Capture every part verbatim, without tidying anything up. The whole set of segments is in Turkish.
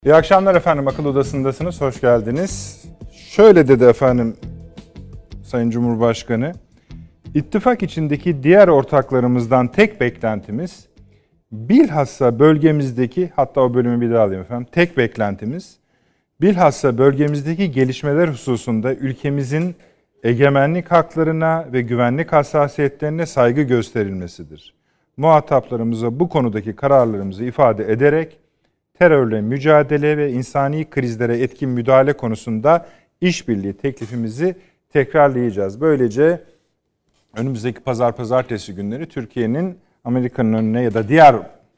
İyi akşamlar efendim, akıl odasındasınız, hoş geldiniz. Şöyle dedi efendim Sayın Cumhurbaşkanı, ittifak içindeki diğer ortaklarımızdan tek beklentimiz, bilhassa bölgemizdeki, hatta o bölümü bir daha alayım efendim, tek beklentimiz, bilhassa bölgemizdeki gelişmeler hususunda ülkemizin egemenlik haklarına ve güvenlik hassasiyetlerine saygı gösterilmesidir. Muhataplarımıza bu konudaki kararlarımızı ifade ederek, terörle mücadele ve insani krizlere etkin müdahale konusunda işbirliği teklifimizi tekrarlayacağız. Böylece önümüzdeki pazar pazartesi günleri Türkiye'nin Amerika'nın önüne ya da diğer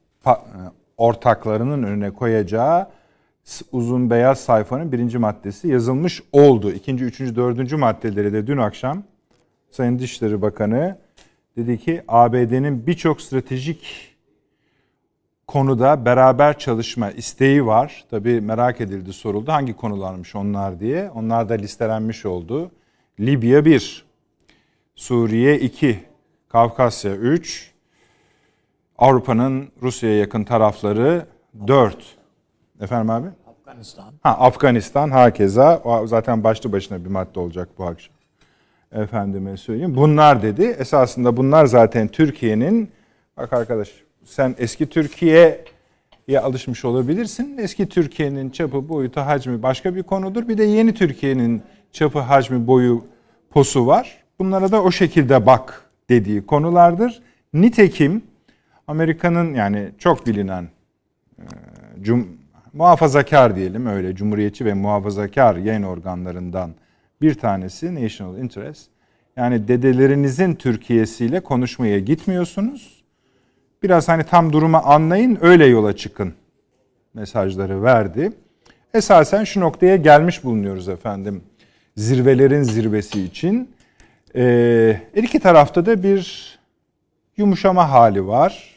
ortaklarının önüne koyacağı uzun beyaz sayfanın birinci maddesi yazılmış oldu. İkinci, üçüncü, dördüncü maddeleri de dün akşam Sayın Dışişleri Bakanı dedi ki A B D'nin birçok stratejik konuda beraber çalışma isteği var. Tabii merak edildi, soruldu. Hangi konularmış onlar diye. Onlar da listelenmiş oldu. Libya bir, Suriye iki, Kafkasya üç, Avrupa'nın Rusya'ya yakın tarafları dört. Efendim abi? Afganistan. Ha, Afganistan hakeza. O zaten başlı başına bir madde olacak bu akşam. Efendime söyleyeyim. Bunlar dedi. Esasında bunlar zaten Türkiye'nin, bak arkadaş, sen eski Türkiye'ye alışmış olabilirsin. Eski Türkiye'nin çapı, boyutu, hacmi başka bir konudur. Bir de yeni Türkiye'nin çapı, hacmi, boyu, posu var. Bunlara da o şekilde bak dediği konulardır. Nitekim Amerika'nın, yani çok bilinen e, cum, muhafazakar diyelim öyle, cumhuriyetçi ve muhafazakar yayın organlarından bir tanesi National Interest. Yani dedelerinizin Türkiye'siyle konuşmaya gitmiyorsunuz. Biraz hani tam durumu anlayın, öyle yola çıkın mesajları verdi. Esasen şu noktaya gelmiş bulunuyoruz efendim. Zirvelerin zirvesi için. Ee, her iki tarafta da bir yumuşama hali var.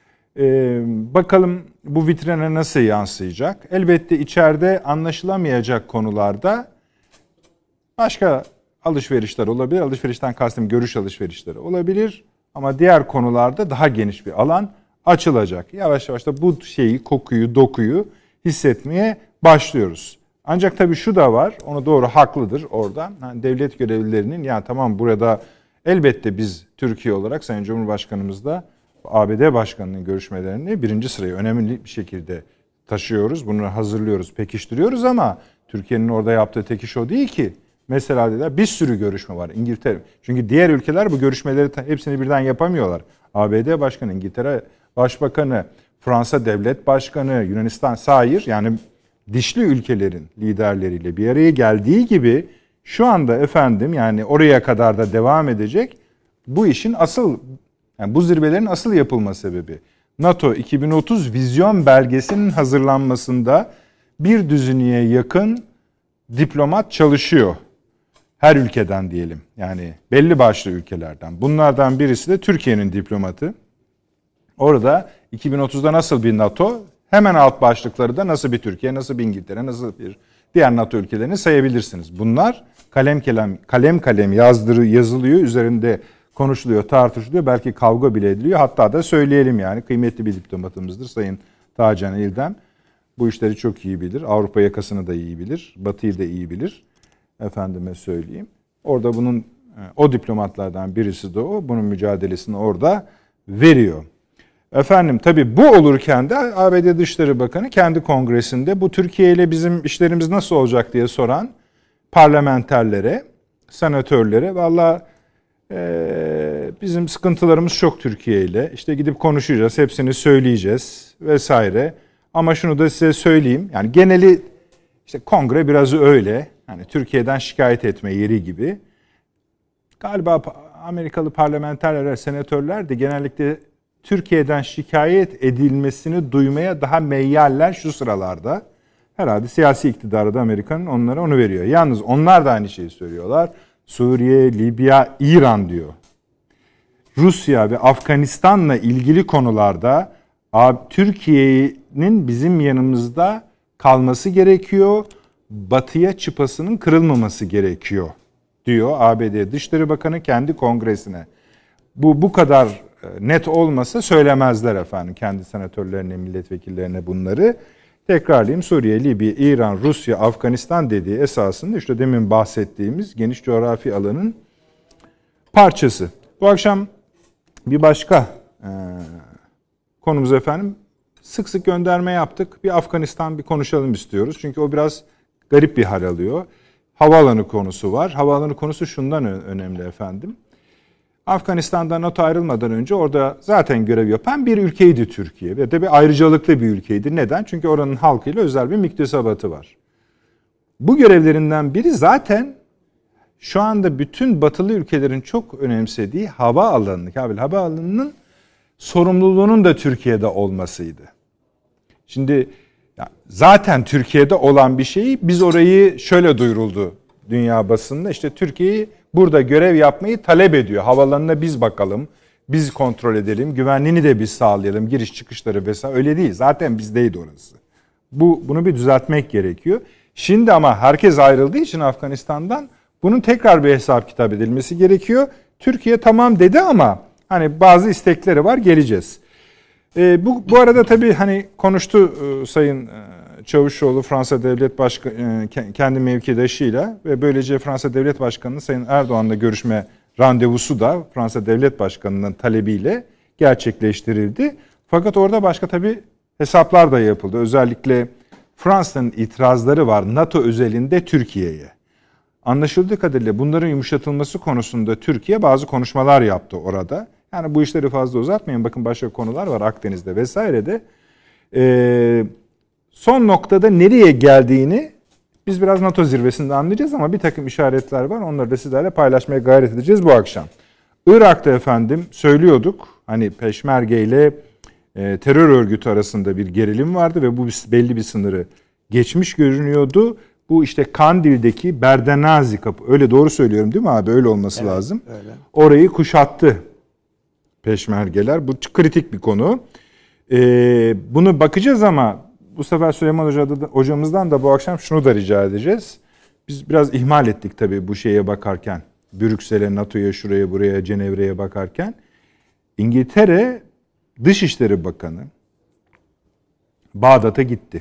Ee, bakalım bu vitrine nasıl yansıyacak? Elbette içeride anlaşılamayacak konularda başka alışverişler olabilir. Alışverişten kastım görüş alışverişleri olabilir. Ama diğer konularda daha geniş bir alan açılacak. Yavaş yavaş da bu şeyi, kokuyu, dokuyu hissetmeye başlıyoruz. Ancak tabii şu da var, onu doğru haklıdır orada. Yani devlet görevlilerinin, ya tamam burada elbette biz Türkiye olarak Sayın Cumhurbaşkanımız da A B D Başkanı'nın görüşmelerini birinci sıraya önemli bir şekilde taşıyoruz. Bunu hazırlıyoruz, pekiştiriyoruz ama Türkiye'nin orada yaptığı tek iş o değil ki. Mesela dediler bir sürü görüşme var İngiltere. Çünkü diğer ülkeler bu görüşmeleri hepsini birden yapamıyorlar. A B D Başkanı, İngiltere Başbakanı, Fransa Devlet Başkanı, Yunanistan sair, yani dişli ülkelerin liderleriyle bir araya geldiği gibi şu anda efendim, yani oraya kadar da devam edecek bu işin asıl, yani bu zirvelerin asıl yapılma sebebi. NATO iki bin otuz vizyon belgesinin hazırlanmasında bir düzineye yakın diplomat çalışıyor. Her ülkeden diyelim, yani belli başlı ülkelerden. Bunlardan birisi de Türkiye'nin diplomatı. Orada iki bin otuzda nasıl bir NATO, hemen alt başlıkları da nasıl bir Türkiye, nasıl bir İngiltere, nasıl bir diğer NATO ülkelerini sayabilirsiniz. Bunlar kalem kalem kalem kalem yazdırı yazılıyor, üzerinde konuşuluyor, tartışılıyor, belki kavga bile ediliyor. Hatta da söyleyelim, yani kıymetli bir diplomatımızdır Sayın Tacan İldem. Bu işleri çok iyi bilir. Avrupa yakasını da iyi bilir. Batı'yı da iyi bilir. Efendime söyleyeyim. Orada bunun, o diplomatlardan birisi de o. Bunun mücadelesini orada veriyor. Efendim tabii bu olurken de A B D Dışişleri Bakanı kendi kongresinde bu Türkiye ile bizim işlerimiz nasıl olacak diye soran parlamenterlere, senatörlere, vallahi e, bizim sıkıntılarımız çok Türkiye ile. İşte gidip konuşacağız, hepsini söyleyeceğiz vesaire. Ama şunu da size söyleyeyim. Yani geneli, işte kongre biraz öyle. Yani Türkiye'den şikayet etme yeri gibi. Galiba Amerikalı parlamenterler, senatörler de genellikle Türkiye'den şikayet edilmesini duymaya daha meyyaller şu sıralarda. Herhalde siyasi iktidarı da Amerika'nın onlara onu veriyor. Yalnız onlar da aynı şeyi söylüyorlar. Suriye, Libya, İran diyor. Rusya ve Afganistan'la ilgili konularda Türkiye'nin bizim yanımızda kalması gerekiyor. Batıya çıpasının kırılmaması gerekiyor diyor A B D Dışişleri Bakanı kendi kongresine. Bu bu kadar net olmasa söylemezler efendim kendi senatörlerine, milletvekillerine bunları. Tekrarlayayım, Suriye, Libya, İran, Rusya, Afganistan dediği esasında işte demin bahsettiğimiz geniş coğrafi alanın parçası. Bu akşam bir başka e, konumuz efendim, sık sık gönderme yaptık. Bir Afganistan bir konuşalım istiyoruz. Çünkü o biraz garip bir hal alıyor. Havaalanı konusu var. Havaalanı konusu şundan önemli efendim. Afganistan'dan NATO ayrılmadan önce orada zaten görev yapan bir ülkeydi Türkiye. Ve de bir ayrıcalıklı bir ülkeydi. Neden? Çünkü oranın halkıyla özel bir müktesebatı var. Bu görevlerinden biri zaten şu anda bütün batılı ülkelerin çok önemsediği hava alanı, Kabil hava alanının sorumluluğunun da Türkiye'de olmasıydı. Şimdi ya zaten Türkiye'de olan bir şeyi biz orayı şöyle duyuruldu dünya basınında. İşte Türkiye'yi burada görev yapmayı talep ediyor. Havalanına biz bakalım, biz kontrol edelim, güvenliğini de biz sağlayalım, giriş çıkışları vesaire. Öyle değil. Zaten bizdeydi orası. Bu bunu bir düzeltmek gerekiyor. Şimdi ama herkes ayrıldığı için Afganistan'dan bunun tekrar bir hesap kitap edilmesi gerekiyor. Türkiye tamam dedi ama hani bazı istekleri var, geleceğiz. E, bu bu arada tabii hani konuştu e, Sayın e, Çavuşoğlu Fransa Devlet Başkanı e, kendi mevkidaşıyla ve böylece Fransa Devlet Başkanı'nın Sayın Erdoğan'la görüşme randevusu da Fransa Devlet Başkanı'nın talebiyle gerçekleştirildi. Fakat orada başka tabii hesaplar da yapıldı. Özellikle Fransa'nın itirazları var NATO özelinde Türkiye'ye. Anlaşıldığı kadarıyla bunların yumuşatılması konusunda Türkiye bazı konuşmalar yaptı orada. Yani bu işleri fazla uzatmayın. Bakın başka konular var Akdeniz'de vesairede. Ee, son noktada nereye geldiğini biz biraz NATO zirvesinde anlayacağız ama bir takım işaretler var. Onları da sizlerle paylaşmaya gayret edeceğiz bu akşam. Irak'ta efendim söylüyorduk. Hani Peşmerge ile e, terör örgütü arasında bir gerilim vardı ve bu belli bir sınırı geçmiş görünüyordu. Bu işte Kandil'deki Berdenazi kapı. Öyle doğru söylüyorum değil mi abi? Öyle olması evet, lazım. Öyle. Orayı kuşattı Peşmergeler. Bu kritik bir konu. Ee, bunu bakacağız ama bu sefer Süleyman Hoca da, hocamızdan da bu akşam şunu da rica edeceğiz. Biz biraz ihmal ettik tabii bu şeye bakarken. Brüksel'e, NATO'ya, şuraya, buraya, Cenevre'ye bakarken. İngiltere Dışişleri Bakanı Bağdat'a gitti.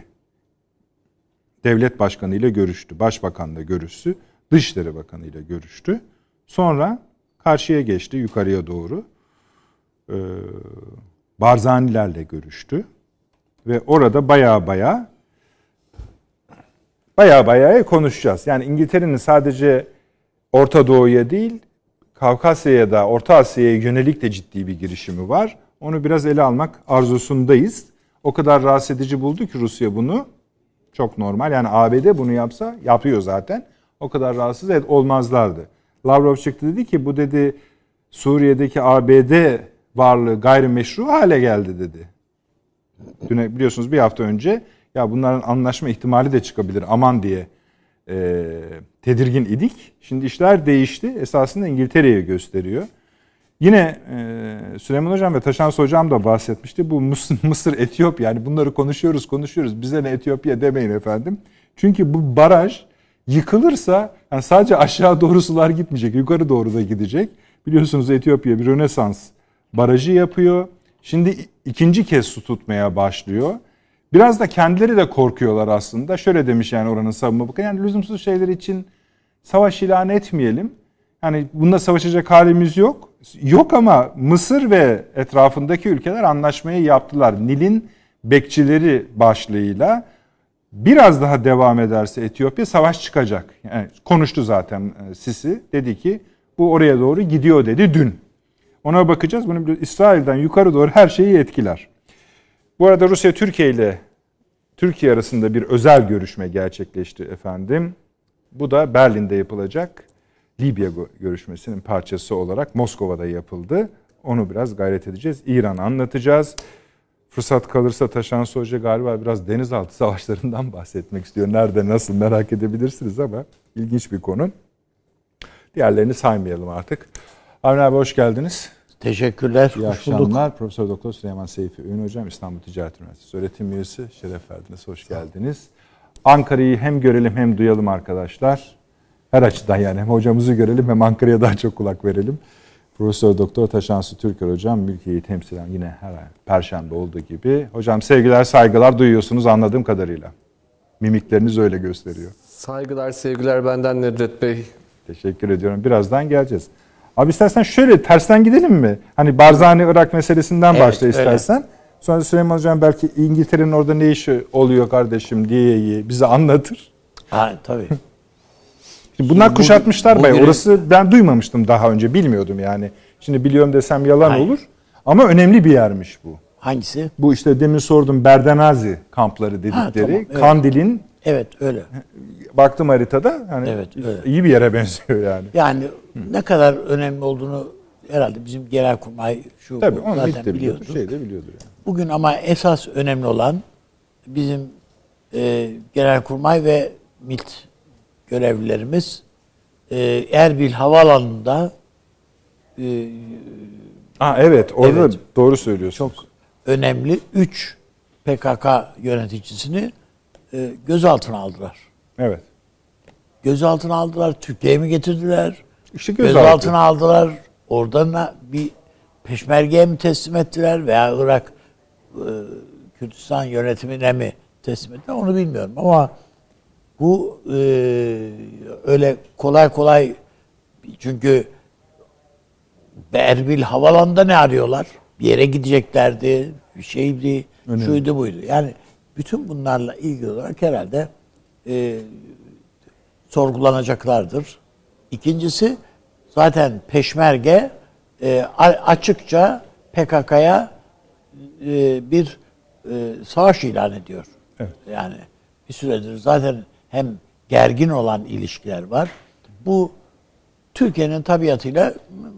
Devlet Başkanı ile görüştü. Başbakanla görüştü. Dışişleri Bakanı ile görüştü. Sonra karşıya geçti yukarıya doğru. Ee, Barzanilerle görüştü. Ve orada baya baya baya baya konuşacağız. Yani İngiltere'nin sadece Orta Doğu'ya değil, Kafkasya'ya da Orta Asya'ya yönelik de ciddi bir girişimi var. Onu biraz ele almak arzusundayız. O kadar rahatsız edici buldu ki Rusya bunu. Çok normal. Yani A B D bunu yapsa, yapıyor zaten. O kadar rahatsız olmazlardı. Lavrov çıktı dedi ki bu dedi Suriye'deki A B D varlığı gayrimeşru hale geldi dedi. Dün biliyorsunuz bir hafta önce ya bunların anlaşma ihtimali de çıkabilir aman diye e, tedirgin idik. Şimdi işler değişti. Esasında İngiltere'yi gösteriyor. Yine e, Süleyman Hocam ve Taşans Hocam da bahsetmişti. Bu Mısır, Mısır, Etiyopya yani bunları konuşuyoruz konuşuyoruz. Bize ne Etiyopya demeyin efendim. Çünkü bu baraj yıkılırsa yani sadece aşağı doğru sular gitmeyecek. Yukarı doğru da gidecek. Biliyorsunuz Etiyopya bir Rönesans barajı yapıyor. Şimdi ikinci kez su tutmaya başlıyor. Biraz da kendileri de korkuyorlar aslında. Şöyle demiş yani oranın savunma bakanı. Yani lüzumsuz şeyler için savaş ilan etmeyelim. Yani bunda savaşacak halimiz yok. Yok ama Mısır ve etrafındaki ülkeler anlaşmayı yaptılar. Nil'in bekçileri başlığıyla biraz daha devam ederse Etiyopya savaş çıkacak. Yani konuştu zaten Sisi. Dedi ki bu oraya doğru gidiyor dedi dün. Ona bakacağız. Bunu İsrail'den yukarı doğru her şeyi etkiler. Bu arada Rusya Türkiye ile Türkiye arasında bir özel görüşme gerçekleşti efendim. Bu da Berlin'de yapılacak Libya görüşmesinin parçası olarak Moskova'da yapıldı. Onu biraz gayret edeceğiz. İran'ı anlatacağız. Fırsat kalırsa Taşans Hoca galiba biraz denizaltı savaşlarından bahsetmek istiyor. Nerede nasıl merak edebilirsiniz ama ilginç bir konu. Diğerlerini saymayalım artık. Avni abi hoş geldiniz. Teşekkürler. İyi akşamlar. Profesör Doktor Süleyman Seyfi Öğün Hocam İstanbul Ticaret Üniversitesi öğretim üyesi. Şeref verdiniz. Hoş geldiniz. Ankara'yı hem görelim hem duyalım arkadaşlar. Her açıdan yani hem hocamızı görelim hem Ankara'ya daha çok kulak verelim. Profesör Doktor Taşansı Türker hocam Mülkiye'yi temsilen yine her ay Perşembe olduğu gibi. Hocam sevgiler saygılar duyuyorsunuz anladığım kadarıyla. Mimikleriniz öyle gösteriyor. Saygılar sevgiler benden Nedret Bey. Teşekkür ediyorum. Birazdan geleceğiz. Abi istersen şöyle tersten gidelim mi? Hani Barzani Irak meselesinden evet, başla istersen. Öyle. Sonra Süleyman Hocam belki İngiltere'nin orada ne işi oluyor kardeşim diye bize anlatır. Ha tabii. Şimdi bunlar Şimdi kuşatmışlar bayağı. Orası ben duymamıştım daha önce, bilmiyordum yani. Şimdi biliyorum desem yalan Hayır. olur. Ama önemli bir yermiş bu. Hangisi? Bu işte demin sordum Berdenazi kampları dedikleri. Ha, tamam, evet. Kandil'in. Evet öyle. Baktım haritada yani evet, öyle. iyi bir yere benziyor yani. Yani Hı. ne kadar önemli olduğunu herhalde bizim Genelkurmay şu Tabii, bu, zaten biliyordu. biliyordur. Şey de biliyordur yani. Bugün ama esas önemli olan bizim e, Genelkurmay ve MİT görevlilerimiz e, Erbil Havaalanı'nda e, Aa, evet orada evet, doğru söylüyorsunuz. Çok önemli üç P K K yöneticisini e, gözaltına aldılar. Evet. Gözaltına aldılar. Türkiye'ye mi getirdiler? İşte gözaltı. Gözaltına aldılar. Oradan bir peşmergeye mi teslim ettiler veya Irak e, Kürdistan yönetimine mi teslim ettiler onu bilmiyorum ama bu e, öyle kolay kolay çünkü Erbil Havalanı'nda ne arıyorlar? Bir yere gideceklerdi. Bir şeydi. Önemli. Şuydu buydu. Yani bütün bunlarla ilgili olarak herhalde e, sorgulanacaklardır. İkincisi zaten Peşmerge e, açıkça P K K'ya e, bir e, savaş ilan ediyor. Evet. Yani bir süredir zaten hem gergin olan ilişkiler var. Bu Türkiye'nin tabiatıyla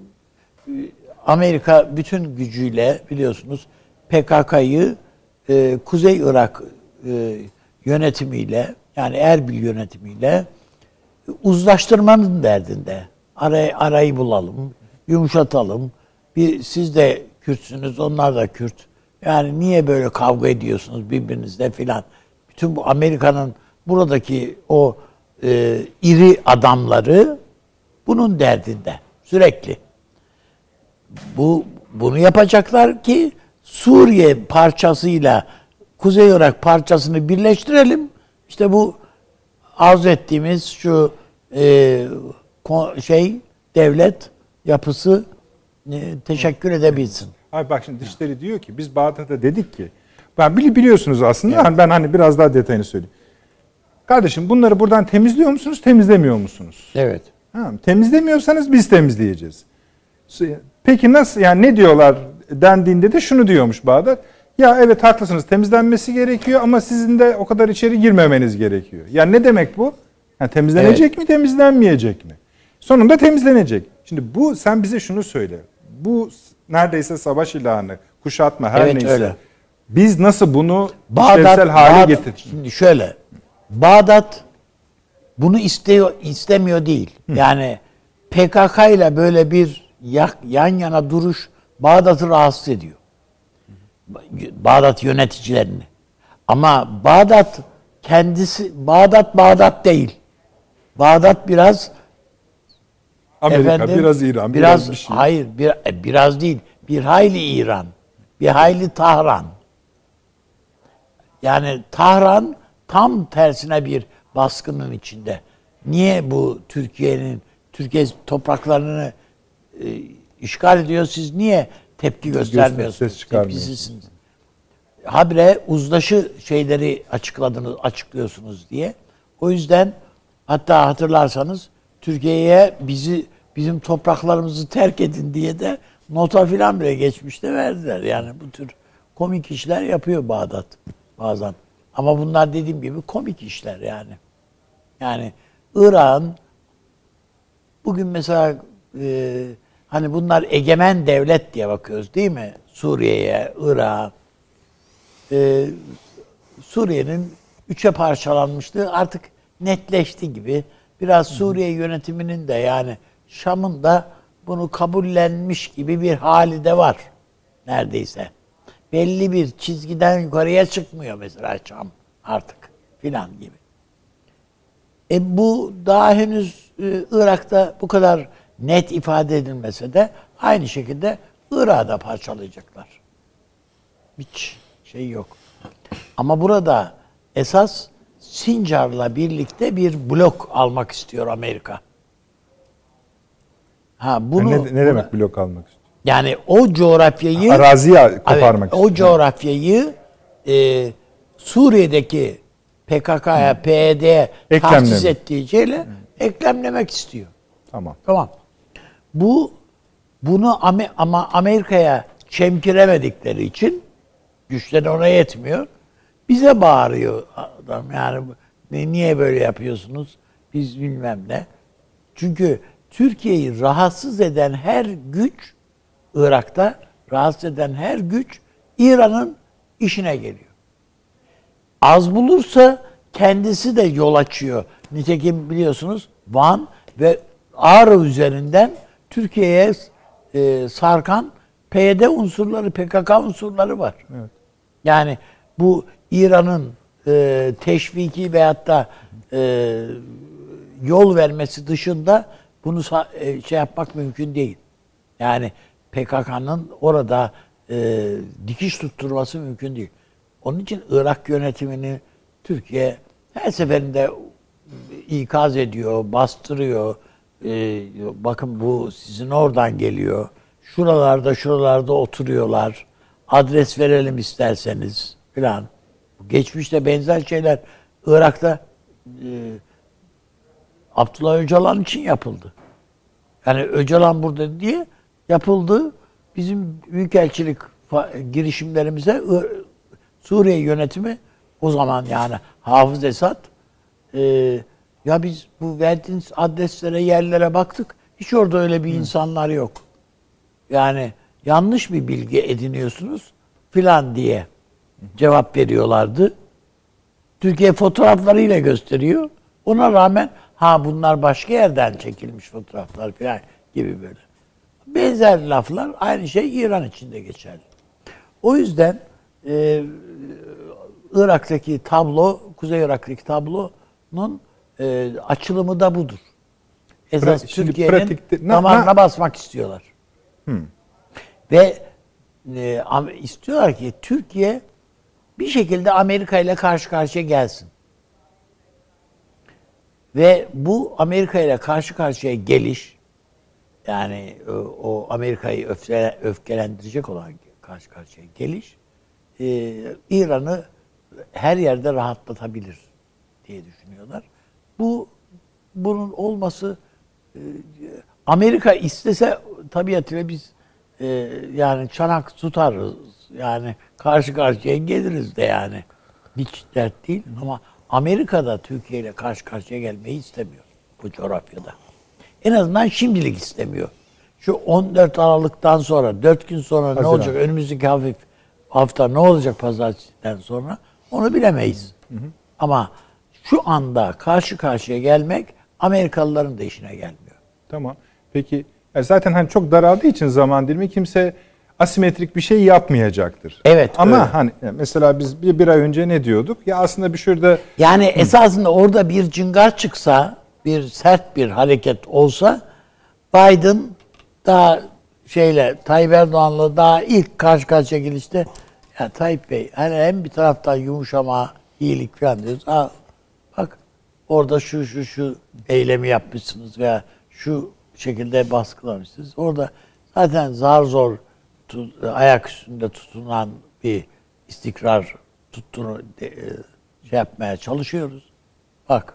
Amerika bütün gücüyle biliyorsunuz P K K'yı e, Kuzey Irak e, yönetimiyle yani Erbil yönetimiyle uzlaştırmanın derdinde. Arayı, arayı bulalım, yumuşatalım. Bir, siz de Kürtsünüz, onlar da Kürt. Yani niye böyle kavga ediyorsunuz birbirinizle filan. Bütün bu Amerika'nın buradaki o e, iri adamları bunun derdinde sürekli. Bu bunu yapacaklar ki Suriye parçasıyla Kuzey Irak parçasını birleştirelim. İşte bu arz ettiğimiz şu e, şey devlet yapısı e, teşekkür edebilsin. Abi bak şimdi Dışişleri diyor ki biz Bağdat'ta dedik ki ben bili biliyorsunuz aslında evet. ben hani biraz daha detayını söyleyeyim. Kardeşim bunları buradan temizliyor musunuz, temizlemiyor musunuz? Evet. Ha, temizlemiyorsanız biz temizleyeceğiz. Peki nasıl yani ne diyorlar dendiğinde de şunu diyormuş Bağdat. Ya evet haklısınız temizlenmesi gerekiyor ama sizin de o kadar içeri girmemeniz gerekiyor. Yani ne demek bu? Yani temizlenecek evet. mi temizlenmeyecek mi? Sonunda temizlenecek. Şimdi bu sen bize şunu söyle. Bu neredeyse savaş ilanı, kuşatma her evet, neyse. Öyle. Biz nasıl bunu Bağdat, işlevsel hale Bağdat, getirdik? Şimdi şöyle. Bağdat bunu istiyor istemiyor değil. Hı. Yani P K K ile böyle bir yan yana duruş Bağdat'ı rahatsız ediyor. Bağdat yöneticilerini. Ama Bağdat kendisi Bağdat Bağdat değil. Bağdat biraz Amerika, efendim, biraz İran, biraz, biraz bir şey. Hayır, bir, biraz değil. Bir hayli İran, bir hayli Tahran. Yani Tahran tam tersine bir baskının içinde. Niye bu Türkiye'nin Türkiye topraklarını e, işgal ediyor? Siz niye tepki göstermiyorsunuz? Ses çıkarmıyorsunuz. Habire uzlaşı şeyleri açıkladınız, açıklıyorsunuz diye. O yüzden hatta hatırlarsanız Türkiye'ye bizi bizim topraklarımızı terk edin diye de nota filan bile geçmişte verdiler. Yani bu tür komik işler yapıyor Bağdat bazen. Ama bunlar dediğim gibi komik işler yani. Yani İran bugün mesela e, hani bunlar egemen devlet diye bakıyoruz değil mi? Suriye'ye, Irak'a. Ee, Suriye'nin üçe parçalanmışlığı artık netleşti gibi. Biraz Suriye yönetiminin de yani Şam'ın da bunu kabullenmiş gibi bir hali de var neredeyse. Belli bir çizgiden yukarıya çıkmıyor mesela Şam artık filan gibi. E bu daha henüz e, Irak'ta bu kadar net ifade edilmese de aynı şekilde Irak'ı da parçalayacaklar. Hiç şey yok. Ama burada esas Sincar'la birlikte bir blok almak istiyor Amerika. Ha bunu ne, ne demek buna, blok almak istiyor? yani o coğrafyayı araziyi koparmak evet, istiyor. o coğrafyayı e, Suriye'deki P K K'ya, P Y D'ye tahsis ettiği şeyle eklemlemek istiyor. Tamam. Tamam. Bu bunu ama Amerika'ya çemkiremedikleri için güçleri ona yetmiyor. Bize bağırıyor adam. Yani niye böyle yapıyorsunuz? Biz bilmem ne. Çünkü Türkiye'yi rahatsız eden her güç, Irak'ta rahatsız eden her güç İran'ın işine geliyor. Az bulursa kendisi de yol açıyor. Nitekim biliyorsunuz Van ve Ağrı üzerinden Türkiye'ye e, sarkan P Y D unsurları, P K K unsurları var. Evet. Yani bu İran'ın e, teşviki veyahut da e, yol vermesi dışında bunu e, şey yapmak mümkün değil. Yani P K K'nın orada e, dikiş tutturması mümkün değil. Onun için Irak yönetimini Türkiye her seferinde ikaz ediyor, bastırıyor. E, bakın bu sizin oradan geliyor. Şuralarda şuralarda oturuyorlar. Adres verelim isterseniz filan. Geçmişte benzer şeyler Irak'ta e, Abdullah Öcalan için yapıldı. Yani Öcalan burada diye yapıldı. Bizim büyükelçilik girişimlerimize Suriye yönetimi o zaman yani Hafız Esad e, ya biz bu verdiğiniz adreslere, yerlere baktık. Hiç orada öyle bir Hı. insanlar yok. Yani yanlış bir bilgi ediniyorsunuz filan diye cevap veriyorlardı. Türkiye fotoğraflarıyla gösteriyor. Ona rağmen ha bunlar başka yerden çekilmiş fotoğraflar filan gibi böyle. Benzer laflar aynı şey İran için de geçerli. O yüzden e, Irak'taki tablo, Kuzey Irak'taki tablonun e, açılımı da budur. Esas Türkiye'nin damarına basmak istiyorlar. Hmm. Ve e, istiyorlar ki Türkiye bir şekilde Amerika ile karşı karşıya gelsin. Ve bu Amerika ile karşı karşıya geliş, yani o, o Amerika'yı öfke, öfkelendirecek olan karşı karşıya geliş, e, İran'ı her yerde rahatlatabilir diye düşünüyorlar. Bu bunun olması e, Amerika istese tabiatıyla biz e, yani çanak tutarız. Yani karşı karşıya geliriz de yani. Hiç dert değil ama Amerika'da Türkiye ile karşı karşıya gelmeyi istemiyor bu coğrafyada. En azından şimdilik istemiyor. Şu on dört Aralık'tan sonra, dört gün sonra Haziran. Ne olacak? Önümüzdeki hafif hafta ne olacak pazartesiden sonra? Onu bilemeyiz. Hı hı. Ama şu anda karşı karşıya gelmek Amerikalıların da işine gelmiyor. Tamam. Peki zaten hani çok daraldığı için zaman dilimi kimse asimetrik bir şey yapmayacaktır. Evet. Ama öyle. hani mesela biz bir, bir ay önce ne diyorduk? Ya aslında bir şurada... Yani Hı. esasında orada bir cıngar çıksa, bir sert bir hareket olsa Biden daha şeyle Tayyip Erdoğan'la daha ilk karşı karşıya gelişte ya Tayyip Bey hani hem bir taraftan yumuşama, iyilik falan diyoruz. Ha, bak orada şu şu şu eylemi yapmışsınız veya şu şekilde baskılamışsınız. Orada zaten zar zor tut, ayak üstünde tutunan bir istikrar tuttunu şey yapmaya çalışıyoruz. Bak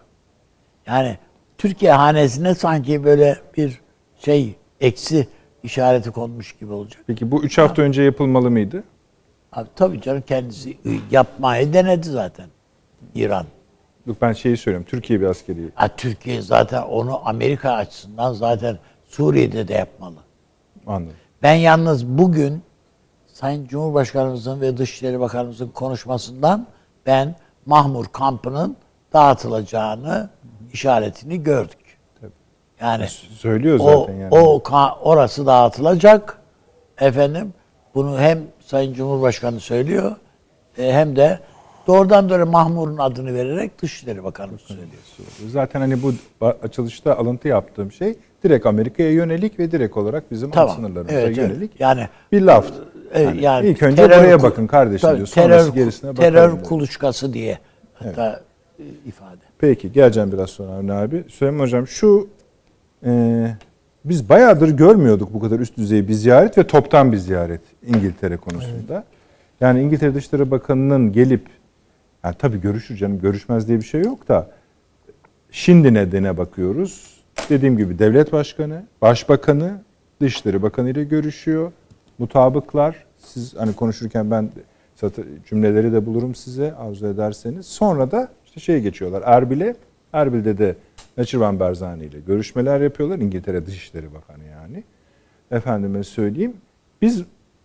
yani Türkiye hanesine sanki böyle bir şey eksi işareti konmuş gibi olacak. Peki bu üç hafta ha. önce yapılmalı mıydı? Abi, tabii canım kendisi yapmayı denedi zaten İran. Yok ben şeyi söylüyorum. Türkiye bir askeri. Ha, Türkiye zaten onu Amerika açısından zaten Suriye'de de yapmalı. Anladım. Ben yalnız bugün Sayın Cumhurbaşkanımızın ve Dışişleri Bakanımızın konuşmasından ben Mahmur kampının dağıtılacağını işaretini gördük. Tabii. Yani söylüyor zaten o, yani. O orası dağıtılacak. Efendim bunu hem Sayın Cumhurbaşkanı söylüyor hem de doğrudan doğru Mahmur'un adını vererek Dışişleri Bakanımız söylüyor. Zaten hani bu açılışta alıntı yaptığım şey Direkt Amerika'ya yönelik ve direkt olarak bizim Tamam. sınırlarımıza Evet, evet. yönelik Yani bir laf. Yani, yani ilk önce terör, buraya bakın kardeşim tabii, diyor. Sonrası terör, gerisine bakalım. terör diyor. kuluçkası diye hatta evet. ifade. Peki geleceğim biraz sonra Avni abi. Süleyman Hocam şu e, biz bayağıdır görmüyorduk bu kadar üst düzey bir ziyaret ve toptan bir ziyaret İngiltere konusunda. Evet. Yani İngiltere Dışişleri Bakanı'nın gelip yani tabii görüşür canım görüşmez diye bir şey yok da şimdi nedene bakıyoruz. Dediğim gibi devlet başkanı, başbakanı, Dışişleri Bakanı ile görüşüyor. Mutabıklar. Siz hani konuşurken ben cümleleri de bulurum size arzu ederseniz. Sonra da işte şeye geçiyorlar Erbil'e. Erbil'de de Nechirvan Barzani ile görüşmeler yapıyorlar. İngiltere Dışişleri Bakanı yani. Efendime söyleyeyim. Biz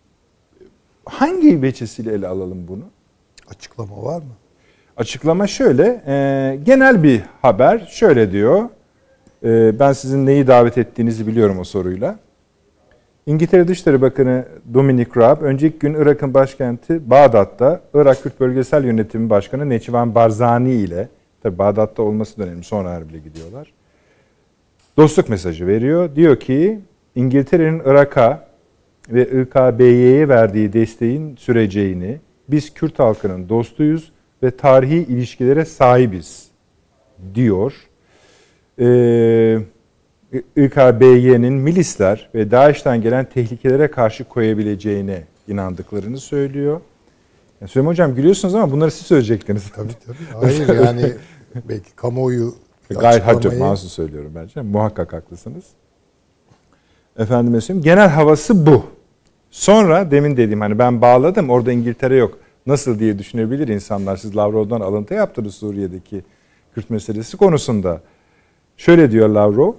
hangi veçesiyle ele alalım bunu? Açıklama var mı? Açıklama şöyle. E, genel bir haber. Şöyle diyor. E, ben sizin neyi davet ettiğinizi biliyorum o soruyla. İngiltere Dışişleri Bakanı Dominic Raab, önceki gün Irak'ın başkenti Bağdat'ta Irak Kürt Bölgesel Yönetimi Başkanı Nechirvan Barzani ile, tabi Bağdat'ta olması da önemli, sonra Erbil'e gidiyorlar, dostluk mesajı veriyor. Diyor ki İngiltere'nin Irak'a ve I K B Y'ye verdiği desteğin süreceğini, biz Kürt halkının dostuyuz ve tarihi ilişkilere sahibiz diyor. Eee I K B Y'nin milisler ve DAEŞ'ten gelen tehlikelere karşı koyabileceğine inandıklarını söylüyor. Yani Süleyman Hocam gülüyorsunuz ama bunları siz söyleyecektiniz. Tabii tabii. Hayır yani belki kamuoyu gayet hacı mahsus söylüyorum bence. Muhakkak haklısınız. Efendime söyleyeyim. Genel havası bu. Sonra demin dediğim hani ben bağladım orada İngiltere yok. Nasıl diye düşünebilir insanlar. Siz Lavrov'dan alıntı yaptınız Suriye'deki Kürt meselesi konusunda. Şöyle diyor Lavrov.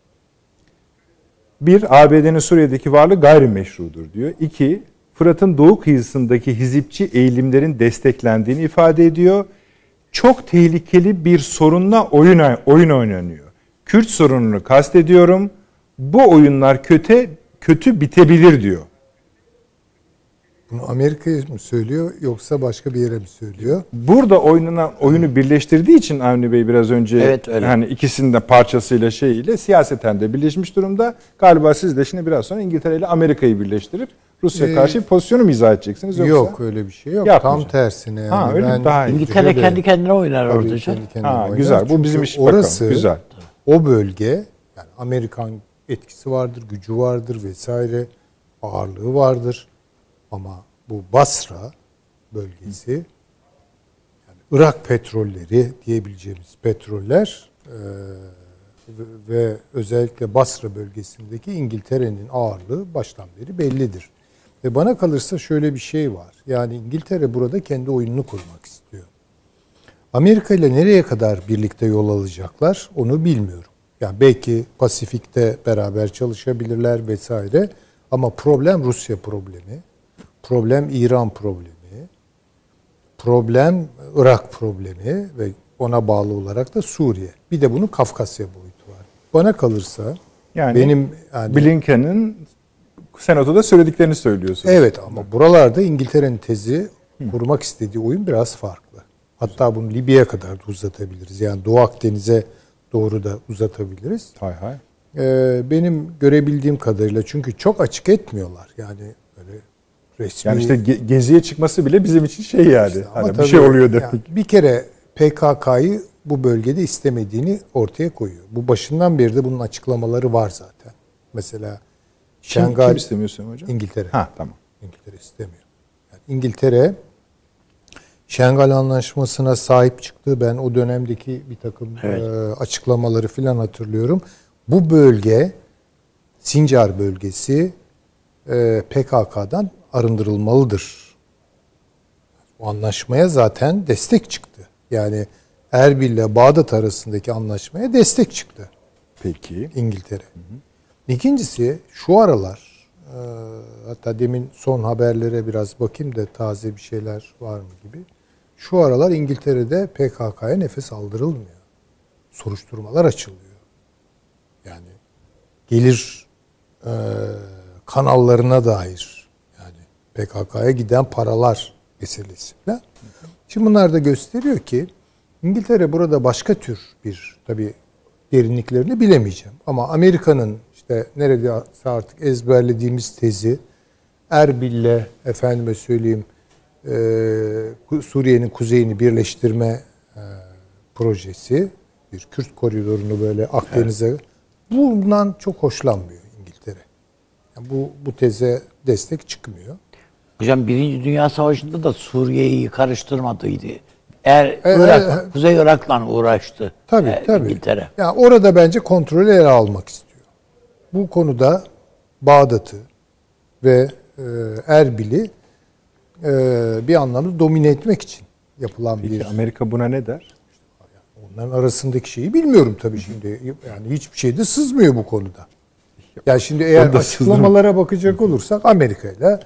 Bir, A B D'nin Suriye'deki varlığı gayrimeşrudur diyor. İki, Fırat'ın doğu kıyısındaki hizipçi eğilimlerin desteklendiğini ifade ediyor. Çok tehlikeli bir sorunla oyun, oyun oynanıyor. Kürt sorununu kastediyorum. Bu oyunlar kötü, kötü bitebilir diyor. Bunu Amerika'ya mı söylüyor yoksa başka bir yere mi söylüyor? Burada oynanan oyunu birleştirdiği için Avni Bey biraz önce evet, öyle. hani ikisinin de parçasıyla şeyiyle siyaseten de birleşmiş durumda. Galiba siz de şimdi biraz sonra İngiltere ile Amerika'yı birleştirip Rusya ee, karşı bir pozisyonu mu izah edeceksiniz yoksa? Yok öyle bir şey yok. Tam tersine. Yani. Ha, öyle ben daha İngiltere şöyle, kendi kendine oynar orada. Kendi kendine ha, oynar. Güzel. Bu Çünkü bizim iş orası, bakalım. Güzel. O bölge yani Amerikan etkisi vardır, gücü vardır vesaire, ağırlığı vardır. Ama bu Basra bölgesi, yani Irak petrolleri diyebileceğimiz petroller e, ve, ve özellikle Basra bölgesindeki İngiltere'nin ağırlığı baştan beri bellidir. Ve bana kalırsa şöyle bir şey var. Yani İngiltere burada kendi oyununu kurmak istiyor. Amerika ile nereye kadar birlikte yol alacaklar onu bilmiyorum. Yani belki Pasifik'te beraber çalışabilirler vesaire. Ama problem Rusya problemi. Problem İran problemi, problem Irak problemi ve ona bağlı olarak da Suriye. Bir de bunun Kafkasya boyutu var. Bana kalırsa yani benim yani, Blinken'in Senato'da söylediklerini söylüyorsunuz. Evet ama buralarda İngiltere'nin tezi kurmak istediği oyun biraz farklı. Hatta bunu Libya'ya kadar da uzatabiliriz. Yani Doğu Akdeniz'e doğru da uzatabiliriz. Hay hay. Ee, benim görebildiğim kadarıyla çünkü çok açık etmiyorlar. Yani böyle resmi... Yani işte ge- geziye çıkması bile bizim için şey yani. İşte hani bir tabii, şey oluyor demek. Yani bir kere P K K'yı bu bölgede istemediğini ortaya koyuyor. Bu başından beri de bunun açıklamaları var zaten. Mesela Şengal... Kim istemiyorsun hocam? İngiltere. Ha tamam. İngiltere istemiyor. Yani İngiltere Şengal Anlaşması'na sahip çıktı. Ben o dönemdeki bir takım evet. e, açıklamaları filan hatırlıyorum. Bu bölge, Sincar bölgesi e, P K K'dan arındırılmalıdır. O anlaşmaya zaten destek çıktı. Yani Erbil ile Bağdat arasındaki anlaşmaya destek çıktı. Peki. İngiltere. Hı hı. İkincisi şu aralar, e, hatta demin son haberlere biraz bakayım da taze bir şeyler var mı gibi. Şu aralar İngiltere'de P K K'ya nefes aldırılmıyor. Soruşturmalar açılıyor. Yani gelir e, kanallarına dair yani P K K'ya giden paralar meselesi falan. Şimdi bunlar da gösteriyor ki İngiltere burada başka tür bir tabii derinliklerini bilemeyeceğim. Ama Amerika'nın işte neredeyse artık ezberlediğimiz tezi Erbil'le efendime söyleyeyim e, Suriye'nin kuzeyini birleştirme e, projesi, bir Kürt koridorunu böyle Akdeniz'e, evet. Bundan çok hoşlanmıyor İngiltere. Yani bu bu teze destek çıkmıyor. Hocam Birinci Dünya Savaşı'nda da Suriye'yi karıştırmadıydı. Eğer e, Irak, e, Kuzey Irak'la uğraştı tabii, e, tabii. İngiltere. Yani orada bence kontrolü ele almak istiyor. Bu konuda Bağdat'ı ve e, Erbil'i e, bir anlamda domine etmek için yapılan Peki, bir... Amerika buna ne der? Onların arasındaki şeyi bilmiyorum tabii şimdi. Yani hiçbir şey de sızmıyor bu konuda. Yani şimdi eğer açıklamalara bakacak olursak Amerika ile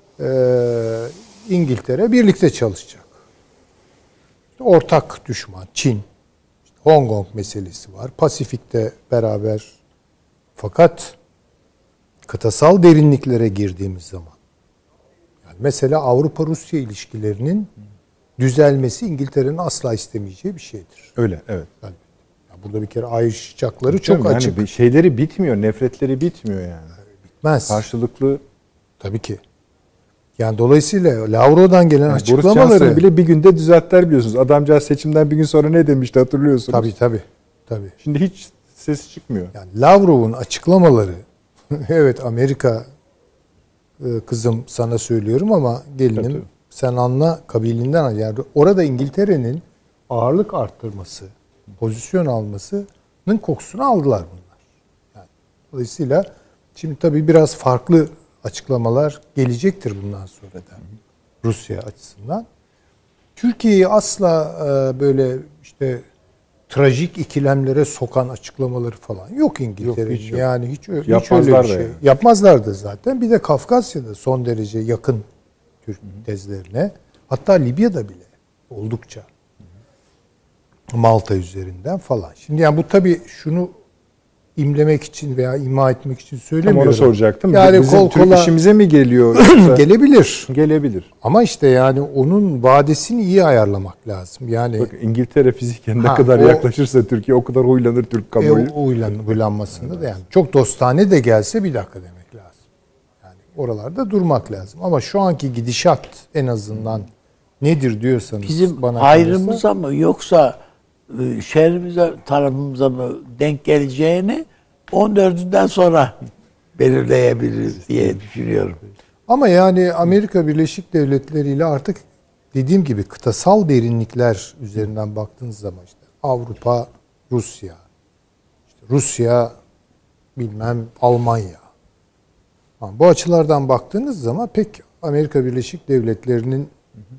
İngiltere birlikte çalışacak. İşte ortak düşman Çin, işte Hong Kong meselesi var. Pasifik'te beraber. Fakat kıtasal derinliklere girdiğimiz zaman, yani mesela Avrupa-Rusya ilişkilerinin düzelmesi İngiltere'nin asla istemeyeceği bir şeydir. Öyle, evet. Yani burada bir kere ayrışacakları çok yani açık. Şeyleri bitmiyor, nefretleri bitmiyor yani. Bitmez. Karşılıklı. Tabii ki. Yani dolayısıyla Lavrov'dan gelen yani açıklamaları... Boris bile bir günde düzelttiler biliyorsunuz. Adamcağız seçimden bir gün sonra ne demişti hatırlıyorsunuz. Tabii tabii. tabii. Şimdi hiç sesi çıkmıyor. Yani Lavrov'un açıklamaları, evet Amerika kızım sana söylüyorum ama gelinim tabii. Sen anla kabiliğinden, yani orada İngiltere'nin ağırlık arttırması, pozisyon almasının kokusunu aldılar bunlar. Yani, dolayısıyla şimdi tabii biraz farklı açıklamalar gelecektir bundan sonra da Rusya açısından. Türkiye'yi asla e, böyle işte trajik ikilemlere sokan açıklamaları falan yok İngiltere'nin. Yok, hiç yok. Yani hiç, hiç öyle bir şey. Yani. Yapmazlar da zaten. Bir de Kafkasya'da son derece yakın Türk tezlerine. Hatta Libya'da bile oldukça. Malta üzerinden falan. Şimdi yani bu tabii şunu imlemek için veya ima etmek için söylemiyorum. Tam onu soracaktım. Yani bizim kol Türk kola işimize mi geliyor? Gelebilir. Gelebilir. Ama işte yani onun vadesini iyi ayarlamak lazım. Yani bak, İngiltere fiziken ne ha, kadar o, yaklaşırsa Türkiye o kadar huylanır Türk kamuoyu. E, o huylan, huylanmasında evet. Da yani çok dostane de gelse bir dakika demek lazım. Yani oralarda durmak lazım. Ama şu anki gidişat en azından nedir diyorsanız bizim bana hayrımıza kalırsa, mı yoksa şehrimize, tarafımıza mı denk geleceğini on dördünden sonra belirleyebiliriz diye düşünüyorum. Ama yani Amerika Birleşik Devletleri ile artık dediğim gibi kıtasal derinlikler üzerinden baktığınız zaman işte Avrupa, Rusya, işte Rusya, bilmem Almanya. Bu açılardan baktığınız zaman pek Amerika Birleşik Devletleri'nin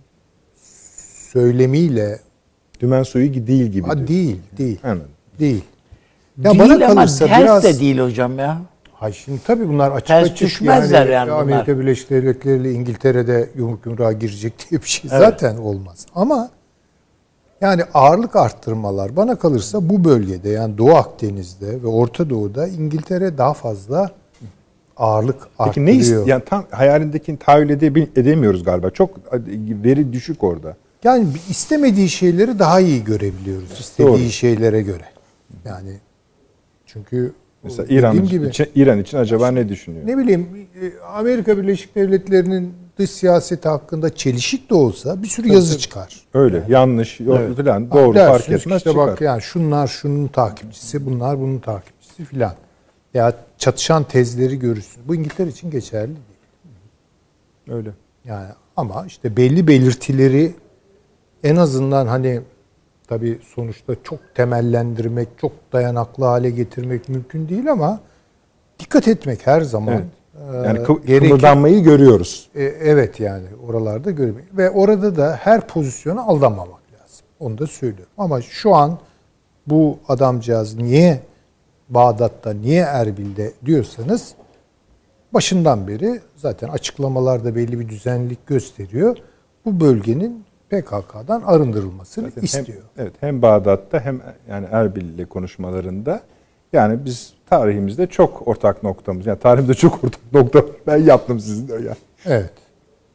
söylemiyle dümen suyu değil gibi. Ha, değil, değil. Anladım. Değil. Ya değil bana ama ters biraz... de değil hocam ya. Hayır şimdi tabii bunlar açık ters açık düşmezler yani, yani Amerika bunlar. Birleşik Devletleri ile İngiltere'de yumruk yumruğa girecek diye bir şey evet. Zaten olmaz. Ama yani ağırlık arttırmalar bana kalırsa bu bölgede yani Doğu Akdeniz'de ve Orta Doğu'da İngiltere daha fazla ağırlık Peki arttırıyor. Ne yani tam hayalindekini tahayyül edemiyoruz galiba. Çok veri düşük orada. Yani istemediği şeyleri daha iyi görebiliyoruz. İstediği doğru. Şeylere göre. Yani çünkü mesela İran gibi, için, İran için acaba ne düşünüyor? Ne bileyim Amerika Birleşik Devletleri'nin dış siyaseti hakkında çelişik de olsa bir sürü tabii, yazı çıkar. Öyle yani. Yanlış evet. Falan doğru dersiniz, fark etmez işte çıkar. Bak yani şunlar şunun takipçisi, bunlar bunun takipçisi filan. Ya çatışan tezleri görürsün. Bu İngiltere için geçerli değil. Öyle. Yani ama işte belli belirtileri en azından hani tabii sonuçta çok temellendirmek, çok dayanaklı hale getirmek mümkün değil ama dikkat etmek her zaman evet. Yani e, kımıldanmayı görüyoruz. E, evet yani oralarda görmek. Ve orada da her pozisyona aldanmamak lazım. Onu da söylüyorum. Ama şu an bu adamcağız niye Bağdat'ta, niye Erbil'de diyorsanız başından beri zaten açıklamalarda belli bir düzenlilik gösteriyor. Bu bölgenin P K K'dan arındırılmasını zaten istiyor. Hem, evet, hem Bağdat'ta hem yani Erbil ile konuşmalarında yani biz tarihimizde çok ortak noktamız. Yani tarihimizde çok ortak nokta. Ben yaptım sizin de yani. Evet.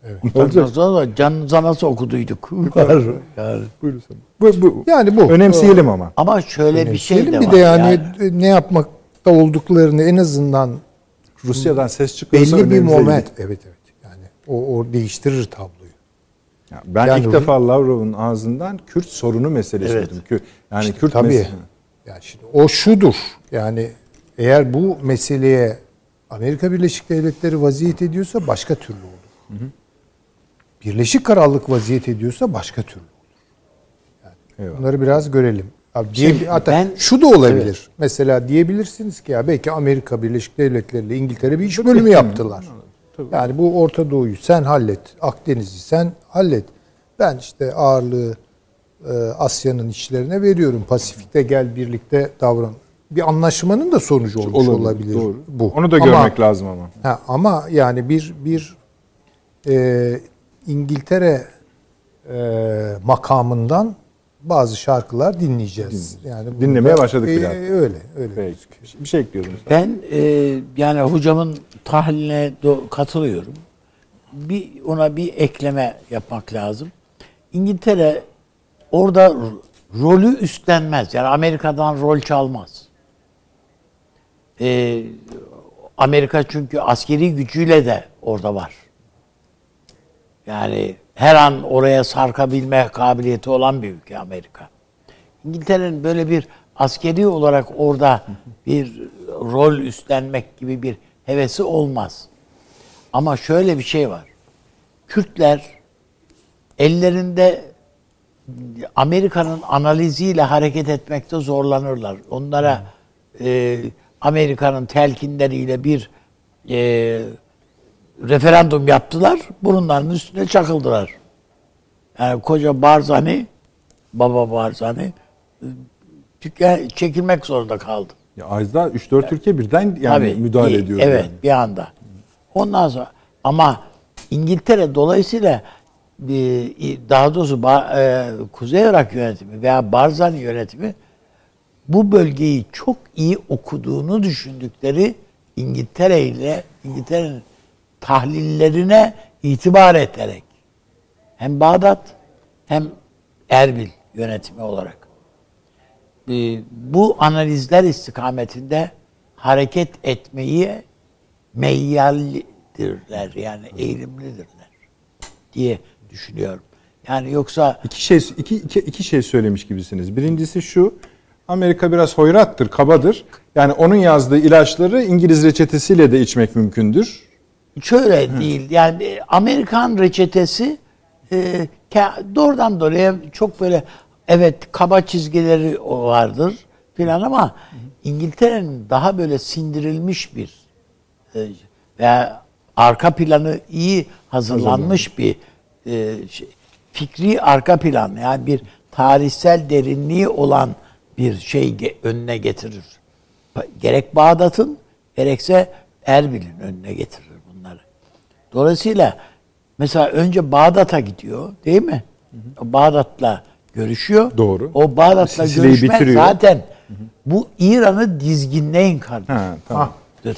Evet. Canınıza nasıl okuduyduk? yani. Buyurun. Bu, bu, yani bu. Önemseyelim ama. Ama şöyle bir şey de bir var. de yani, yani ne yapmakta olduklarını en azından Rusya'dan ses çıkıyorsa belli bir moment. Değil. Evet evet. Yani o, o değiştirir tabloyu. Ya ben yani ilk defa Lavrov'un ağzından Kürt sorunu meselesi evet. duydum. Yani işte, Kürt tabii. meselesi. Yani şimdi o şudur. Yani eğer bu meseleye Amerika Birleşik Devletleri vaziyet ediyorsa başka türlü olur. Hı hı. Birleşik Krallık vaziyet ediyorsa başka türlü olur. Yani bunları biraz görelim. Abi diye, Şimdi hatta ben, şu da olabilir. Evet. Mesela diyebilirsiniz ki ya belki Amerika Birleşik Devletleri ile İngiltere bir iş bölümü yaptılar. Yani bu Orta Doğu'yu sen hallet, Akdeniz'i sen hallet. Ben işte ağırlığı e, Asya'nın işlerine veriyorum. Pasifik'te gel birlikte davran. Bir anlaşmanın da sonucu olmuş olabilir, olabilir doğru. bu. Onu da ama, görmek lazım ama. Ha, ama yani bir bir e, İngiltere e, makamından bazı şarkılar dinleyeceğiz. Yani dinlemeye başladık e, bile. Öyle, öyle. Peki. Bir şey ekliyordunuz. Ben e, yani hocamın tahliline do- katılıyorum. Bir ona bir ekleme yapmak lazım. İngiltere orada r- rolü üstlenmez. Yani Amerika'dan rol çalmaz. E, Amerika çünkü askeri gücüyle de orada var. Yani her an oraya sarkabilme kabiliyeti olan bir ülke Amerika. İngiltere'nin böyle bir askeri olarak orada bir rol üstlenmek gibi bir hevesi olmaz. Ama şöyle bir şey var. Kürtler ellerinde Amerika'nın analiziyle hareket etmekte zorlanırlar. Onlara e, Amerika'nın telkinleriyle bir e, referandum yaptılar. Bunların üstüne çakıldılar. Yani koca Barzani, baba Barzani çekilmek zorunda kaldı. Ya az daha üç dört ülke birden yani Tabii, müdahale bir, ediyor. Evet, yani. bir anda. Ondan sonra ama İngiltere dolayısıyla daha doğrusu Kuzey Irak yönetimi veya Barzani yönetimi bu bölgeyi çok iyi okuduğunu düşündükleri İngiltere ile İngiltere'nin tahlillerine itibar ederek hem Bağdat hem Erbil yönetimi olarak bu analizler istikametinde hareket etmeyi meyyallidirler, yani eğilimlidirler diye düşünüyorum. Yani yoksa iki şey iki, iki, iki şey söylemiş gibisiniz. Birincisi şu: Amerika biraz hoyrattır, kabadır. Yani onun yazdığı ilaçları İngiliz reçetesiyle de içmek mümkündür. Şöyle Hı. değil. Yani Amerikan reçetesi e, doğrudan doğruya çok böyle evet kaba çizgileri vardır filan ama Hı. İngiltere'nin daha böyle sindirilmiş bir e, veya arka planı iyi hazırlanmış Hazırlanmış. bir e, şey, fikri arka plan, yani bir tarihsel derinliği olan bir şey önüne getirir. Gerek Bağdat'ın gerekse Erbil'in önüne getirir bunları. Dolayısıyla mesela önce Bağdat'a gidiyor, değil mi? Hı hı. Bağdat'la görüşüyor. Doğru. O Bağdat'la Sicilya'yı görüşme bitiriyor. zaten hı hı. bu İran'ı dizginleyin kardeşim. Ha, tamam.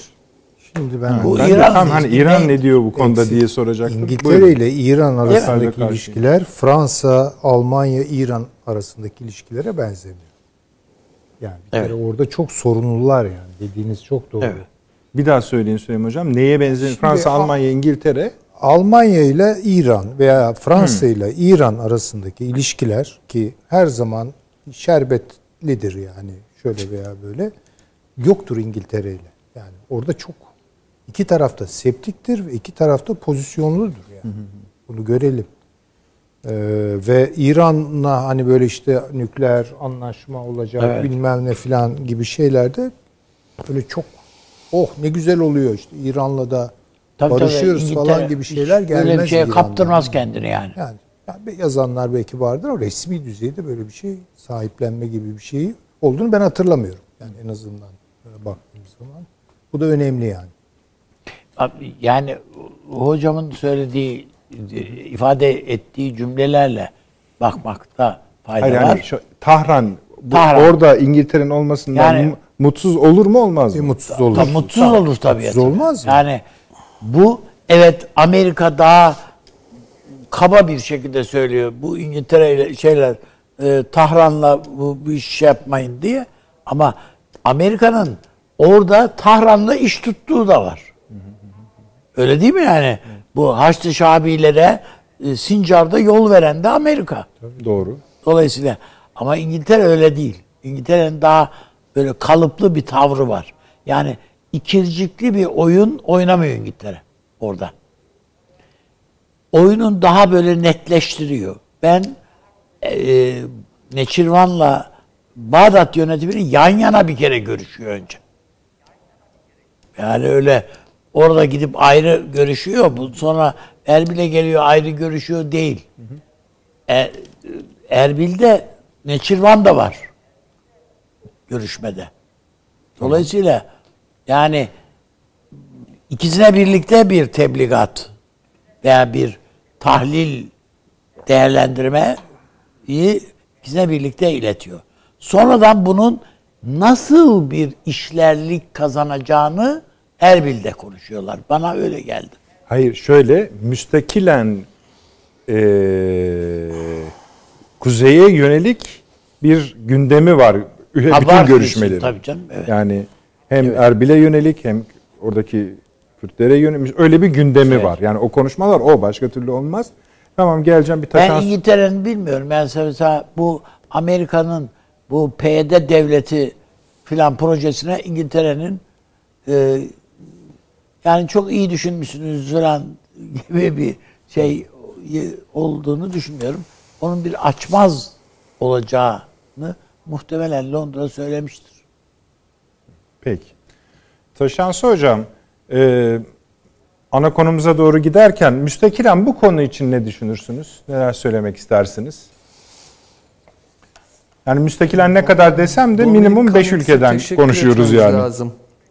Şimdi ben, bu ben İran tam hani İran ne diyor bu konuda eksik. diye soracaktım. İngiltere Buyurun. ile İran arasındaki evet. ilişkiler Fransa, Almanya, İran arasındaki ilişkilere benzemiyor. Yani bir evet. kere orada çok sorunlular, yani dediğiniz çok doğru. Evet. Bir daha söyleyin Süleyman Hocam. Neye benziyor? Fransa, Almanya, İngiltere? Almanya ile İran veya Fransa hmm. ile İran arasındaki ilişkiler ki her zaman şerbetlidir, yani şöyle veya böyle, yoktur İngiltere ile. Yani orada çok iki tarafta septiktir ve iki tarafta pozisyonludur yani. Hı hı. Bunu görelim. Ee, ve İran'la hani böyle işte nükleer anlaşma olacak, evet. bilmem ne filan gibi şeylerde böyle çok oh ne güzel oluyor işte İran'la da tabii, barışıyoruz tabii, falan gibi şeyler gelmez. Böyle bir şeye İran'dan. kaptırmaz kendini yani. Yani, yani yazanlar belki vardır ama resmi düzeyde böyle bir şey sahiplenme gibi bir şey olduğunu ben hatırlamıyorum. Yani en azından baktığımız zaman. Bu da önemli yani. Yani hocamın söylediği, ifade ettiği cümlelerle bakmakta fayda Hayır, var. Yani şu, Tahran, Tahran. orada İngiltere'nin olmasından yani, mutsuz olur mu olmaz mı? E, mutsuz olur. Tabii, mutsuz olur tabii. Mutsuz olmaz mı? Yani bu evet Amerika daha kaba bir şekilde söylüyor. Bu İngiltere ile şeyler e, Tahran'la bu, bu iş yapmayın diye. Ama Amerika'nın orada Tahran'la iş tuttuğu da var. Öyle değil mi yani? Bu Haçlı Şabilere e, Sincar'da yol veren de Amerika. Doğru. Dolayısıyla ama İngiltere öyle değil. İngiltere'nin daha böyle kalıplı bir tavrı var. Yani ikircikli bir oyun oynamıyor İngiltere orada. Oyunun daha böyle netleştiriyor. Ben e, Neçirvan'la Bağdat yönetimini yan yana bir kere görüşüyor önce. Yani öyle orada gidip ayrı görüşüyor. Bu sonra Erbil'e geliyor ayrı görüşüyor değil. Er, Erbil'de Neçirvan da var görüşmede. Dolayısıyla yani ikisine birlikte bir tebligat veya bir tahlil değerlendirmeyi ikisine birlikte iletiyor. Sonradan bunun nasıl bir işlerlik kazanacağını Erbil'de konuşuyorlar. Bana öyle geldi. Hayır, şöyle müstakilen ee, kuzeye yönelik bir gündemi var. Ha, Bütün var görüşmeleri. diyorsun, tabii canım. Evet. Yani hem Evet. Erbil'e yönelik hem oradaki Kürtlere yönelik öyle bir gündemi Evet. var. Yani o konuşmalar o, başka türlü olmaz. Tamam, geleceğim bir Ben taşan. İngiltere'nin bilmiyorum. Ben mesela bu Amerika'nın bu P Y D devleti filan projesine İngiltere'nin e, yani çok iyi düşünmüşsünüz falan gibi bir şey olduğunu düşünmüyorum. Onun bir açmaz olacağını muhtemelen Londra söylemiştir. Peki. Taşansı hocam, e, ana konumuza doğru giderken müstakilen bu konu için ne düşünürsünüz? Neler söylemek istersiniz? Yani müstakilen ne kadar desem de Dominic minimum beş Cummings'e ülkeden teşekkür konuşuyoruz etmemiz yani. Lazım.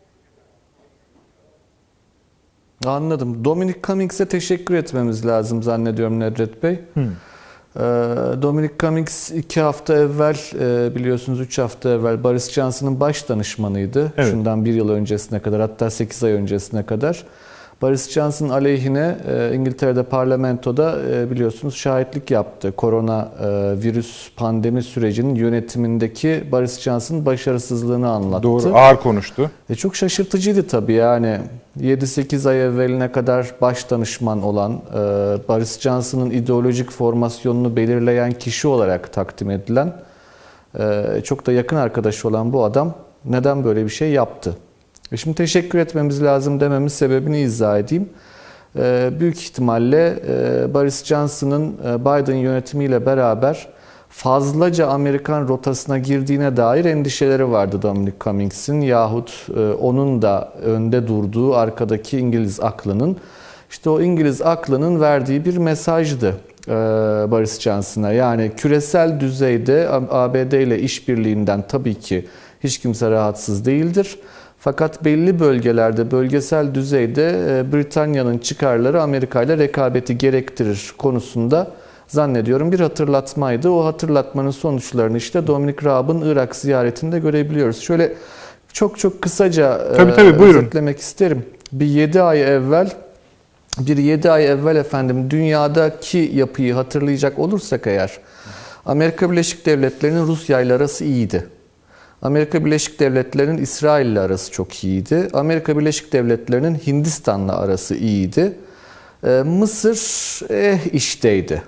Anladım. Dominic Cummings'e teşekkür etmemiz lazım zannediyorum Nedret Bey. Hmm. Ee, Dominic Cummings iki hafta evvel e, biliyorsunuz üç hafta evvel Boris Johnson'ın baş danışmanıydı. Evet. Şundan bir yıl öncesine kadar, hatta sekiz ay öncesine kadar. Boris Johnson aleyhine e, İngiltere'de parlamentoda e, biliyorsunuz şahitlik yaptı. Korona e, virüs pandemi sürecinin yönetimindeki Boris Johnson'ın başarısızlığını anlattı. Doğru, ağır konuştu. E çok şaşırtıcıydı tabii yani. yedi sekiz ay evveline kadar baş danışman olan, e, Boris Johnson'ın ideolojik formasyonunu belirleyen kişi olarak takdim edilen, e, çok da yakın arkadaşı olan bu adam neden böyle bir şey yaptı? E şimdi teşekkür etmemiz lazım dememin sebebini izah edeyim. E, büyük ihtimalle e, Boris Johnson'ın e, Biden yönetimiyle beraber fazlaca Amerikan rotasına girdiğine dair endişeleri vardı Dominic Cummings'in yahut e, onun da önde durduğu arkadaki İngiliz aklının. İşte o İngiliz aklının verdiği bir mesajdı e, Boris Johnson'a. Yani küresel düzeyde A B D ile işbirliğinden tabii ki hiç kimse rahatsız değildir. Fakat belli bölgelerde, bölgesel düzeyde e, Britanya'nın çıkarları Amerika ile rekabeti gerektirir konusunda zannediyorum bir hatırlatmaydı. O hatırlatmanın sonuçlarını işte Dominic Raab'ın Irak ziyaretinde görebiliyoruz. Şöyle çok çok kısaca tabii, tabii, buyurun. özetlemek isterim. Bir yedi ay evvel, bir yedi ay evvel efendim dünyadaki yapıyı hatırlayacak olursak eğer, Amerika Birleşik Devletleri'nin Rusya ile arası iyiydi. Amerika Birleşik Devletleri'nin İsrail ile arası çok iyiydi. Amerika Birleşik Devletleri'nin Hindistan'la arası iyiydi. Ee, Mısır eh işteydi.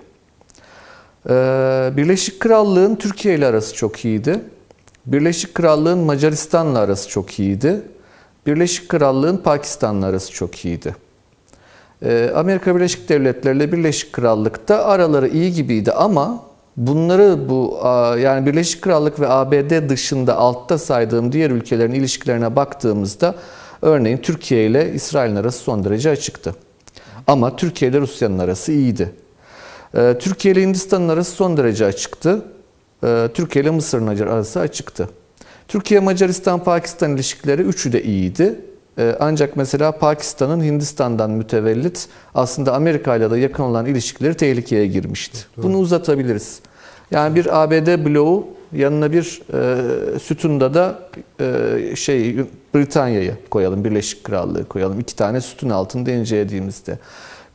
Ee, Birleşik Krallığın Türkiye ile arası çok iyiydi. Birleşik Krallığın Macaristan'la arası çok iyiydi. Birleşik Krallığın Pakistan'la arası çok iyiydi. Ee, Amerika Birleşik Devletleri ile Birleşik Krallık'ta araları iyi gibiydi ama bunları bu yani Birleşik Krallık ve A B D dışında altta saydığım diğer ülkelerin ilişkilerine baktığımızda örneğin Türkiye ile İsrail'in arası son derece açıktı. Ama Türkiye ile Rusya'nın arası iyiydi. Türkiye ile Hindistan'ın arası son derece açıktı. Türkiye ile Mısır'ın arası açıktı. Türkiye, Macaristan, Pakistan ilişkileri üçü de iyiydi. Ancak mesela Pakistan'ın Hindistan'dan mütevellit aslında Amerika ile de yakın olan ilişkileri tehlikeye girmişti. Doğru. Bunu uzatabiliriz. Yani bir A B D bloğu yanına bir e, sütunda da e, şey Britanya'yı koyalım, Birleşik Krallığı koyalım. İki tane sütun altında incelediğimizde.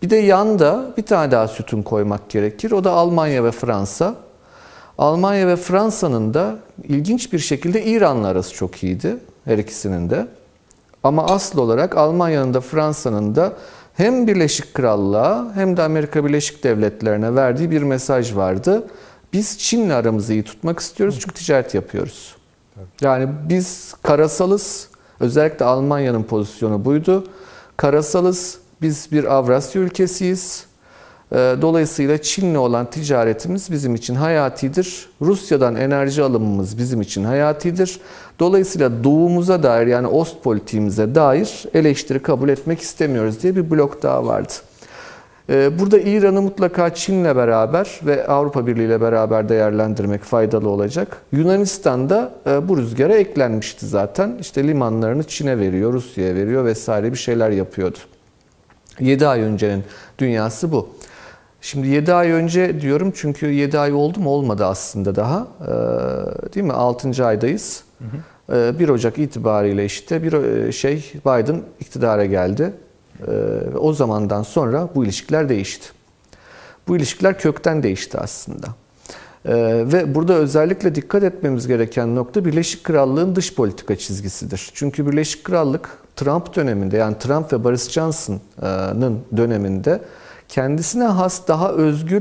Bir de yanda bir tane daha sütun koymak gerekir. O da Almanya ve Fransa. Almanya ve Fransa'nın da ilginç bir şekilde İran'la arası çok iyiydi. Her ikisinin de. Ama asıl olarak Almanya'nın da Fransa'nın da hem Birleşik Krallığa hem de Amerika Birleşik Devletleri'ne verdiği bir mesaj vardı. Biz Çin'le aramızı iyi tutmak istiyoruz çünkü ticaret yapıyoruz. Yani biz karasalız. Özellikle Almanya'nın pozisyonu buydu. Karasalız. Biz bir Avrasya ülkesiyiz. Dolayısıyla Çin'le olan ticaretimiz bizim için hayatidir. Rusya'dan enerji alımımız bizim için hayatidir. Dolayısıyla doğumuza dair yani Ostpolitiğimize dair eleştiri kabul etmek istemiyoruz diye bir blok daha vardı. Burada İran'ı mutlaka Çin'le beraber ve Avrupa Birliği ile beraber değerlendirmek faydalı olacak. Yunanistan da bu rüzgara eklenmişti zaten. İşte limanlarını Çin'e veriyor, Rusya'ya veriyor vesaire bir şeyler yapıyordu. yedi ay öncenin dünyası bu. Şimdi yedi ay önce diyorum çünkü yedi ay oldu mu olmadı aslında daha. Ee, değil mi? altıncı aydayız. Hı hı. Ee, bir Ocak itibariyle işte bir şey Biden iktidara geldi. Ee, o zamandan sonra bu ilişkiler değişti. Bu ilişkiler kökten değişti aslında. Ee, ve burada özellikle dikkat etmemiz gereken nokta Birleşik Krallık'ın dış politika çizgisidir. Çünkü Birleşik Krallık Trump döneminde yani Trump ve Boris Johnson'ın döneminde kendisine has daha özgür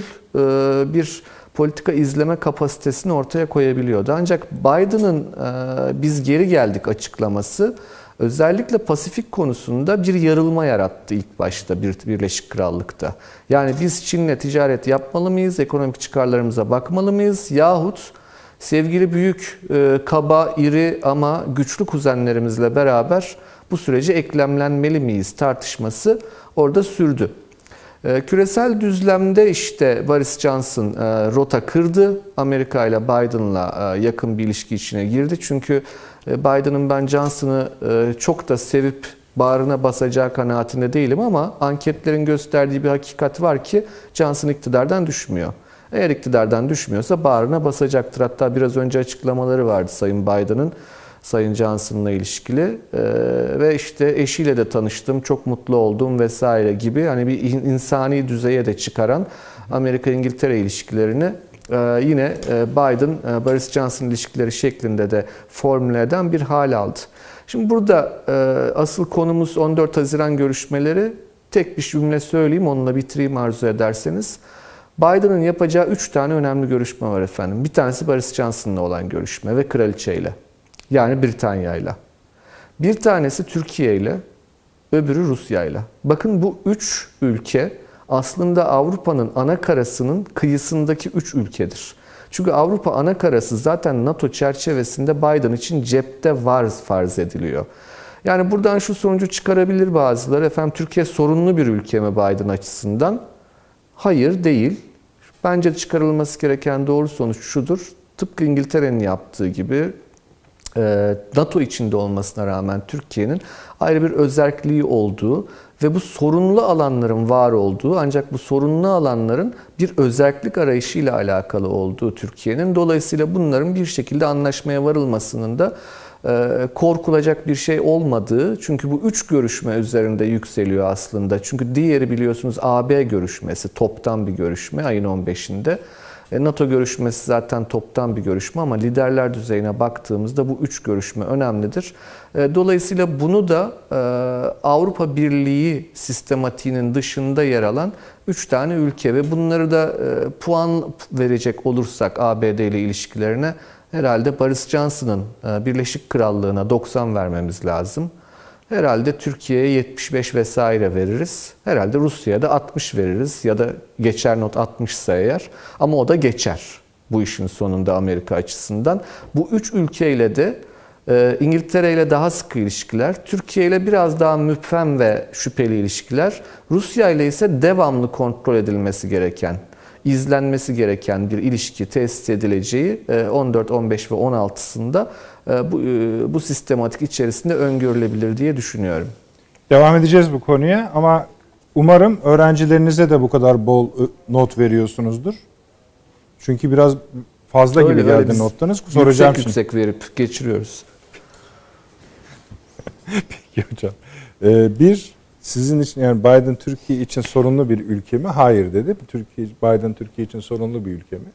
bir politika izleme kapasitesini ortaya koyabiliyordu. Ancak Biden'ın biz geri geldik açıklaması özellikle Pasifik konusunda bir yarılma yarattı ilk başta Birleşik Krallık'ta. Yani biz Çin'le ticaret yapmalı mıyız, ekonomik çıkarlarımıza bakmalı mıyız yahut sevgili büyük, kaba, iri ama güçlü kuzenlerimizle beraber bu sürece eklemlenmeli miyiz tartışması orada sürdü. Küresel düzlemde işte Boris Johnson rota kırdı. Amerika ile Biden'la yakın bir ilişki içine girdi. Çünkü Biden'ın ben Johnson'ı çok da sevip bağrına basacağı kanaatinde değilim ama anketlerin gösterdiği bir hakikat var ki Johnson iktidardan düşmüyor. Eğer iktidardan düşmüyorsa bağrına basacaktır. Hatta biraz önce açıklamaları vardı Sayın Biden'ın. Sayın Johnson'la ilişkili ee, ve işte eşiyle de tanıştım, çok mutlu oldum vesaire gibi hani bir insani düzeye de çıkaran Amerika-İngiltere ilişkilerini e, yine Biden, e, Boris Johnson ilişkileri şeklinde de formüle eden bir hal aldı. Şimdi burada e, asıl konumuz on dört Haziran görüşmeleri. Tek bir cümle söyleyeyim, onunla bitireyim arzu ederseniz. Biden'ın yapacağı üç tane önemli görüşme var efendim. Bir tanesi Boris Johnson'la olan görüşme ve kraliçeyle. Yani Britanya'yla. Bir tanesi Türkiye ile, öbürü Rusya ile. Bakın bu üç ülke aslında Avrupa'nın ana karasının kıyısındaki üç ülkedir. Çünkü Avrupa ana karası zaten NATO çerçevesinde Biden için cepte var farz ediliyor. Yani buradan şu sonucu çıkarabilir bazıları. Efendim Türkiye sorunlu bir ülke mi Biden açısından? Hayır, değil. Bence çıkarılması gereken doğru sonuç şudur. Tıpkı İngiltere'nin yaptığı gibi NATO içinde olmasına rağmen Türkiye'nin ayrı bir özerkliği olduğu ve bu sorunlu alanların var olduğu ancak bu sorunlu alanların bir özerklik arayışıyla alakalı olduğu Türkiye'nin dolayısıyla bunların bir şekilde anlaşmaya varılmasının da korkulacak bir şey olmadığı çünkü bu üç görüşme üzerinde yükseliyor aslında. Çünkü diğeri biliyorsunuz A B görüşmesi toptan bir görüşme ayın on beşinde. NATO görüşmesi zaten toptan bir görüşme ama liderler düzeyine baktığımızda bu üç görüşme önemlidir. Dolayısıyla bunu da Avrupa Birliği sistematiğinin dışında yer alan üç tane ülke ve bunları da puan verecek olursak A B D ile ilişkilerine herhalde Boris Johnson'ın Birleşik Krallığı'na doksan vermemiz lazım. Herhalde Türkiye'ye yetmiş beş vesaire veririz. Herhalde Rusya'ya da altmış veririz ya da geçer not altmış ise eğer. Ama o da geçer bu işin sonunda Amerika açısından. Bu üç ülkeyle de e, İngiltere ile daha sıkı ilişkiler, Türkiye ile biraz daha müphem ve şüpheli ilişkiler, Rusya ile ise devamlı kontrol edilmesi gereken, izlenmesi gereken bir ilişki tesis edileceği on dört, on beş ve on altısında bu, bu sistematik içerisinde öngörülebilir diye düşünüyorum. Devam edeceğiz bu konuya ama umarım öğrencilerinize de bu kadar bol not veriyorsunuzdur. Çünkü biraz fazla öyle, gibi geldi notlarınız. Soracağım yüksek şimdi. Yüksek verip geçiriyoruz. Peki hocam. Ee, bir Sizin için yani Biden Türkiye için sorunlu bir ülke mi? Hayır dedi. Türkiye Biden Türkiye için sorunlu bir ülke mi?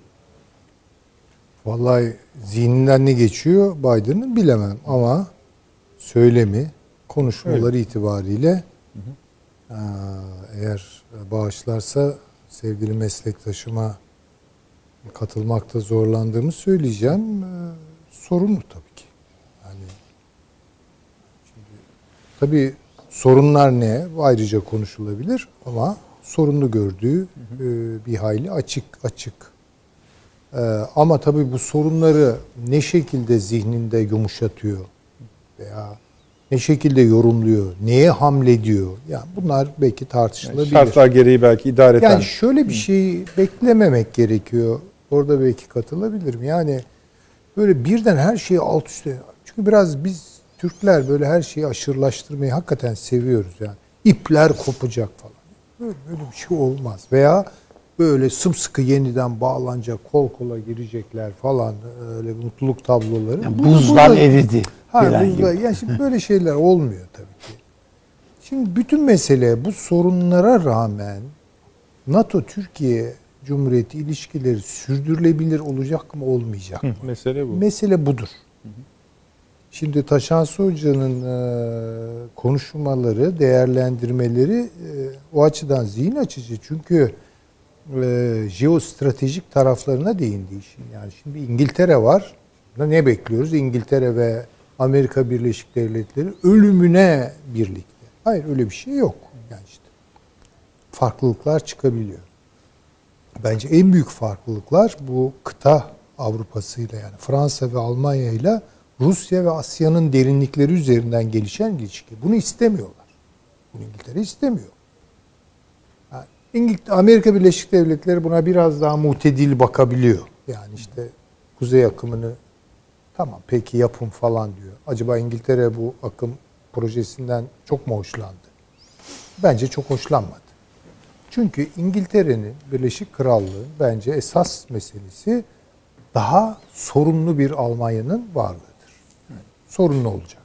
Vallahi zihninden ne geçiyor Biden'ın bilemem ama söylemi, konuşmaları evet. itibariyle hı hı. eğer bağışlarsa sevgili meslektaşıma katılmakta zorlandığımı söyleyeceğim. Sorunlu tabii ki. Yani şimdi tabii sorunlar ne? Ayrıca konuşulabilir ama sorunlu gördüğü hı hı. bir hayli açık açık. Ama tabii bu sorunları ne şekilde zihninde yumuşatıyor veya ne şekilde yorumluyor, neye hamlediyor? Yani bunlar belki tartışılabilir. Yani şartlar gereği belki idareten. Yani şöyle bir şey beklememek gerekiyor. Orada belki katılabilirim. Yani böyle birden her şeyi alt üstte. Çünkü biraz biz Türkler böyle her şeyi aşırılaştırmayı hakikaten seviyoruz yani. İpler kopacak falan. Böyle, böyle bir şey olmaz. Veya böyle sımsıkı yeniden bağlanacak, kol kola girecekler falan, öyle mutluluk tabloları. Yani buzlar burada, eridi. Ha, buzlar, yani şimdi böyle şeyler olmuyor tabii ki. Şimdi bütün mesele bu sorunlara rağmen NATO-Türkiye Cumhuriyeti ilişkileri sürdürülebilir olacak mı, olmayacak mı? Hı, mesele bu. Mesele budur. Hı hı. Şimdi Taşansı Hoca'nın e, konuşmaları, değerlendirmeleri e, o açıdan zihin açıcı. Çünkü e, jeostratejik taraflarına değindi işin. Yani şimdi İngiltere var. Ne bekliyoruz? İngiltere ve Amerika Birleşik Devletleri ölümüne birlikte. Hayır, öyle bir şey yok. Yani işte farklılıklar çıkabiliyor. Bence en büyük farklılıklar bu kıta Avrupa'sıyla, yani Fransa ve Almanya ile Rusya ve Asya'nın derinlikleri üzerinden gelişen ilişki. Bunu istemiyorlar. Bunu İngiltere istemiyor. Yani İngiltere, Amerika Birleşik Devletleri buna biraz daha mutedil bakabiliyor. Yani işte kuzey akımını tamam peki yapın falan diyor. Acaba İngiltere bu akım projesinden çok mu hoşlandı? Bence çok hoşlanmadı. Çünkü İngiltere'nin, Birleşik Krallığı'nın bence esas meselesi daha sorunlu bir Almanya'nın varlığıdır. Sorunlu olacak.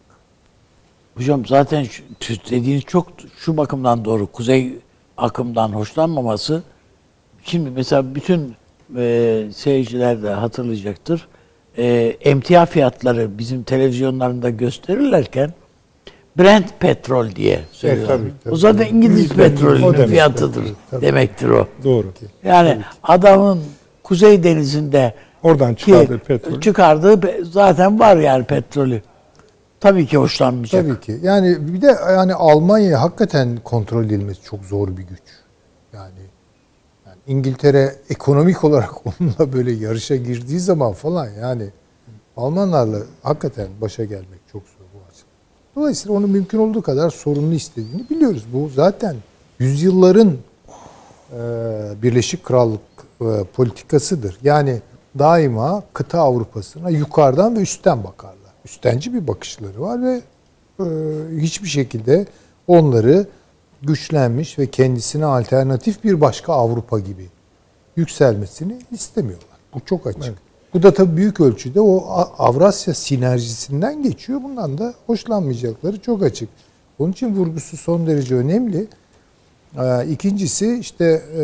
Hocam zaten şu, dediğiniz çok şu bakımdan doğru. Kuzey akımdan hoşlanmaması. Şimdi mesela bütün e, seyirciler de hatırlayacaktır. E, emtia fiyatları bizim televizyonlarında gösterirlerken Brent petrol diye söylüyorlar. Evet, tabii, tabii. O zaten İngiliz petrolünün fiyatıdır tabii. Demektir o. Doğru. Yani adamın Kuzey Denizi'nde oradan çıkardığı petrol. Çıkardığı zaten var yani petrolü. Tabii ki hoşlanmayacak. Tabii ki. Yani bir de yani Almanya hakikaten kontrol edilmesi çok zor bir güç. Yani, yani İngiltere ekonomik olarak onunla böyle yarışa girdiği zaman falan yani Almanlarla hakikaten başa gelmek çok zor bu açıdan. Dolayısıyla onu mümkün olduğu kadar sorunlu istediğini biliyoruz. Bu zaten yüzyılların e, Birleşik Krallık e, politikasıdır. Yani daima kıta Avrupa'sına yukarıdan ve üstten bakarlar. Üstenci bir bakışları var ve e, hiçbir şekilde onları güçlenmiş ve kendisine alternatif bir başka Avrupa gibi yükselmesini istemiyorlar. Bu çok açık. Evet. Bu da tabii büyük ölçüde o Avrasya sinerjisinden geçiyor. Bundan da hoşlanmayacakları çok açık. Onun için vurgusu son derece önemli. Ee, ikincisi işte e,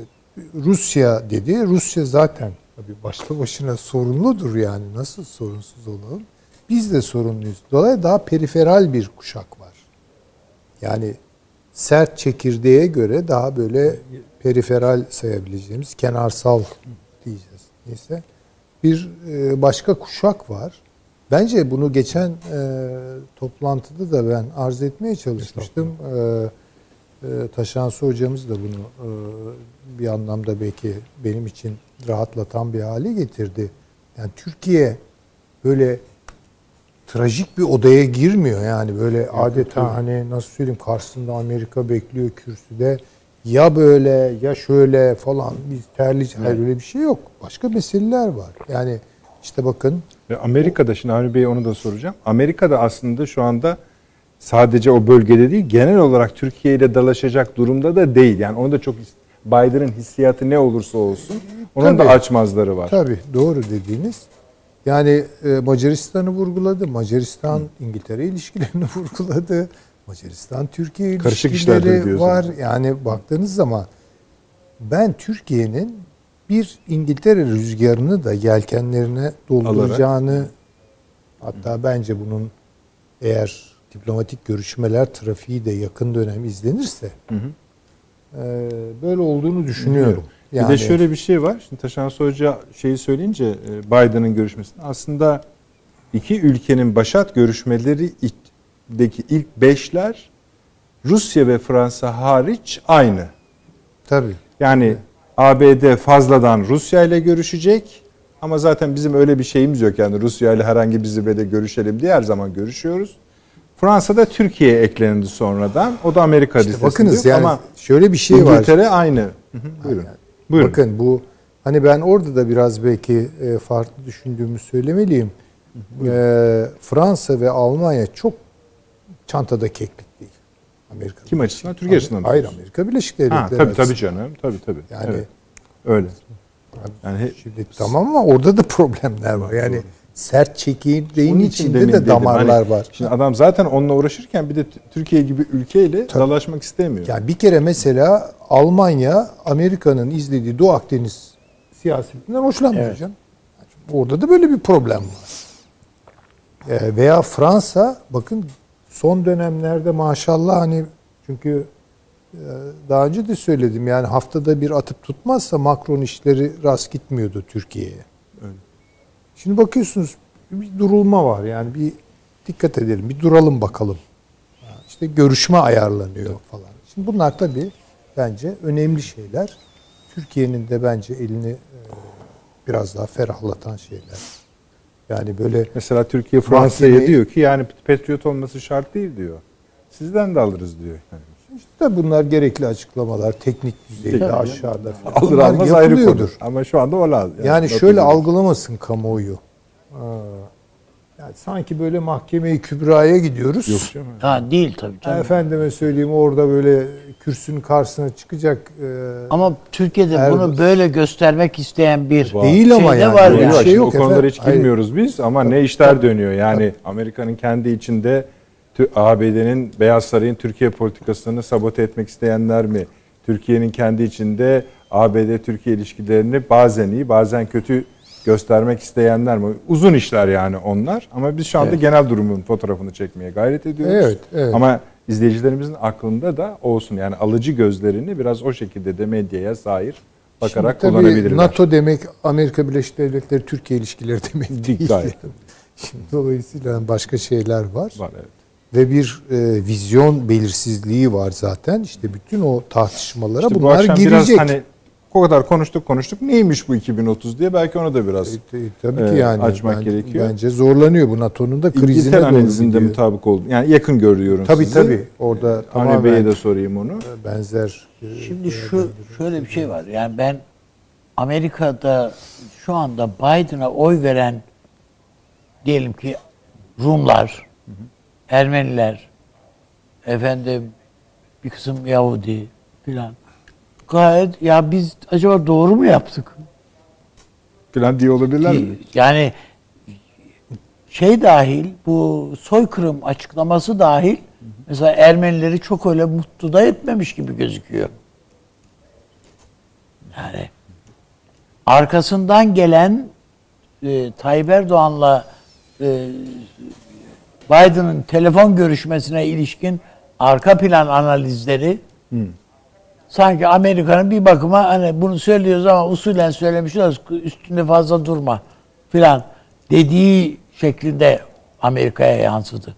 Rusya dedi. Rusya zaten tabii başlı başına sorunludur yani. Nasıl sorunsuz olalım? Biz de sorunluyuz. Dolayısıyla daha periferal bir kuşak var. Yani sert çekirdeğe göre daha böyle periferal sayabileceğimiz, kenarsal diyeceğiz. Neyse. Bir başka kuşak var. Bence bunu geçen e, toplantıda da ben arz etmeye çalışmıştım. E, e, Taşansı hocamız da bunu e, bir anlamda belki benim için rahatlatan bir hale getirdi. Yani Türkiye böyle trajik bir odaya girmiyor. Yani böyle ya, adeta tabii. Hani nasıl söyleyeyim karşısında Amerika bekliyor kürsüde. Ya böyle ya şöyle falan biz terlice. Evet. Hayır öyle bir şey yok. Başka meseleler var. Yani işte bakın. Ve Amerika'da şimdi Avni Bey onu da soracağım. Amerika'da aslında şu anda sadece o bölgede değil genel olarak Türkiye ile dalaşacak durumda da değil. Yani onu da çok Biden'ın hissiyatı ne olursa olsun onun tabii, da açmazları var. Tabii doğru dediğiniz. Yani e, Macaristan'ı vurguladı. Macaristan Hı. İngiltere ilişkilerini vurguladı. Macaristan-Türkiye Karışık işlerdir ilişkileri diyorsun. var. Yani baktığınız zaman ben Türkiye'nin bir İngiltere rüzgarını da yelkenlerine dolduracağını, hatta bence bunun eğer diplomatik görüşmeler trafiği de yakın dönem izlenirse Hı hı. e, böyle olduğunu düşünüyorum. Bir de şöyle bir şey var. Şimdi Taşan Hoca şeyi söyleyince e, Biden'ın görüşmesinde aslında iki ülkenin başat görüşmelerindeki ilk beşler Rusya ve Fransa hariç aynı. tabii. Yani evet. A B D fazladan Rusya ile görüşecek ama zaten bizim öyle bir şeyimiz yok. Yani Rusya ile herhangi bir zirvede görüşelim diye her zaman görüşüyoruz. Fransa'da Türkiye'ye eklendi sonradan. O da Amerika İşte listesinde. bakınız yani ama şöyle bir şey var. İngiltere aynı. Hı hı, buyurun. Yani, buyurun. Bakın bu hani ben orada da biraz belki farklı düşündüğümü söylemeliyim. E, Fransa ve Almanya çok çantada keklik değil. Amerika. Kim açısından? Türkiye açısından. Hayır, Amerika Birleşik Devletleri. Ha, tabii tabii canım. Tabii tabii. Yani evet. Öyle. Yani şimdi tamam ama orada da problemler var. Yani sert çekirdeğin içinde de damarlar hani, var. Şimdi adam zaten onunla uğraşırken bir de Türkiye gibi ülkeyle tabii. dalaşmak istemiyor. Yani bir kere mesela Almanya Amerika'nın izlediği Doğu Akdeniz siyasetinden hoşlanmıyor evet. canım. Orada da böyle bir problem var. Ee, veya Fransa bakın son dönemlerde maşallah hani çünkü daha önce de söyledim yani haftada bir atıp tutmazsa Macron işleri rast gitmiyordu Türkiye'ye. Öyle. Şimdi bakıyorsunuz bir durulma var yani bir dikkat edelim bir duralım bakalım. İşte görüşme ayarlanıyor evet. falan. Şimdi bunlar tabii bence önemli şeyler. Türkiye'nin de bence elini biraz daha ferahlatan şeyler. Yani böyle mesela Türkiye Fransa'ya mahkeme... diyor ki yani Patriot olması şart değil diyor. Sizden de alırız diyor. Yani. İşte bunlar gerekli açıklamalar teknik düzeyde tabii aşağıda falan. Alır almaz ayrı konu. Ama şu anda o lazım. Yani, yani şöyle algılamasın kamuoyu. Yani sanki böyle mahkeme-i kübraya gidiyoruz. Yok canım. Ha değil tabii canım. Efendime söyleyeyim orada böyle kürsünün karşısına çıkacak. E, ama Türkiye'de er, bunu böyle göstermek isteyen bir değil ama şey yani. var ya. Yani. Şey yok o konulara hiç girmiyoruz Hayır. biz ama ne işler dönüyor. Yani Amerika'nın kendi içinde A B D'nin Beyaz Saray'ın Türkiye politikasını sabote etmek isteyenler mi? Türkiye'nin kendi içinde A B D-Türkiye ilişkilerini bazen iyi bazen kötü göstermek isteyenler mi? Uzun işler yani onlar. Ama biz şu anda evet. genel durumun fotoğrafını çekmeye gayret ediyoruz. Evet, evet. Ama izleyicilerimizin aklında da olsun. Yani alıcı gözlerini biraz o şekilde de medyaya zahir bakarak şimdi kullanabilirler. NATO demek Amerika Birleşik Devletleri Türkiye ilişkileri demek değil. Gayet. Şimdi dolayısıyla başka şeyler var. Var evet. Ve bir e, vizyon belirsizliği var zaten. İşte bütün o tartışmalara işte bunlar bu girecek. Biraz hani o kadar konuştuk konuştuk. Neymiş bu iki bin otuz diye belki onu da biraz e, e, tabii ki yani açmak ben, gerekiyor. Bence zorlanıyor bu NATO'nun da krizine İngiltere doğru analizinde mutabık oldu. Yani yakın görüyorum tabii, sizi. Tabii tabii. Orada Avni Bey'e de sorayım onu. Benzer. Şimdi şu şöyle bir şey var. Yani ben Amerika'da şu anda Biden'a oy veren diyelim ki Rumlar, hı hı. Ermeniler, efendim bir kısım Yahudi filan. Gayet ya biz acaba doğru mu yaptık? Filan diye olabilirler mi? Yani şey dahil bu soykırım açıklaması dahil hı hı. mesela Ermenileri çok öyle mutlu da etmemiş gibi gözüküyor. Yani arkasından gelen e, Tayyip Erdoğan'la e, Biden'ın telefon görüşmesine ilişkin arka plan analizleri hmm. sanki Amerika'nın bir bakıma hani bunu söylüyoruz ama usulen söylemişiz üstünde fazla durma filan dediği şeklinde Amerika'ya yansıdı.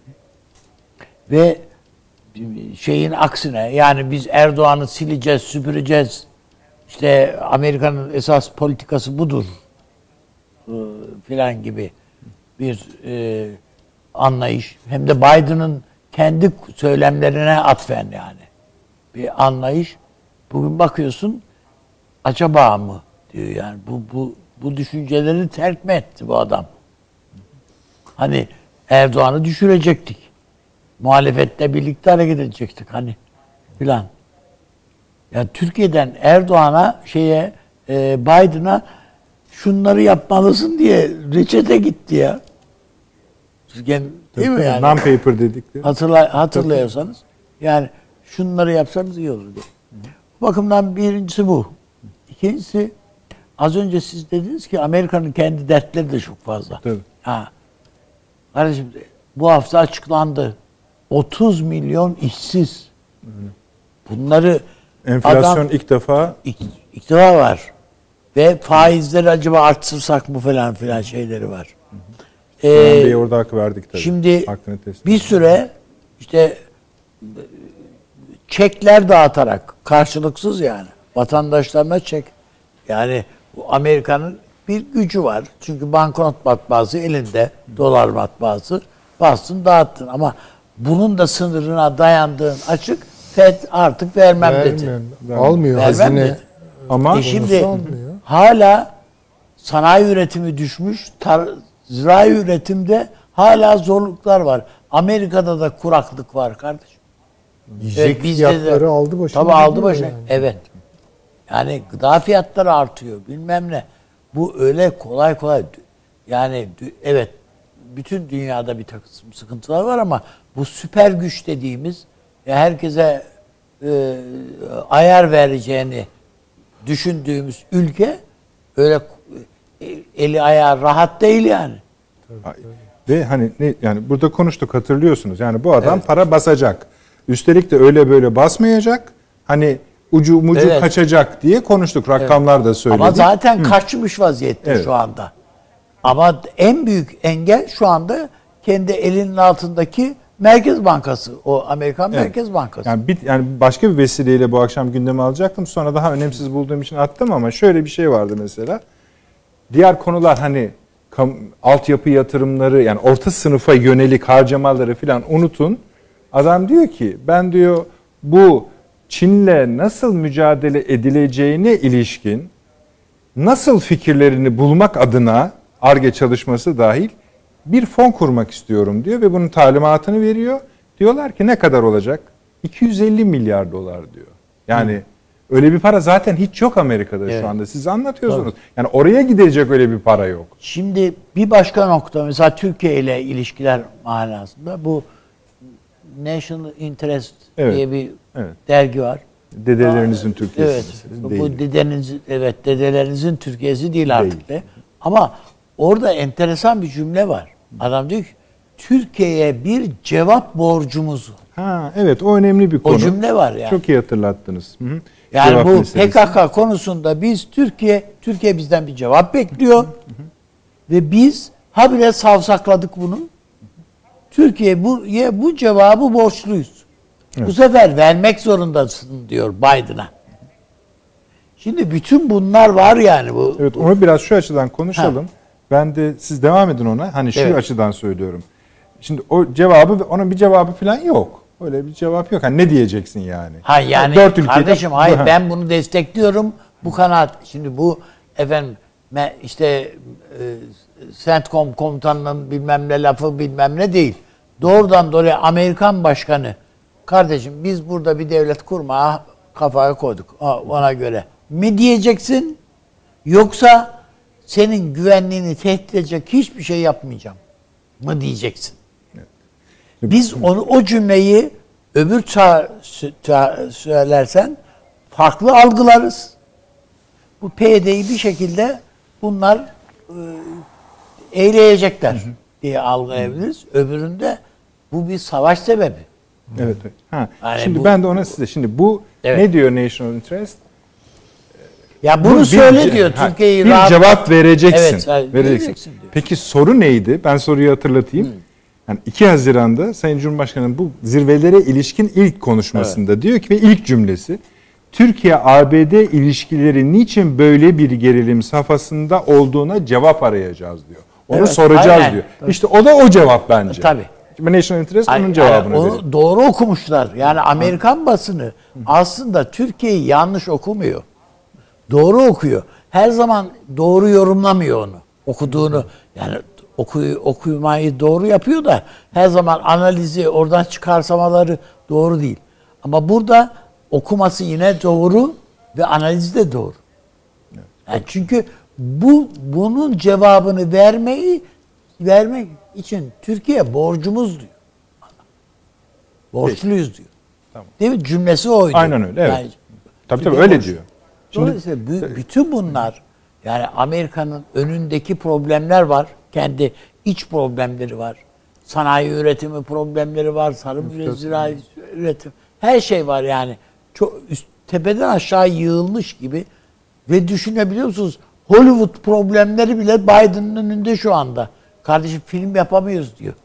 Ve şeyin aksine yani biz Erdoğan'ı sileceğiz, süpüreceğiz. İşte Amerika'nın esas politikası budur filan gibi bir e, anlayış. Hem de Biden'ın kendi söylemlerine atfen yani bir anlayış. Bugün bakıyorsun acaba mı diyor yani bu bu bu düşünceleri terk mi etti bu adam? Hani Erdoğan'ı düşürecektik. Muhalefetle birlikte hareket edecektik hani filan. Yani Türkiye'den Erdoğan'a şeye e, Biden'a şunları yapmalısın diye reçete gitti ya. Değil mi yani? Non-paper dedikleri. Hatırla, hatırlıyorsanız. Yani şunları yapsanız iyi olur diye. Bu bakımdan birincisi bu. İkincisi az önce siz dediniz ki Amerika'nın kendi dertleri de çok fazla. Tabii. Ha. Kardeşim bu hafta açıklandı. otuz milyon işsiz. Bunları Enflasyon adam, ilk defa ilk, ilk defa var. Ve faizleri acaba arttırsak mı falan filan şeyleri var. Ee, Bey orada hak verdik tabii. Şimdi Hakkını teslim bir süre işte çekler dağıtarak karşılıksız yani vatandaşlarına çek. Yani bu Amerika'nın bir gücü var. Çünkü banknot matbaası elinde, dolar matbaası bastın dağıttın ama bunun da sınırına dayandığın açık. Fed artık vermem dedi. Vermem. Almıyor Vermem hazine. dedi. Ama E şimdi almıyor. hala sanayi üretimi düşmüş, tar- zirai üretimde hala zorluklar var. Amerika'da da kuraklık var kardeşim. Yiyecek Evet, bizde fiyatları de, aldı başına. Tabii aldı gidiyor başına. yani. Evet. Yani gıda fiyatları artıyor bilmem ne. Bu öyle kolay kolay. Yani evet bütün dünyada bir takım sıkıntılar var ama bu süper güç dediğimiz herkese e, ayar vereceğini düşündüğümüz ülke öyle eli ayağı rahat değil yani. ve hani ne yani burada konuştuk hatırlıyorsunuz. Yani bu adam Evet. para basacak. Üstelik de öyle böyle basmayacak. Hani ucu mucu Evet. kaçacak diye konuştuk. Rakamlar da söyledik. Ama zaten kaçmış vaziyette Evet. şu anda. Ama en büyük engel şu anda kendi elinin altındaki Merkez Bankası. O Amerikan Evet. Merkez Bankası. Yani, bir, yani başka bir vesileyle bu akşam gündeme alacaktım. Sonra daha önemsiz bulduğum için attım ama şöyle bir şey vardı mesela. Diğer konular hani kam, altyapı yatırımları yani orta sınıfa yönelik harcamaları falan unutun. Adam diyor ki ben diyor bu Çin'le nasıl mücadele edileceğine ilişkin nasıl fikirlerini bulmak adına Ar-Ge çalışması dahil bir fon kurmak istiyorum diyor ve bunun talimatını veriyor. Diyorlar ki ne kadar olacak? iki yüz elli milyar dolar diyor. Yani Hı. öyle bir para zaten hiç yok Amerika'da evet. şu anda. Siz anlatıyorsunuz. Tabii. Yani oraya gidecek öyle bir para yok. Şimdi bir başka nokta mesela Türkiye ile ilişkiler manasında bu National Interest evet. diye bir evet. dergi var. Dedelerinizin Türkiye'si. Evet. Bu dedenizin evet dedelerinizin Türkiye'si değil artık değil. de. Ama orada enteresan bir cümle var. Adam diyor ki Türkiye'ye bir cevap borcumuz var. Ha evet o önemli bir konu. O cümle var yani. Çok iyi hatırlattınız. Hı hı. Yani cevap bu meselesi. P K K konusunda biz Türkiye Türkiye bizden bir cevap bekliyor. Hı hı. Ve biz habire savsakladık bunu. Türkiye bu bu cevabı borçluyuz. Evet. Bu sefer vermek zorundasın diyor Biden'a. Şimdi bütün bunlar var yani bu. Evet onu biraz şu açıdan konuşalım. Ha. Ben de siz devam edin ona. Hani şu evet. açıdan söylüyorum. Şimdi o cevabı onun bir cevabı falan yok. Öyle bir cevap yok. Hani ne diyeceksin yani? Ha yani Dört kardeşim hayır ben bunu destekliyorum. Bu kanaat şimdi bu efendim işte e, CENTCOM komutanının bilmem ne lafı bilmem ne değil. Doğrudan dolayı Amerikan başkanı kardeşim biz burada bir devlet kurmaya kafaya koyduk ona göre mi diyeceksin yoksa senin güvenliğini tehdit edecek hiçbir şey yapmayacağım mı diyeceksin. Evet. Biz onu o cümleyi öbür ça- ça- söylersen farklı algılarız. Bu P Y D'yi bir şekilde bunlar e, eğleyecekler hı hı. diye algılayabiliriz. Hı hı. Öbüründe bu bir savaş sebebi. Evet. Ha. Yani şimdi bu, ben de ona size şimdi bu evet. ne diyor National Interest? Ya bunu bu söyle bir, diyor ha, Türkiye'yi bir rahat cevap vereceksin. Evet, vereceksin. vereceksin Peki soru neydi? Ben soruyu hatırlatayım. Hı. Yani iki Haziran'da Sayın Cumhurbaşkanı'nın bu zirvelere ilişkin ilk konuşmasında evet. diyor ki ve ilk cümlesi Türkiye-A B D ilişkileri niçin böyle bir gerilim safhasında olduğuna cevap arayacağız diyor. Onu evet, soracağız aynen. diyor. Tabii. İşte o da o cevap bence. Tabii. National Interest onun cevabını yani verir. Doğru okumuşlar. Yani Amerikan basını aslında Türkiye'yi yanlış okumuyor. Doğru okuyor. Her zaman doğru yorumlamıyor onu. Okuduğunu yani okuy, okumayı doğru yapıyor da her zaman analizi oradan çıkarsamaları doğru değil. Ama burada okuması yine doğru ve analizi de doğru. Yani çünkü bu bunun cevabını vermeyi vermek için Türkiye borcumuz diyor. Borçluyuz diyor. Tamam. Değil mi? Cümlesi oydu. Aynen öyle. Evet. Yani, tabii tabii Türkiye öyle borçlu. diyor. Şimdi Dolayısıyla bü- bütün bunlar, yani Amerika'nın önündeki problemler var. Kendi iç problemleri var. Sanayi üretimi problemleri var. Tarım üretimi, zirai üretim. Her şey var yani. Çok üst, tepeden aşağı yığılmış gibi. Ve düşünebiliyor musunuz? Hollywood problemleri bile Biden'ın önünde şu anda. Kardeşim film yapamıyoruz diyor.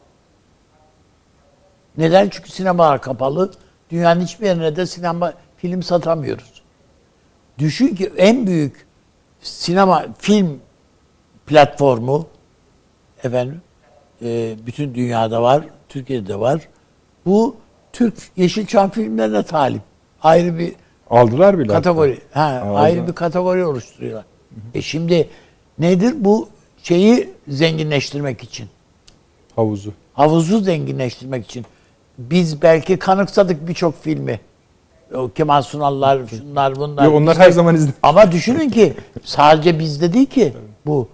Neden? Çünkü sinemalar kapalı. Dünyanın hiçbir yerine de sinema film satamıyoruz. Düşün ki en büyük sinema film platformu efendim e, bütün dünyada var, Türkiye'de var. Bu Türk Yeşilçam filmlerine talip. Ayrı bir aldılar bile. kategori. Ha, ayrı bir kategori oluşturuyorlar. Hı hı. E şimdi nedir bu şeyi zenginleştirmek için? Havuzu. Havuzu zenginleştirmek için. Biz belki kanıksadık birçok filmi. O Kemal Sunallar, şunlar bunlar. Yo, onlar Bizde, her zaman izledik. Ama düşünün ki sadece bizde değil ki bu.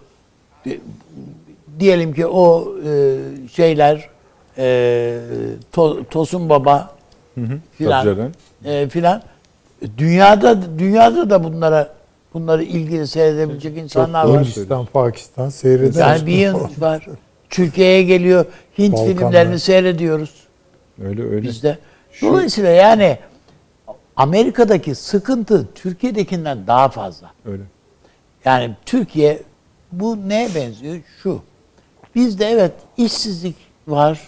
Diyelim ki o e, şeyler e, to, Tosun Baba filan e, filan dünyada dünyada da bunlara bunları ilgili seyredebilecek insanlar var. Hindistan, Pakistan seyreder. Yani bir yıl var. Türkiye'ye geliyor. Hint Balkanlar. filmlerini seyrediyoruz. Öyle öyle. Bizde. Dolayısıyla yani Amerika'daki sıkıntı Türkiye'dekinden daha fazla. Öyle. Yani Türkiye bu neye benziyor? Şu. Bizde evet işsizlik var.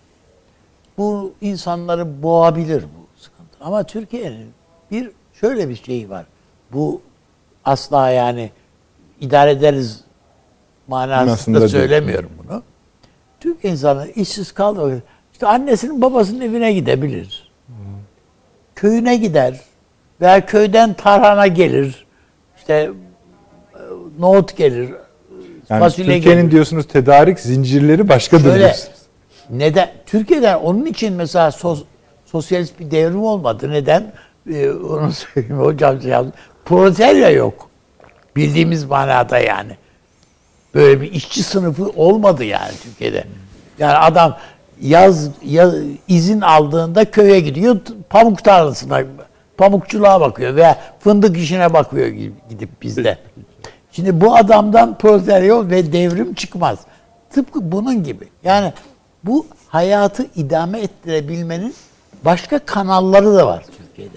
Bu insanları boğabilir bu sıkıntı. Ama Türkiye'nin bir şöyle bir şeyi var. Bu asla yani idare ederiz manasında Aslında söylemiyorum bunu. Türk insanı işsiz kaldı. İşte annesinin babasının evine gidebilir. Hmm. Köyüne gider. Veya köyden tarhana gelir. İşte nohut gelir. Yani fasulye Türkiye'nin gelir. diyorsunuz tedarik zincirleri başkadır Şöyle, diyorsunuz. neden? Türkiye'den onun için mesela sos, sosyalist bir devrim olmadı. Neden? Ee, onu söyleyeyim hocam. Proletarya yok. Bildiğimiz manada yani. Böyle bir işçi sınıfı olmadı yani Türkiye'de. Yani adam yaz, yaz izin aldığında köye gidiyor, pamuk tarlasına, pamukçuluğa bakıyor veya fındık işine bakıyor gidip bizde. Şimdi bu adamdan proletarya ve devrim çıkmaz. Tıpkı bunun gibi. Yani bu hayatı idame ettirebilmenin başka kanalları da var Türkiye'de.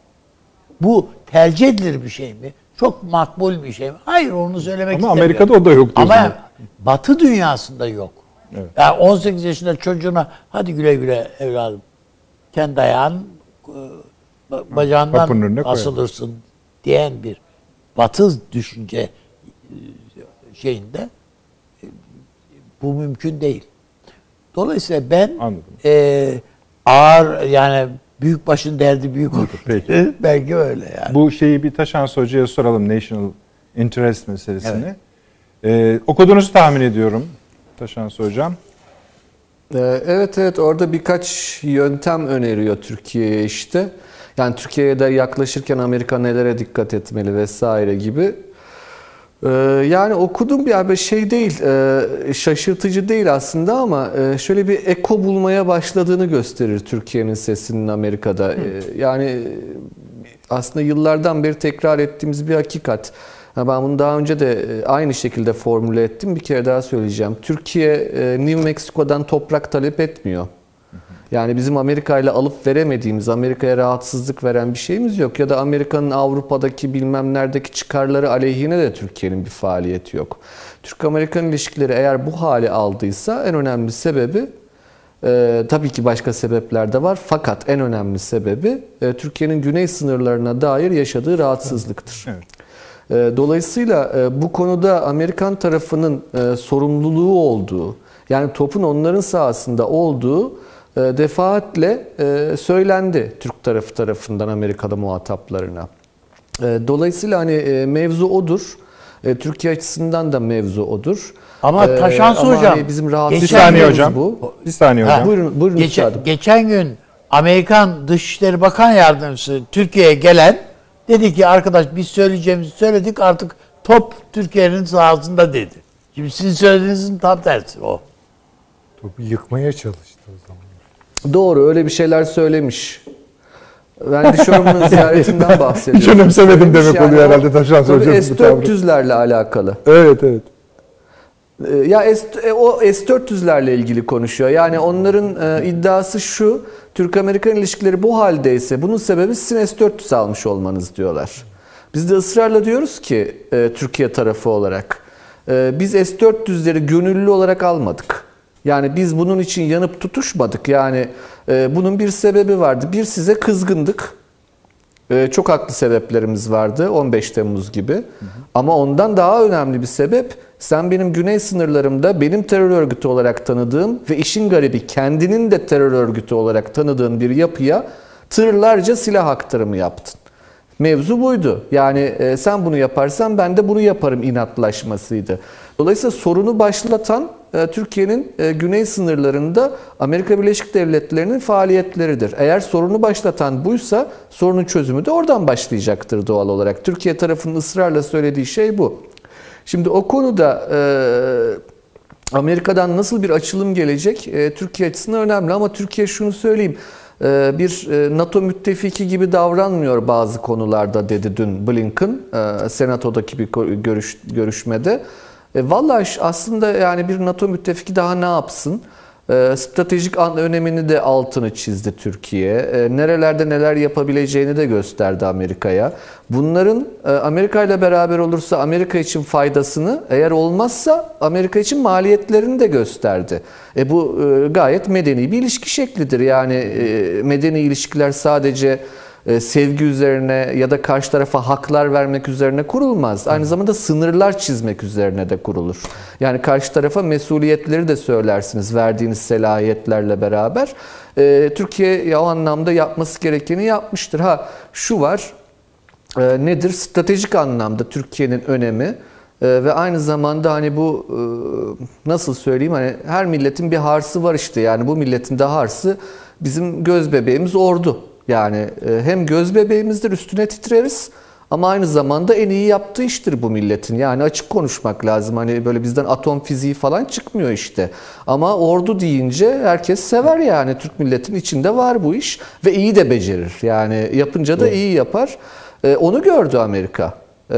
Bu tercih edilir bir şey mi? Çok makbul bir şey mi? Hayır, onu söylemek Ama istemiyorum. Amerika'da o da yok diyorsun. Ama Batı dünyasında yok. Evet. Yani on sekiz yaşında çocuğuna hadi güle güle evladım. Kendi ayağın bacağından asılırsın diyen bir Batı düşünce şeyinde bu mümkün değil. Dolayısıyla ben e, ağır yani büyük başın derdi büyük olur. Peki. Belki öyle yani. Bu şeyi bir Taşans Hoca'ya soralım, national interest meselesini. Evet. Ee, okuduğunuzu tahmin ediyorum Taşans Hocam. Evet evet, orada birkaç yöntem öneriyor Türkiye'ye işte. Yani Türkiye'ye de yaklaşırken Amerika nelere dikkat etmeli vesaire gibi. Yani okudum bir şey değil, şaşırtıcı değil aslında ama şöyle bir eko bulmaya başladığını gösterir Türkiye'nin sesinin Amerika'da. Hı. Yani aslında yıllardan beri tekrar ettiğimiz bir hakikat. Ben bunu daha önce de aynı şekilde formüle ettim. Bir kere daha söyleyeceğim. Türkiye New Mexico'dan toprak talep etmiyor. Yani bizim Amerika ile alıp veremediğimiz, Amerika'ya rahatsızlık veren bir şeyimiz yok. Ya da Amerika'nın Avrupa'daki bilmem neredeki çıkarları aleyhine de Türkiye'nin bir faaliyeti yok. Türk-Amerikan ilişkileri eğer bu hale aldıysa en önemli sebebi, e, tabii ki başka sebepler de var. Fakat en önemli sebebi e, Türkiye'nin güney sınırlarına dair yaşadığı rahatsızlıktır. Evet. E, dolayısıyla e, bu konuda Amerikan tarafının e, sorumluluğu olduğu, yani topun onların sahasında olduğu defaatle söylendi Türk tarafı tarafından Amerika'da muhataplarına. Dolayısıyla hani mevzu odur. Türkiye açısından da mevzu odur. Ama Taşans Hocam, hani bizim bir saniye hocam. Bu. Bir saniye hocam. Ha, buyurun, buyurun geçen, geçen gün Amerikan Dışişleri Bakan Yardımcısı Türkiye'ye gelen dedi ki arkadaş biz söyleyeceğimizi söyledik, artık top Türkiye'nin sahasında dedi. Şimdi sizin söylediğinizin tam tersi o. Topu yıkmaya çalıştı o zaman. Doğru, öyle bir şeyler söylemiş. Ben Dişorum'un ziyaretinden bahsediyorum. Hiç önemsemedim demek Yani oluyor o- herhalde Taşan tabii Hoca'nın bu S tavrı. dört yüzlerle alakalı. Evet evet. Ee, Ya S, e, o S dört yüzlerle ilgili konuşuyor. Yani onların e, iddiası şu: Türk-Amerikan ilişkileri bu haldeyse bunun sebebi sizin S dört yüz almış olmanız diyorlar. Biz de ısrarla diyoruz ki e, Türkiye tarafı olarak e, biz S dört yüzleri gönüllü olarak almadık. Yani biz bunun için yanıp tutuşmadık. Yani e, bunun bir sebebi vardı. Bir, size kızgındık. Ee, çok haklı sebeplerimiz vardı on beş Temmuz gibi. Hı hı. Ama ondan daha önemli bir sebep, sen benim güney sınırlarımda benim terör örgütü olarak tanıdığım ve işin garibi kendinin de terör örgütü olarak tanıdığın bir yapıya tırlarca silah aktarımı yaptın. Mevzu buydu. Yani e, sen bunu yaparsan ben de bunu yaparım inatlaşmasıydı. Dolayısıyla sorunu başlatan e, Türkiye'nin e, güney sınırlarında Amerika Birleşik Devletleri'nin faaliyetleridir. Eğer sorunu başlatan buysa sorunun çözümü de oradan başlayacaktır doğal olarak. Türkiye tarafının ısrarla söylediği şey bu. Şimdi o konuda e, Amerika'dan nasıl bir açılım gelecek e, Türkiye açısından önemli, ama Türkiye, şunu söyleyeyim, bir NATO müttefiki gibi davranmıyor bazı konularda dedi dün Blinken Senato'daki bir görüş, görüşmede. E, vallahi aslında yani bir NATO müttefiki daha ne yapsın? E, stratejik an önemini de altını çizdi Türkiye. E, nerelerde neler yapabileceğini de gösterdi Amerika'ya. Bunların e, Amerika ile beraber olursa Amerika için faydasını, eğer olmazsa Amerika için maliyetlerini de gösterdi. E, bu e, gayet medeni bir ilişki şeklidir. Yani e, medeni ilişkiler sadece sevgi üzerine ya da karşı tarafa haklar vermek üzerine kurulmaz. Aynı zamanda sınırlar çizmek üzerine de kurulur. Yani karşı tarafa mesuliyetleri de söylersiniz verdiğiniz selahiyetlerle beraber. Ee, Türkiye o anlamda yapması gerekeni yapmıştır. Ha şu var, e, nedir? Stratejik anlamda Türkiye'nin önemi e, ve aynı zamanda hani bu e, nasıl söyleyeyim, hani her milletin bir harsı var işte. Yani bu milletin de harsı bizim göz bebeğimiz ordu. Yani hem göz bebeğimizdir, üstüne titreriz, ama aynı zamanda en iyi yaptığı iştir bu milletin. Yani açık konuşmak lazım. Hani böyle bizden atom fiziği falan çıkmıyor işte. Ama ordu deyince herkes sever yani. Türk milletin içinde var bu iş ve iyi de becerir. Yani yapınca da iyi yapar. Onu gördü Amerika.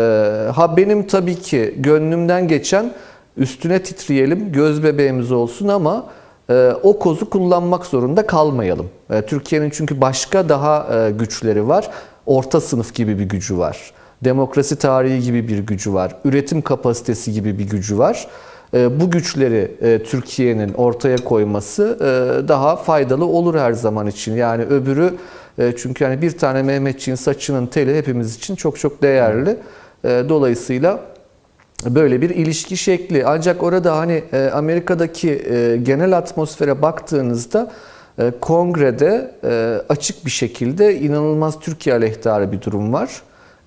Ha benim tabii ki gönlümden geçen, üstüne titreyelim, göz bebeğimiz olsun, ama o kozu kullanmak zorunda kalmayalım. Türkiye'nin çünkü başka daha güçleri var. Orta sınıf gibi bir gücü var. Demokrasi tarihi gibi bir gücü var. Üretim kapasitesi gibi bir gücü var. Bu güçleri Türkiye'nin ortaya koyması daha faydalı olur her zaman için. Yani öbürü, çünkü yani bir tane Mehmetçiğin saçının teli hepimiz için çok çok değerli. Dolayısıyla böyle bir ilişki şekli. Ancak orada hani Amerika'daki genel atmosfere baktığınızda Kongrede açık bir şekilde inanılmaz Türkiye aleyhtarı bir durum var.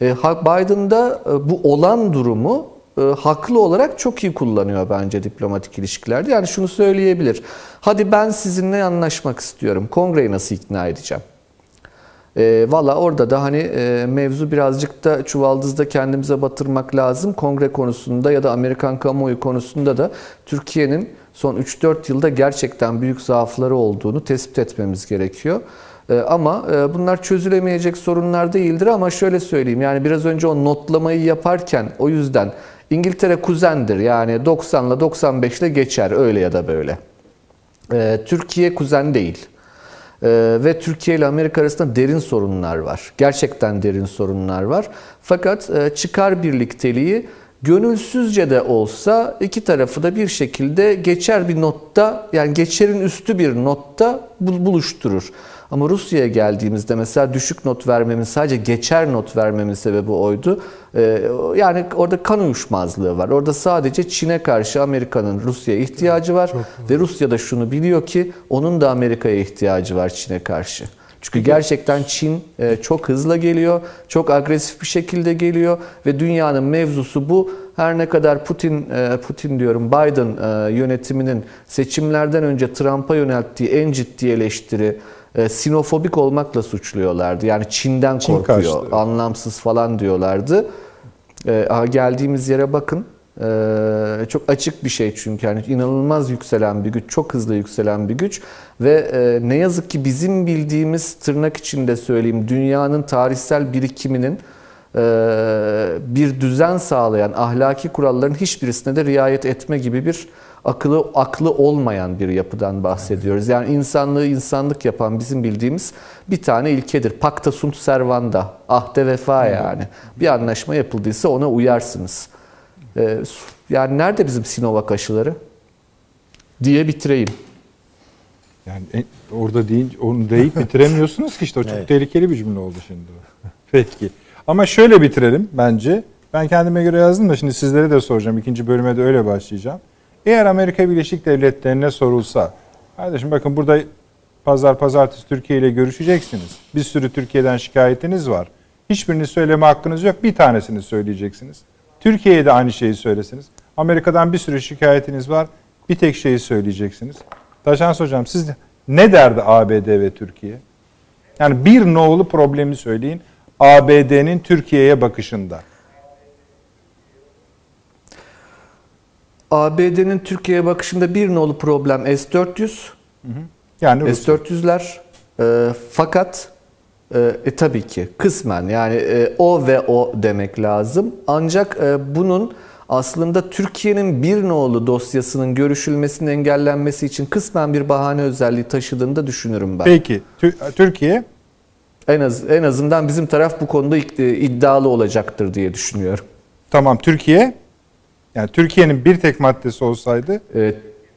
Biden'da bu olan durumu haklı olarak çok iyi kullanıyor bence diplomatik ilişkilerde. Yani şunu söyleyebilir: hadi ben sizinle anlaşmak istiyorum, Kongreyi nasıl ikna edeceğim? E, Valla orada da hani e, mevzu birazcık da çuvaldızda kendimize batırmak lazım. Kongre konusunda ya da Amerikan kamuoyu konusunda da Türkiye'nin son üç dört yılda gerçekten büyük zaafları olduğunu tespit etmemiz gerekiyor. E, ama e, bunlar çözülemeyecek sorunlar değildir, ama şöyle söyleyeyim, yani biraz önce o notlamayı yaparken o yüzden İngiltere kuzendir. Yani doksanla doksan beşle geçer öyle ya da böyle. E, Türkiye kuzen değil. Ee, ve Türkiye ile Amerika arasında derin sorunlar var. Gerçekten derin sorunlar var. Fakat e, çıkar birlikteliği gönülsüzce de olsa iki tarafı da bir şekilde geçer bir notta, yani geçerin üstü bir notta buluşturur. Ama Rusya'ya geldiğimizde mesela düşük not vermemin, sadece geçer not vermemin sebebi oydu. Ee, yani orada kan uyuşmazlığı var. Orada sadece Çin'e karşı Amerika'nın Rusya'ya ihtiyacı var. Çok ve Rusya da şunu biliyor ki onun da Amerika'ya ihtiyacı var Çin'e karşı. Çünkü gerçekten Çin çok hızla geliyor, çok agresif bir şekilde geliyor ve dünyanın mevzusu bu. Her ne kadar Putin, Putin diyorum Biden yönetiminin seçimlerden önce Trump'a yönelttiği en ciddi eleştiri sinofobik olmakla suçluyorlardı. Yani Çin'den korkuyor, Çin anlamsız falan diyorlardı. Geldiğimiz yere bakın. Ee, çok açık bir şey çünkü yani inanılmaz yükselen bir güç, çok hızlı yükselen bir güç ve e, ne yazık ki bizim bildiğimiz, tırnak içinde söyleyeyim, dünyanın tarihsel birikiminin e, bir düzen sağlayan ahlaki kuralların hiçbirisine de riayet etme gibi bir akıllı aklı olmayan bir yapıdan bahsediyoruz. Yani insanlığı insanlık yapan bizim bildiğimiz bir tane ilkedir. Pacta sunt servanda, ahde vefa yani. Bir anlaşma yapıldıysa ona uyarsınız. Yani nerede bizim Sinovac aşıları diye bitireyim. Yani e, orada deyince onu deyip bitiremiyorsunuz ki işte o çok evet. tehlikeli bir cümle oldu şimdi. Peki. Ama şöyle bitirelim bence. Ben kendime göre yazdım da şimdi sizlere de soracağım. İkinci bölüme de öyle başlayacağım. Eğer Amerika Birleşik Devletleri'ne sorulsa, kardeşim bakın burada pazar pazartesi Türkiye ile görüşeceksiniz. Bir sürü Türkiye'den şikayetiniz var. Hiçbirini söyleme hakkınız yok. Bir tanesini söyleyeceksiniz. Türkiye'ye de aynı şeyi söylesiniz. Amerika'dan bir sürü şikayetiniz var. Bir tek şeyi söyleyeceksiniz. Taşans Hocam siz ne derdi A B D ve Türkiye? Yani bir nolu problemi söyleyin. A B D'nin Türkiye'ye bakışında. A B D'nin Türkiye'ye bakışında bir nolu problem S dört yüz. Hı hı. Yani S dört yüzler. E, fakat e, e, tabii ki kısmen yani e, o ve o demek lazım. Ancak e, bunun aslında Türkiye'nin bir nolu dosyasının görüşülmesinin engellenmesi için kısmen bir bahane özelliği taşıdığını da düşünürüm ben. Peki Türkiye? En az en azından bizim taraf bu konuda iddialı olacaktır diye düşünüyorum. Tamam, Türkiye? Yani Türkiye'nin bir tek maddesi olsaydı? Evet.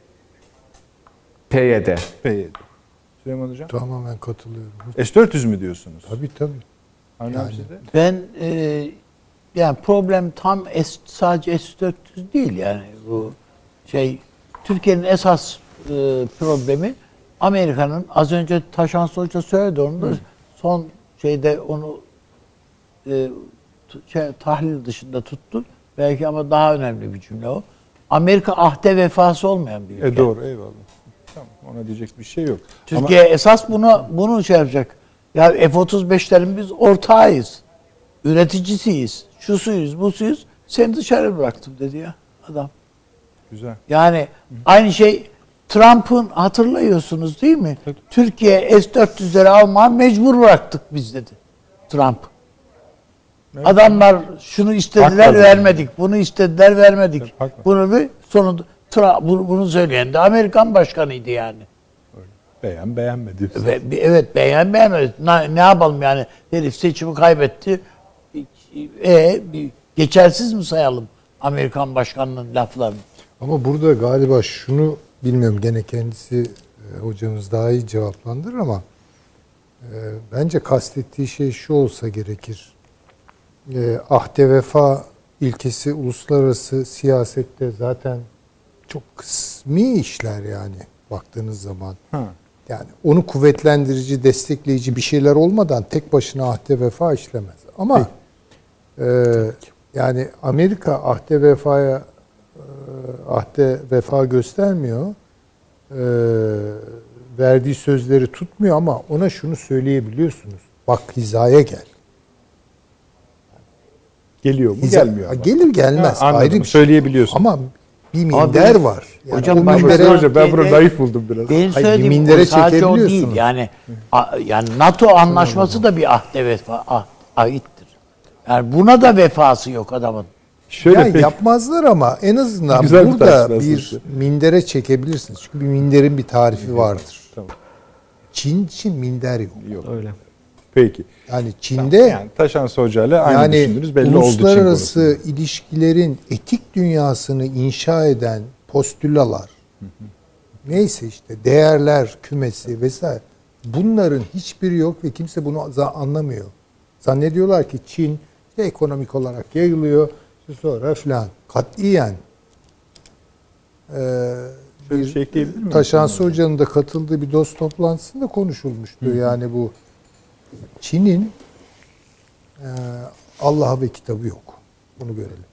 P Y D. P Y D. Süleyman Hocam? Tamamen katılıyorum. S dört yüz mü diyorsunuz? Tabii tabii. Yani. Ben e, yani problem tam S, sadece S dört yüz değil yani bu şey Türkiye'nin esas e, problemi Amerika'nın az önce Taşans Hoca söyledi onu da Hı. son şeyde onu e, şey, tahlil dışında tuttu. Belki ama daha önemli bir cümle o. Amerika ahde vefası olmayan bir ülke. E doğru, eyvallah. Tamam, ona diyecek bir şey yok. Türkiye ama esas bunu bunu şey yapacak. Ya F otuz beşlerin biz ortağıyız. Üreticisiyiz. Şusuyuz, busuyuz. Seni dışarı bıraktım dedi ya adam. Güzel. Yani Hı. aynı şey Trump'ın hatırlıyorsunuz değil mi? Evet. Türkiye S dört yüzleri almaya mecbur bıraktık biz dedi. Trump. Evet. Adamlar şunu istediler Haklı vermedik. Adam. Bunu istediler vermedik. Evet, bunu bir sonunda Trump, bunu söyleyen de Amerikan başkanıydı yani. Öyle. Beğen beğenmedi. Ve, evet beğen beğenmedi. Ne, ne yapalım yani? Herif seçimi kaybetti. E, geçersiz mi sayalım Amerikan başkanının laflarını? Ama burada galiba şunu bilmiyorum, gene kendisi e, hocamız daha iyi cevaplandırır ama e, bence kastettiği şey şu olsa gerekir. E, ahde vefa ilkesi uluslararası siyasette zaten çok kısmi işler yani baktığınız zaman. Ha. Yani onu kuvvetlendirici, destekleyici bir şeyler olmadan tek başına ahde vefa işlemez. Ama e, yani Amerika ahde vefaya e, ahde vefa göstermiyor. E, verdiği sözleri tutmuyor ama ona şunu söyleyebiliyorsunuz. Bak hizaya gel. Geliyor mu? Hiza, gelmiyor ama. Gelir gelmez. Ha, ayrı bir şey. Söyleyebiliyorsun. Ama bir minder Abi, var. Yani hocam ben, mindere, hocam, ben bunu naif buldum biraz. Benim söylediğim bir mindere sadece o değil. Yani a, yani NATO anlaşması da bir ahde vefa ah, ahittir. Yani buna da vefası yok adamın. Şöyle yani pek, yapmazlar ama en azından burada bir, bir mindere çekebilirsiniz. Çünkü bir minderin bir tarifi vardır. Tamam. Çin için minder yok. Yok öyle. Peki. Yani Çin'de yani Taşans Hoca ile aynı yani düşündünüz belli oldu. Uluslararası ilişkilerin etik dünyasını inşa eden postülalar, hı hı. neyse işte değerler kümesi vesaire, bunların hiçbiri yok ve kimse bunu anlamıyor. Zannediyorlar ki Çin işte ekonomik olarak yayılıyor sonra filan. Katiyen e, bir şey Taşans Hoca'nın da katıldığı bir dost toplantısında konuşulmuştu. Hı hı. Yani bu Çin'in e, Allah'a ve kitabı yok. Bunu görelim.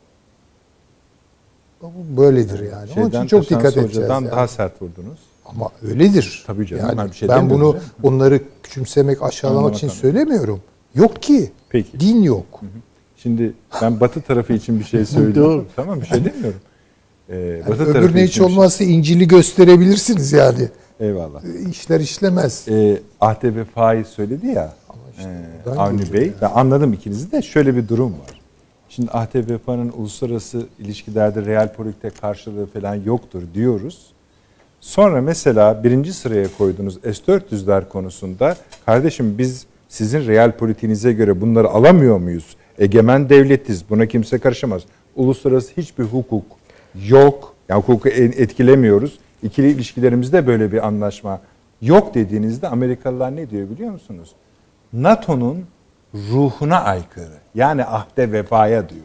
Bu böyledir yani. Şeyden, onun için çok dikkat edeceğiz. Yani. Daha sert vurdunuz. Ama öyledir. Tabii canım. Yani bir şey ben bunu canım. Onları küçümsemek, aşağılamak için söylemiyorum. Yok ki. Peki. Din yok. Hı hı. Şimdi ben Batı tarafı için bir şey söylüyorum. Doğru. Tamam, bir şey demiyorum. Ee, Yani Batı tarafı öbürüne hiç için bir şey- olmazsa İncil'i gösterebilirsiniz yani. Eyvallah. İşler işlemez. Ee, ahde vefayı söyledi ya işte e, buradan Avni geliyor Bey. yani. Ben anladım ikinizi de. Şöyle bir durum var. Şimdi ahde vefanın uluslararası ilişkilerde realpolitikte karşılığı falan yoktur diyoruz. Sonra mesela birinci sıraya koyduğunuz S dört yüzler konusunda kardeşim biz sizin realpolitiğinize göre bunları alamıyor muyuz? Egemen devletiz. Buna kimse karışamaz. Uluslararası hiçbir hukuk yok. Yani hukuku etkilemiyoruz. İkili ilişkilerimizde böyle bir anlaşma yok dediğinizde Amerikalılar ne diyor biliyor musunuz? NATO'nun ruhuna aykırı. Yani ahde vefaya diyor.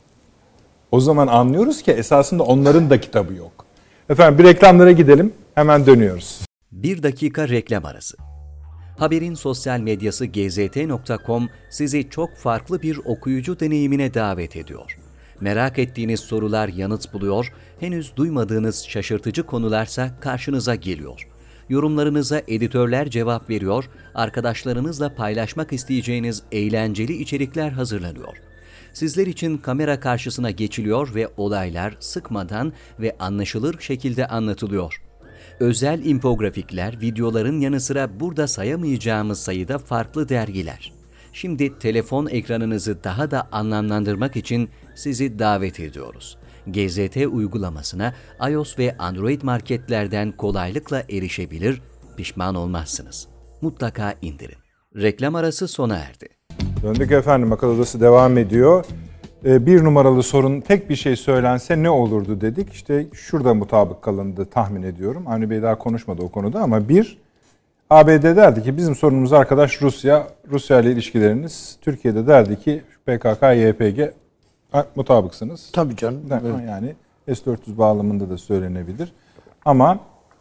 O zaman anlıyoruz ki esasında onların da kitabı yok. Efendim bir reklamlara gidelim. Hemen dönüyoruz. Bir dakika reklam arası. Haberin sosyal medyası gezet nokta com sizi çok farklı bir okuyucu deneyimine davet ediyor. Merak ettiğiniz sorular yanıt buluyor, henüz duymadığınız şaşırtıcı konularsa karşınıza geliyor. Yorumlarınıza editörler cevap veriyor, arkadaşlarınızla paylaşmak isteyeceğiniz eğlenceli içerikler hazırlanıyor. Sizler için kamera karşısına geçiliyor ve olaylar sıkmadan ve anlaşılır şekilde anlatılıyor. Özel infografikler, videoların yanı sıra burada sayamayacağımız sayıda farklı dergiler. Şimdi telefon ekranınızı daha da anlamlandırmak için sizi davet ediyoruz. G Z T uygulamasına iOS ve Android marketlerden kolaylıkla erişebilir, pişman olmazsınız. Mutlaka indirin. Reklam arası sona erdi. Döndük efendim. Akıl Odası devam ediyor. Ee, bir numaralı sorun tek bir şey söylense ne olurdu dedik. İşte şurada mutabık kalındı tahmin ediyorum. Avni Bey daha konuşmadı o konuda ama bir, A B D derdi ki bizim sorunumuz arkadaş Rusya. Rusya ile ilişkileriniz. Türkiye'de derdi ki P K K, Y P G mutabıksınız. Tabii canım. Yani S dört yüz bağlamında da söylenebilir. Ama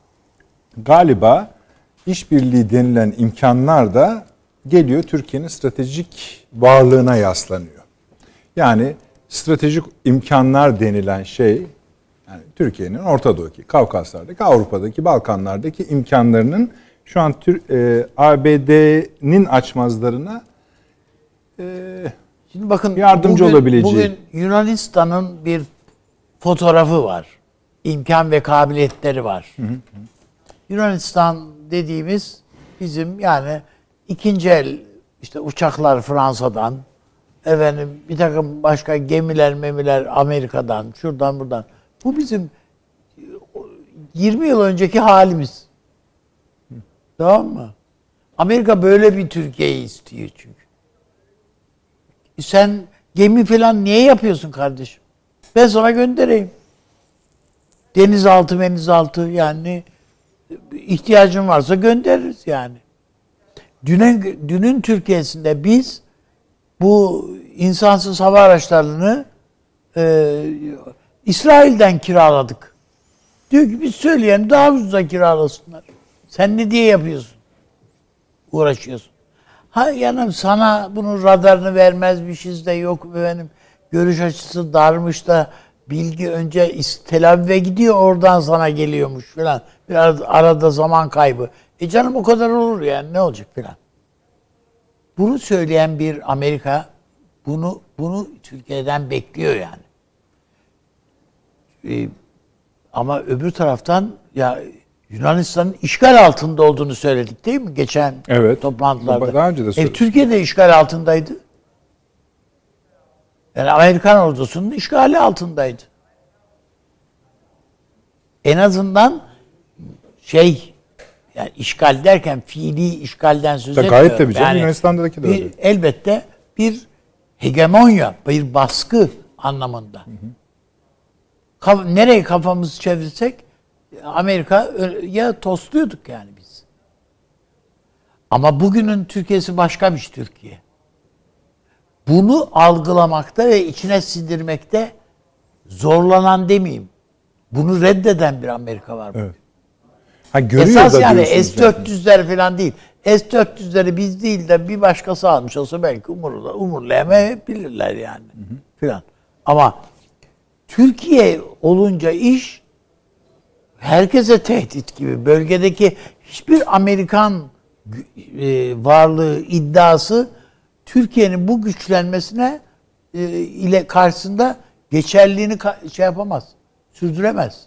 galiba işbirliği denilen imkanlar da geliyor Türkiye'nin stratejik varlığına yaslanıyor. Yani stratejik imkanlar denilen şey yani Türkiye'nin Orta Doğu'daki, Kafkaslar'daki, Avrupa'daki, Balkanlar'daki imkanlarının şu an Tür- e, A B D'nin açmazlarına e, Şimdi bakın yardımcı bugün, olabileceği. Bugün Yunanistan'ın bir fotoğrafı var. İmkan ve kabiliyetleri var. Hı hı. Yunanistan dediğimiz bizim yani ikinci el işte uçaklar Fransa'dan, efendim bir takım başka gemiler memiler Amerika'dan, şuradan buradan. Bu bizim yirmi yıl önceki halimiz. Hı. Tamam mı? Amerika böyle bir Türkiye'yi istiyor çünkü. Sen gemi falan niye yapıyorsun kardeşim? Ben sana göndereyim. Denizaltı, menizaltı yani ihtiyacın varsa göndeririz yani. Dünün, dünün Türkiye'sinde biz bu insansız hava araçlarını e, İsrail'den kiraladık. Diyor ki biz söyleyelim daha ucuza kiralasınlar. Sen ne diye yapıyorsun? Uğraşıyorsun. Ha yani sana bunun radarını vermezmişiz de yok benim görüş açısı darmış da bilgi önce Tel Aviv'e gidiyor oradan sana geliyormuş falan. Biraz arada zaman kaybı. E canım o kadar olur yani ne olacak falan. Bunu söyleyen bir Amerika bunu bunu Türkiye'den bekliyor yani. Ee, ama öbür taraftan ya Yunanistan'ın işgal altında olduğunu söyledik değil mi geçen evet, toplantılarda? Daha önce de söyledik. E, Türkiye de işgal altındaydı. Yani Amerikan ordusunun işgali altındaydı. En azından şey yani işgal derken fiili işgalden söz etmiyorum. Gayet tabii canım yani Yunanistan'daki de bir, öyle. elbette bir hegemonya, bir baskı anlamında. Hı hı. Kaf, nereye kafamızı çevirsek Amerika'ya tosluyorduk yani biz. Ama bugünün Türkiye'si başka bir Türkiye. Bunu algılamakta ve içine sindirmekte zorlanan demeyeyim. Bunu reddeden bir Amerika var bugün. Evet. Ha, görüyor esas da yani diyorsunuz S dört yüzler falan değil. S dört yüzleri biz değil de bir başkası almış olsa belki umurla, umurlayamayabilirler yani. Hı hı. Falan. Ama Türkiye olunca iş herkese tehdit gibi. Bölgedeki hiçbir Amerikan e, varlığı, iddiası Türkiye'nin bu güçlenmesine e, ile karşısında geçerliliğini ka- şey yapamaz. Sürdüremez.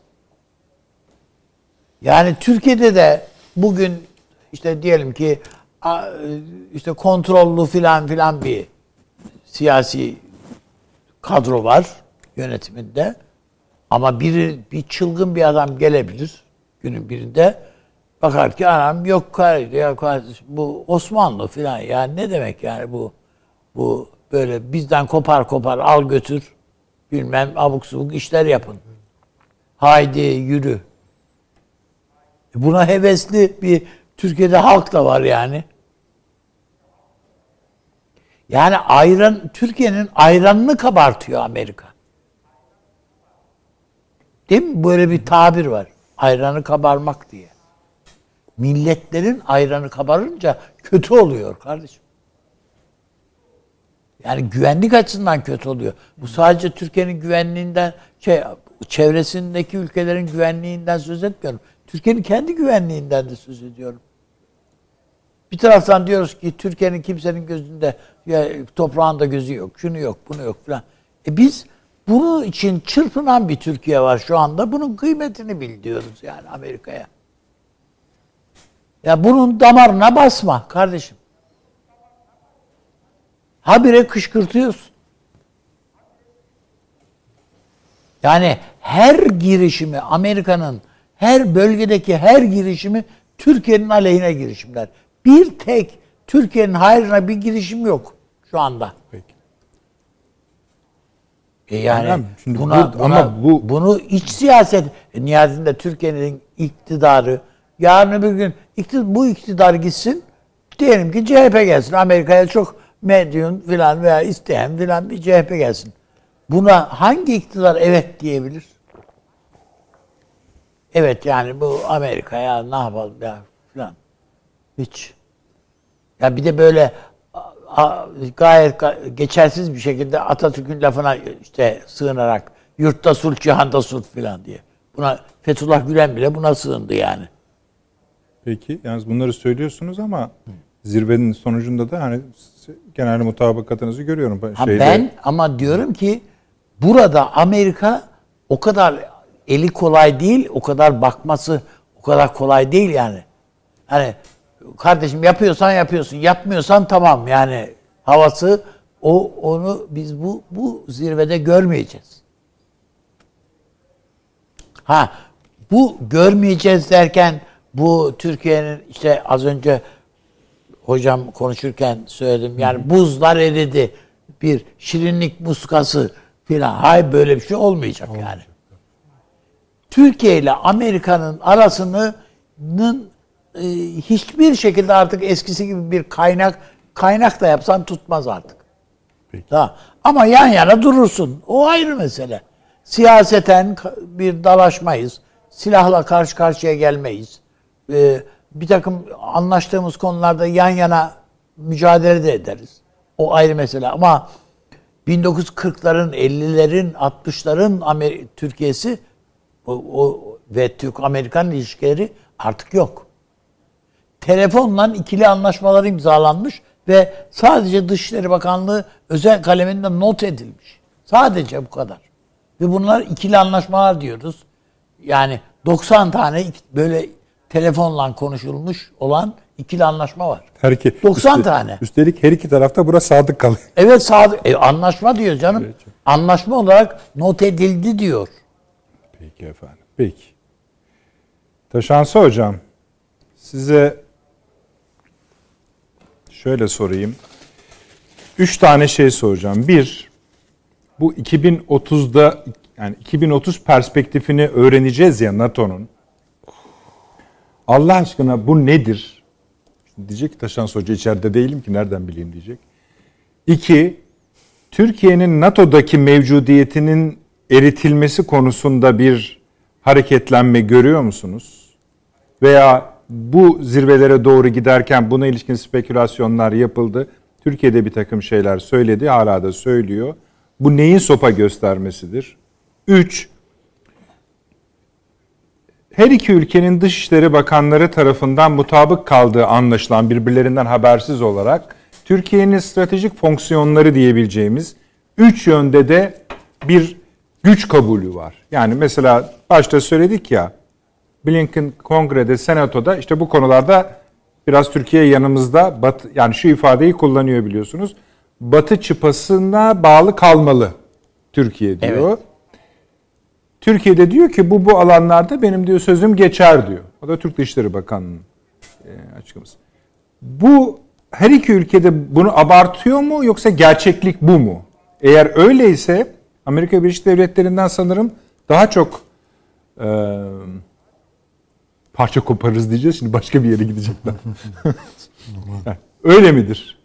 Yani Türkiye'de de bugün işte diyelim ki işte kontrollü filan filan bir siyasi kadro var yönetiminde. Ama biri bir çılgın bir adam gelebilir günün birinde. Bakar ki anam yok kardeşim bu Osmanlı filan yani ne demek yani bu bu böyle bizden kopar kopar al götür bilmem abuk subuk işler yapın. Haydi yürü. Buna hevesli bir Türkiye'de halk da var yani. Yani ayran Türkiye'nin ayranını kabartıyor Amerika. Değil mi? Böyle bir tabir var. Ayranı kabarmak diye. Milletlerin ayranı kabarınca kötü oluyor kardeşim. Yani güvenlik açısından kötü oluyor. Bu sadece Türkiye'nin güvenliğinden, şey, çevresindeki ülkelerin güvenliğinden söz etmiyorum. Türkiye'nin kendi güvenliğinden de söz ediyorum. Bir taraftan diyoruz ki Türkiye'nin kimsenin gözünde, ya, toprağında gözü yok, şunu yok, bunu yok falan. E biz bunun için çırpınan bir Türkiye var şu anda. Bunun kıymetini bil diyoruz yani Amerika'ya. Ya bunun damarına basma kardeşim. Habire kışkırtıyorsun. Yani her girişimi Amerika'nın her bölgedeki her girişimi Türkiye'nin aleyhine girişimler. Bir tek Türkiye'nin hayrına bir girişim yok şu anda. Peki. E yani Anladım. Şimdi buna, bu, buna, ama bu bunu iç siyaset nihayetinde Türkiye'nin iktidarı yarın öbür gün iktidar, bu iktidar gitsin diyelim ki C H P gelsin. Amerika'ya çok medyum filan veya isteyen filan bir C H P gelsin. Buna hangi iktidar evet diyebilir? Evet yani bu Amerika'ya ne yapalım ya filan. Hiç. Ya bir de böyle a, gayet geçersiz bir şekilde Atatürk'ün lafına işte sığınarak yurtta sulh, cihanda sulh filan diye. Buna Fethullah Gülen bile buna sığındı yani. Peki, yalnız bunları söylüyorsunuz ama zirvenin sonucunda da hani genel mutabakatınızı görüyorum. Ha Şeyde... Ben ama diyorum ki burada Amerika o kadar eli kolay değil, o kadar bakması o kadar kolay değil yani. Hani kardeşim yapıyorsan yapıyorsun, yapmıyorsan tamam yani havası o onu biz bu bu zirvede görmeyeceğiz. Ha bu görmeyeceğiz derken bu Türkiye'nin işte az önce hocam konuşurken söyledim yani buzlar eridi bir şirinlik muskası filan. Hayır böyle bir şey olmayacak, olmayacak yani. Türkiye ile Amerika'nın arasının e, hiçbir şekilde artık eskisi gibi bir kaynak kaynak da yapsan tutmaz artık. Tamam. Ama yan yana durursun. O ayrı mesele. Siyaseten bir dalaşmayız. Silahla karşı karşıya gelmeyiz. Ee, bir takım anlaştığımız konularda yan yana mücadele de ederiz. O ayrı mesele. Ama bin dokuz yüz kırkların, ellilerin, altmışların Amer- Türkiye'si o, o ve Türk-Amerikan ilişkileri artık yok. Telefonla ikili anlaşmalar imzalanmış ve sadece Dışişleri Bakanlığı özel kaleminde not edilmiş. Sadece bu kadar. Ve bunlar ikili anlaşmalar diyoruz. Yani doksan tane böyle telefonla konuşulmuş olan ikili anlaşma var. Her iki, doksan üstelik, tane. Üstelik her iki tarafta buna sadık kalıyor. Evet sadık. E, anlaşma diyor canım. Evet. Anlaşma olarak not edildi diyor. Peki efendim. Peki. Taşansı hocam, size şöyle sorayım. Üç tane şey soracağım. Bir, bu iki bin otuzda yani iki bin otuz perspektifini öğreneceğiz ya NATO'nun. Allah aşkına bu nedir? Diyecek ki Taşansı Hoca içeride değilim ki nereden bileyim diyecek. İki, Türkiye'nin NATO'daki mevcudiyetinin eritilmesi konusunda bir hareketlenme görüyor musunuz? Veya bu zirvelere doğru giderken buna ilişkin spekülasyonlar yapıldı. Türkiye'de bir takım şeyler söyledi, hala da söylüyor. Bu neyin sopa göstermesidir? Üç, her iki ülkenin dışişleri bakanları tarafından mutabık kaldığı anlaşılan birbirlerinden habersiz olarak Türkiye'nin stratejik fonksiyonları diyebileceğimiz üç yönde de bir güç kabulü var. Yani mesela başta söyledik ya, Blinken kongrede, senatoda işte bu konularda biraz Türkiye yanımızda, Batı, yani şu ifadeyi kullanıyor biliyorsunuz. Batı çıpasına bağlı kalmalı Türkiye diyor. Evet. Türkiye'de diyor ki bu bu alanlarda benim diyor sözüm geçer diyor. O da Türk Dışişleri Bakanı'nın açıklaması. Bu her iki ülkede bunu abartıyor mu yoksa gerçeklik bu mu? Eğer öyleyse Amerika Birleşik Devletleri'nden sanırım daha çok e, parça koparırız diyeceğiz. Şimdi başka bir yere gidecekler. Yani, öyle midir?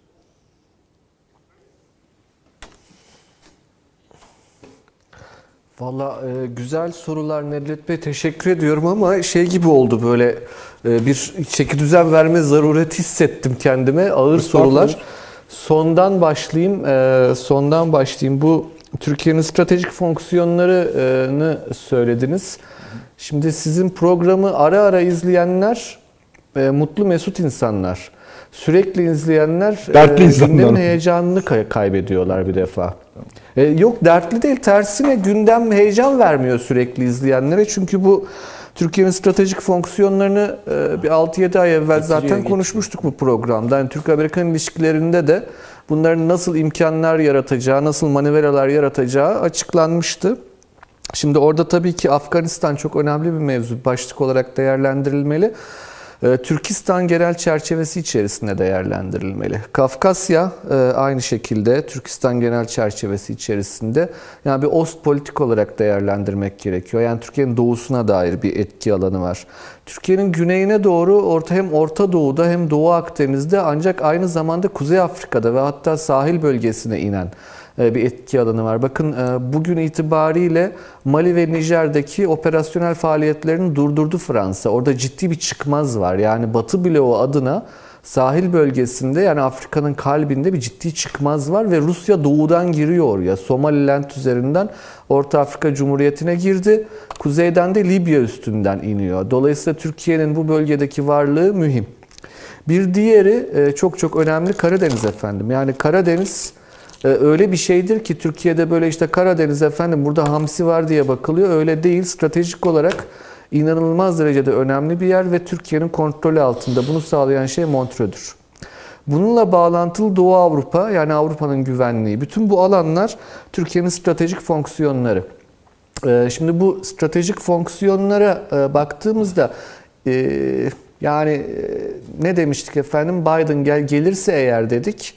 Valla e, güzel sorular Nedret Bey, teşekkür ediyorum ama şey gibi oldu, böyle e, bir çekidüzen verme zarureti hissettim kendime. Ağır sorular. Sondan başlayayım. E, sondan başlayayım. Bu Türkiye'nin stratejik fonksiyonlarını söylediniz. Şimdi sizin programı ara ara izleyenler e, mutlu mesut insanlar. Sürekli izleyenler dertli e, insanlar. Gündemin heyecanını kay- kaybediyorlar bir defa. E, yok dertli değil, tersine gündem heyecan vermiyor sürekli izleyenlere. Çünkü bu Türkiye'nin stratejik fonksiyonlarını e, bir altı yedi ay evvel Getiriyor, zaten getiriyor. konuşmuştuk bu programda. Yani Türk-Amerikan ilişkilerinde de bunların nasıl imkanlar yaratacağı, nasıl manevralar yaratacağı açıklanmıştı. Şimdi orada tabii ki Afganistan çok önemli bir mevzu, başlık olarak değerlendirilmeli. Türkistan genel çerçevesi içerisinde değerlendirilmeli. Kafkasya aynı şekilde Türkistan genel çerçevesi içerisinde, yani bir Ostpolitik olarak değerlendirmek gerekiyor. Yani Türkiye'nin doğusuna dair bir etki alanı var. Türkiye'nin güneyine doğru orta hem Orta Doğu'da hem Doğu Akdeniz'de, ancak aynı zamanda Kuzey Afrika'da ve hatta sahil bölgesine inen bir etki alanı var. Bakın bugün itibariyle Mali ve Nijer'deki operasyonel faaliyetlerini durdurdu Fransa. Orada ciddi bir çıkmaz var. Yani Batı bloğu adına sahil bölgesinde, yani Afrika'nın kalbinde bir ciddi çıkmaz var ve Rusya doğudan giriyor oraya. Somaliland üzerinden Orta Afrika Cumhuriyeti'ne girdi. Kuzeyden de Libya üstünden iniyor. Dolayısıyla Türkiye'nin bu bölgedeki varlığı mühim. Bir diğeri çok çok önemli, Karadeniz efendim. Yani Karadeniz öyle bir şeydir ki Türkiye'de böyle işte Karadeniz efendim burada hamsi var diye bakılıyor. Öyle değil. Stratejik olarak inanılmaz derecede önemli bir yer ve Türkiye'nin kontrolü altında. Bunu sağlayan şey Montreux'dür. Bununla bağlantılı Doğu Avrupa, yani Avrupa'nın güvenliği. Bütün bu alanlar Türkiye'nin stratejik fonksiyonları. Şimdi bu stratejik fonksiyonlara baktığımızda yani ne demiştik efendim? Biden gel gelirse eğer dedik.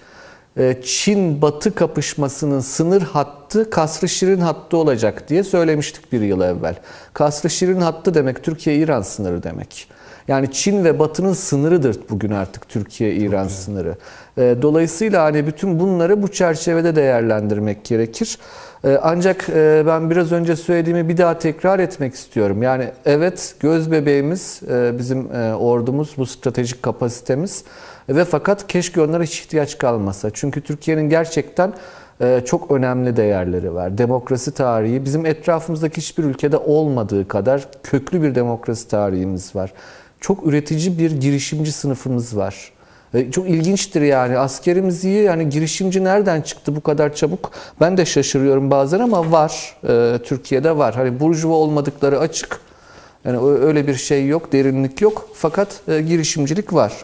Çin-Batı kapışmasının sınır hattı Kasr-ı Şirin hattı olacak diye söylemiştik bir yıl evvel. Kasr-ı Şirin hattı demek Türkiye-İran sınırı demek. Yani Çin ve Batı'nın sınırıdır bugün artık Türkiye-İran sınırı. Dolayısıyla hani bütün bunları bu çerçevede değerlendirmek gerekir. Ancak ben biraz önce söylediğimi bir daha tekrar etmek istiyorum. Yani evet, göz bebeğimiz bizim ordumuz, bu stratejik kapasitemiz. Ve fakat keşke onlara hiç ihtiyaç kalmasa. Çünkü Türkiye'nin gerçekten çok önemli değerleri var. Demokrasi tarihi bizim etrafımızdaki hiçbir ülkede olmadığı kadar köklü bir demokrasi tarihimiz var. Çok üretici bir girişimci sınıfımız var. Çok ilginçtir yani, askerimiz iyi, yani girişimci nereden çıktı bu kadar çabuk? Ben de şaşırıyorum bazen ama var. Türkiye'de var. Hani burjuva olmadıkları açık. Yani öyle bir şey yok, derinlik yok. Fakat girişimcilik var.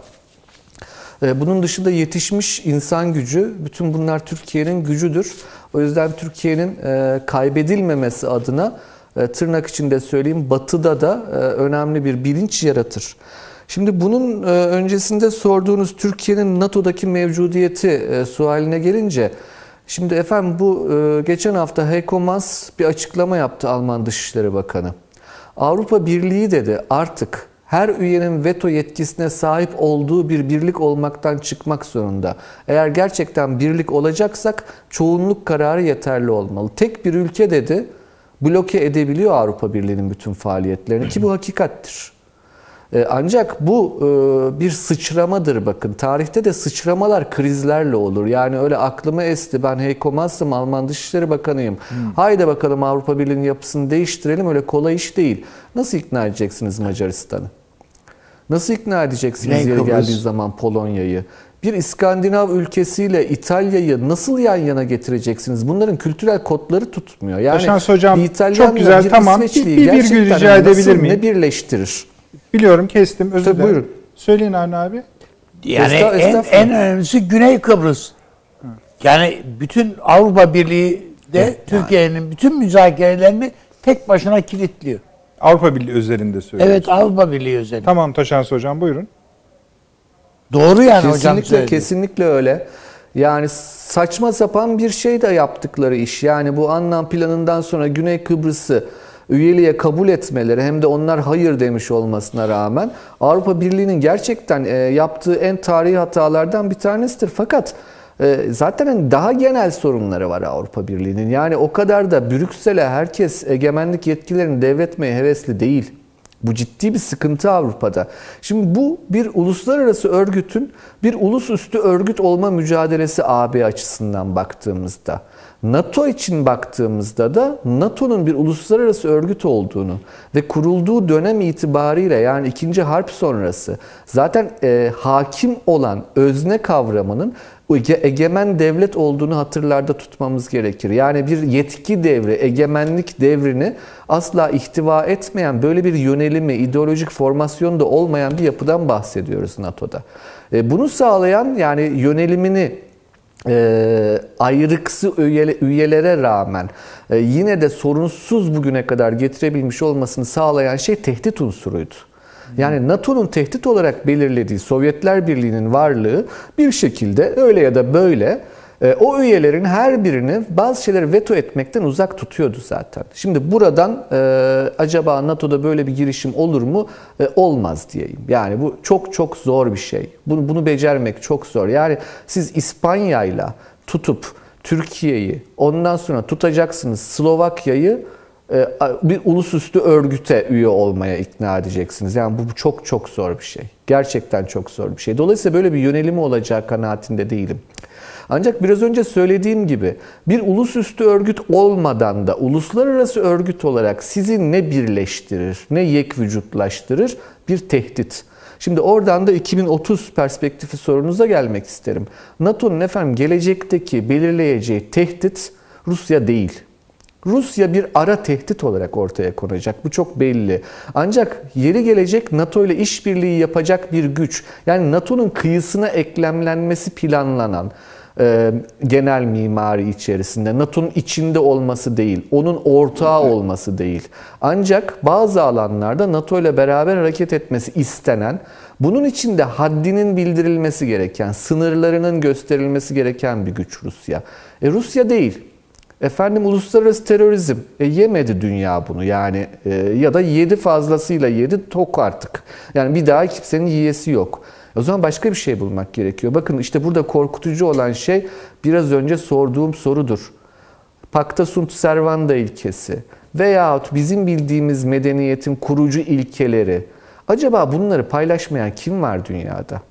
Bunun dışında yetişmiş insan gücü, bütün bunlar Türkiye'nin gücüdür. O yüzden Türkiye'nin kaybedilmemesi adına tırnak içinde söyleyeyim, Batı'da da önemli bir bilinç yaratır. Şimdi bunun öncesinde sorduğunuz Türkiye'nin NATO'daki mevcudiyeti sualine gelince, şimdi efendim bu geçen hafta Heiko Maas bir açıklama yaptı, Alman Dışişleri Bakanı. Avrupa Birliği dedi artık her üyenin veto yetkisine sahip olduğu bir birlik olmaktan çıkmak zorunda. Eğer gerçekten birlik olacaksak çoğunluk kararı yeterli olmalı. Tek bir ülke dedi bloke edebiliyor Avrupa Birliği'nin bütün faaliyetlerini, ki bu hakikattir. Ancak bu bir sıçramadır bakın. Tarihte de sıçramalar krizlerle olur. Yani öyle aklıma esti, ben Heiko Maas'ım, Alman Dışişleri Bakanıyım. Hmm. Haydi bakalım Avrupa Birliği'nin yapısını değiştirelim, öyle kolay iş değil. Nasıl ikna edeceksiniz Macaristan'ı? Nasıl ikna edeceksiniz Güney yeri Kıbrıs. geldiği zaman Polonya'yı? Bir İskandinav ülkesiyle İtalya'yı nasıl yan yana getireceksiniz? Bunların kültürel kodları tutmuyor. Yani Taşans Hocam, bir İtalyanla çok güzel, bir tamam. İsveçli'yi Bir- bir virgül gerçekten rica edebilir nasıl, miyim? ne birleştirir? Biliyorum, kestim, özür Tabii, dilerim. buyurun. Söyleyin Avni abi. Yani Estağ- en, estağfurullah. en önemlisi Güney Kıbrıs. Yani bütün Avrupa Birliği de Türkiye'nin bütün müzakerelerini tek başına kilitliyor. Avrupa Birliği özelinde söylüyoruz. Evet, Avrupa Birliği özellikle. Tamam Taşans Hocam, buyurun. Doğru yani hocam Kesinlikle söyledi. kesinlikle öyle. Yani saçma sapan bir şey de yaptıkları iş. Yani bu Annan planından sonra Güney Kıbrıs'ı üyeliğe kabul etmeleri, hem de onlar hayır demiş olmasına rağmen Avrupa Birliği'nin gerçekten e, yaptığı en tarihi hatalardan bir tanesidir. Fakat e, zaten hani daha genel sorunları var Avrupa Birliği'nin. Yani o kadar da Brüksel'e herkes egemenlik yetkilerini devretmeye hevesli değil. Bu ciddi bir sıkıntı Avrupa'da. Şimdi bu bir uluslararası örgütün bir ulusüstü örgüt olma mücadelesi A B açısından baktığımızda. NATO için baktığımızda da NATO'nun bir uluslararası örgüt olduğunu ve kurulduğu dönem itibariyle, yani ikinci harp sonrası zaten e, hakim olan özne kavramının ege- egemen devlet olduğunu hatırlarda tutmamız gerekir. Yani bir yetki devri, egemenlik devrini asla ihtiva etmeyen, böyle bir yönelimi, ideolojik formasyonu da olmayan bir yapıdan bahsediyoruz NATO'da. E, bunu sağlayan, yani yönelimini E, ayrıksı üye, üyelere rağmen e, yine de sorunsuz bugüne kadar getirebilmiş olmasını sağlayan şey tehdit unsuruydu. Yani NATO'nun tehdit olarak belirlediği Sovyetler Birliği'nin varlığı bir şekilde öyle ya da böyle e, o üyelerin her birini bazı şeyleri veto etmekten uzak tutuyordu zaten. Şimdi buradan e, acaba NATO'da böyle bir girişim olur mu? E, olmaz diyeyim. Yani bu çok çok zor bir şey. Bunu, bunu becermek çok zor. Yani siz İspanya'yla tutup Türkiye'yi, ondan sonra tutacaksınız Slovakya'yı bir ulusüstü örgüte üye olmaya ikna edeceksiniz. Yani bu çok çok zor bir şey. Gerçekten çok zor bir şey. Dolayısıyla böyle bir yönelimi olacağı kanaatinde değilim. Ancak biraz önce söylediğim gibi bir ulusüstü örgüt olmadan da uluslararası örgüt olarak sizi ne birleştirir, ne yekvücutlaştırır? Bir tehdit. Şimdi oradan da iki bin otuz perspektifi sorunuza gelmek isterim. NATO'nun efendim gelecekteki belirleyeceği tehdit Rusya değil. Rusya bir ara tehdit olarak ortaya konacak. Bu çok belli. Ancak yeri gelecek NATO ile işbirliği yapacak bir güç. Yani NATO'nun kıyısına eklemlenmesi planlanan e, genel mimari içerisinde NATO'nun içinde olması değil, onun ortağı olması değil. Ancak bazı alanlarda NATO ile beraber hareket etmesi istenen, bunun için de haddinin bildirilmesi gereken, sınırlarının gösterilmesi gereken bir güç Rusya. E, Rusya değil. Efendim uluslararası terörizm. E, yemedi dünya bunu yani e, ya da yedi, fazlasıyla yedi, tok artık. Yani bir daha kimsenin yiyesi yok. O zaman başka bir şey bulmak gerekiyor. Bakın işte burada korkutucu olan şey biraz önce sorduğum sorudur. Pacta sunt servanda ilkesi veyahut bizim bildiğimiz medeniyetin kurucu ilkeleri. Acaba bunları paylaşmayan kim var dünyada?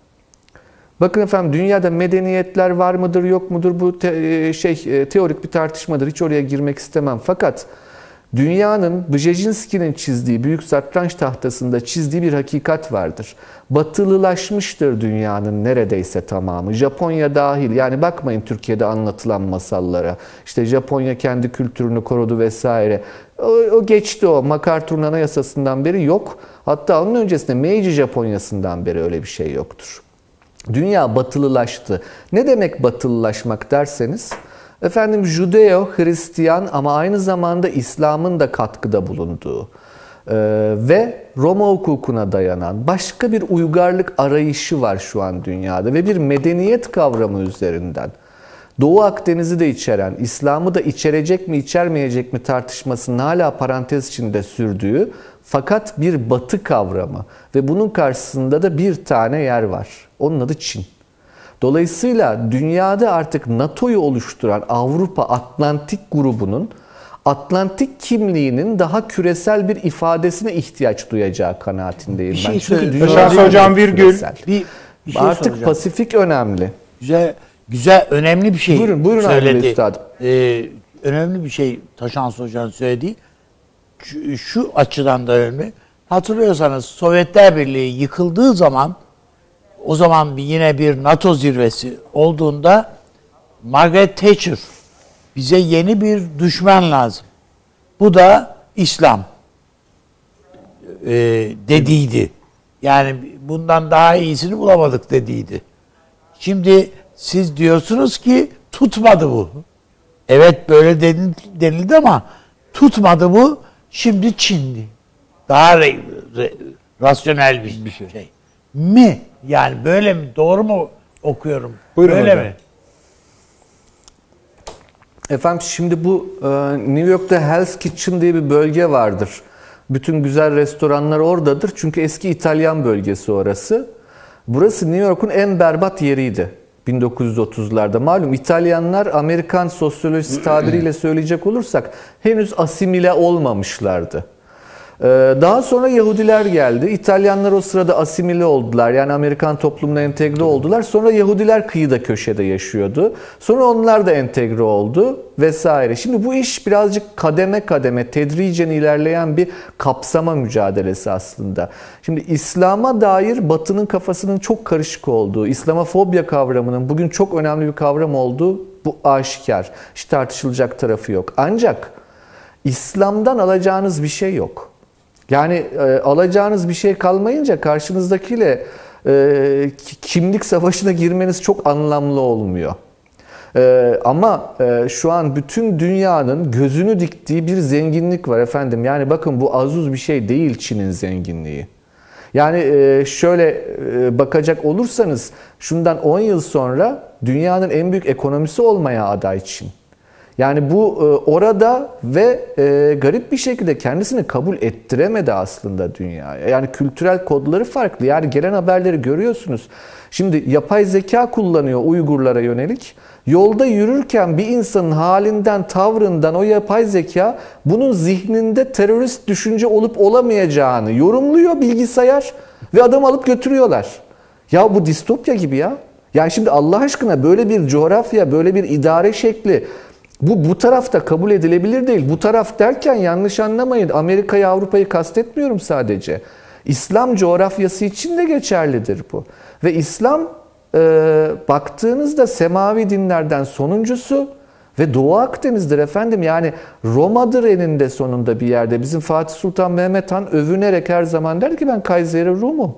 Bakın efendim, dünyada medeniyetler var mıdır yok mudur, bu te, şey teorik bir tartışmadır. Hiç oraya girmek istemem. Fakat dünyanın Brzezinski'nin çizdiği büyük satranç tahtasında çizdiği bir hakikat vardır. Batılılaşmıştır dünyanın neredeyse tamamı. Japonya dahil. Yani bakmayın Türkiye'de anlatılan masallara. İşte Japonya kendi kültürünü korudu vesaire. O, o geçti o. MacArthur'un Anayasası'ndan beri yok. Hatta onun öncesinde Meiji Japonya'sından beri öyle bir şey yoktur. Dünya batılılaştı. Ne demek batılılaşmak derseniz, efendim Judeo-Hristiyan ama aynı zamanda İslam'ın da katkıda bulunduğu e, ve Roma hukukuna dayanan başka bir uygarlık arayışı var şu an dünyada ve bir medeniyet kavramı üzerinden Doğu Akdeniz'i de içeren, İslam'ı da içerecek mi içermeyecek mi tartışmasının hala parantez içinde sürdüğü fakat bir batı kavramı ve bunun karşısında da bir tane yer var. Onun adı Çin. Dolayısıyla dünyada artık NATO'yu oluşturan Avrupa Atlantik grubunun Atlantik kimliğinin daha küresel bir ifadesine ihtiyaç duyacağı kanaatindeyim Bir ben. şey Çünkü söyle- dünya Taşans Hocam, virgül. küresel. Bir, bir şey Artık soracağım. Pasifik önemli. Güzel, güzel, önemli bir şey Buyurun, buyurun söyledi. Avni Üstadım. Ee, önemli bir şey Taşans Hoca'nın söylediği. Şu, şu açıdan da önemli. hatırlıyorsanız Sovyetler Birliği yıkıldığı zaman, o zaman bir, yine bir NATO zirvesi olduğunda Margaret Thatcher bize yeni bir düşman lazım. Bu da İslam e, dediydi. Yani bundan daha iyisini bulamadık dediydi. Şimdi siz diyorsunuz ki tutmadı bu. Evet böyle denildi ama tutmadı bu. Şimdi Çin'di. Daha re, re, rasyonel bir, bir şey. şey. Mi? Yani böyle mi? Doğru mu okuyorum? Buyurun böyle hocam. mi? Efendim şimdi bu e, New York'ta Hell's Kitchen diye bir bölge vardır. Bütün güzel restoranlar oradadır. Çünkü eski İtalyan bölgesi orası. Burası New York'un en berbat yeriydi bin dokuz yüz otuzlarda. Malum İtalyanlar, Amerikan sosyolojisi tabiriyle söyleyecek olursak, henüz asimile olmamışlardı. Daha sonra Yahudiler geldi. İtalyanlar o sırada asimile oldular. Yani Amerikan toplumuna entegre oldular. Sonra Yahudiler kıyıda köşede yaşıyordu. Sonra onlar da entegre oldu vesaire. Şimdi bu iş birazcık kademe kademe, tedricen ilerleyen bir kapsama mücadelesi aslında. Şimdi İslam'a dair Batı'nın kafasının çok karışık olduğu, İslamofobya kavramının bugün çok önemli bir kavram olduğu bu aşikar. Hiç tartışılacak tarafı yok. Ancak İslam'dan alacağınız bir şey yok. Yani e, alacağınız bir şey kalmayınca karşınızdakiyle e, kimlik savaşına girmeniz çok anlamlı olmuyor. E, ama e, şu an bütün dünyanın gözünü diktiği bir zenginlik var efendim. Yani bakın bu azuz bir şey değil Çin'in zenginliği. Yani e, şöyle e, bakacak olursanız şundan on yıl sonra dünyanın en büyük ekonomisi olmaya aday Çin. Yani bu orada ve garip bir şekilde kendisini kabul ettiremedi aslında dünyaya. Yani kültürel kodları farklı. Yani gelen haberleri görüyorsunuz. Şimdi yapay zeka kullanıyor Uygurlara yönelik. Yolda yürürken bir insanın halinden, tavrından o yapay zeka bunun zihninde terörist düşünce olup olamayacağını yorumluyor bilgisayar ve adamı alıp götürüyorlar. Ya bu distopya gibi ya. Yani şimdi Allah aşkına böyle bir coğrafya, böyle bir idare şekli Bu bu tarafta kabul edilebilir değil. Bu taraf derken yanlış anlamayın. Amerika'yı, Avrupa'yı kastetmiyorum sadece. İslam coğrafyası için de geçerlidir bu. Ve İslam e, baktığınızda semavi dinlerden sonuncusu ve Doğu Akdeniz'dir efendim. Yani Roma'dır eninde sonunda bir yerde. Bizim Fatih Sultan Mehmet Han övünerek her zaman der ki ben Kayseri Rum'um.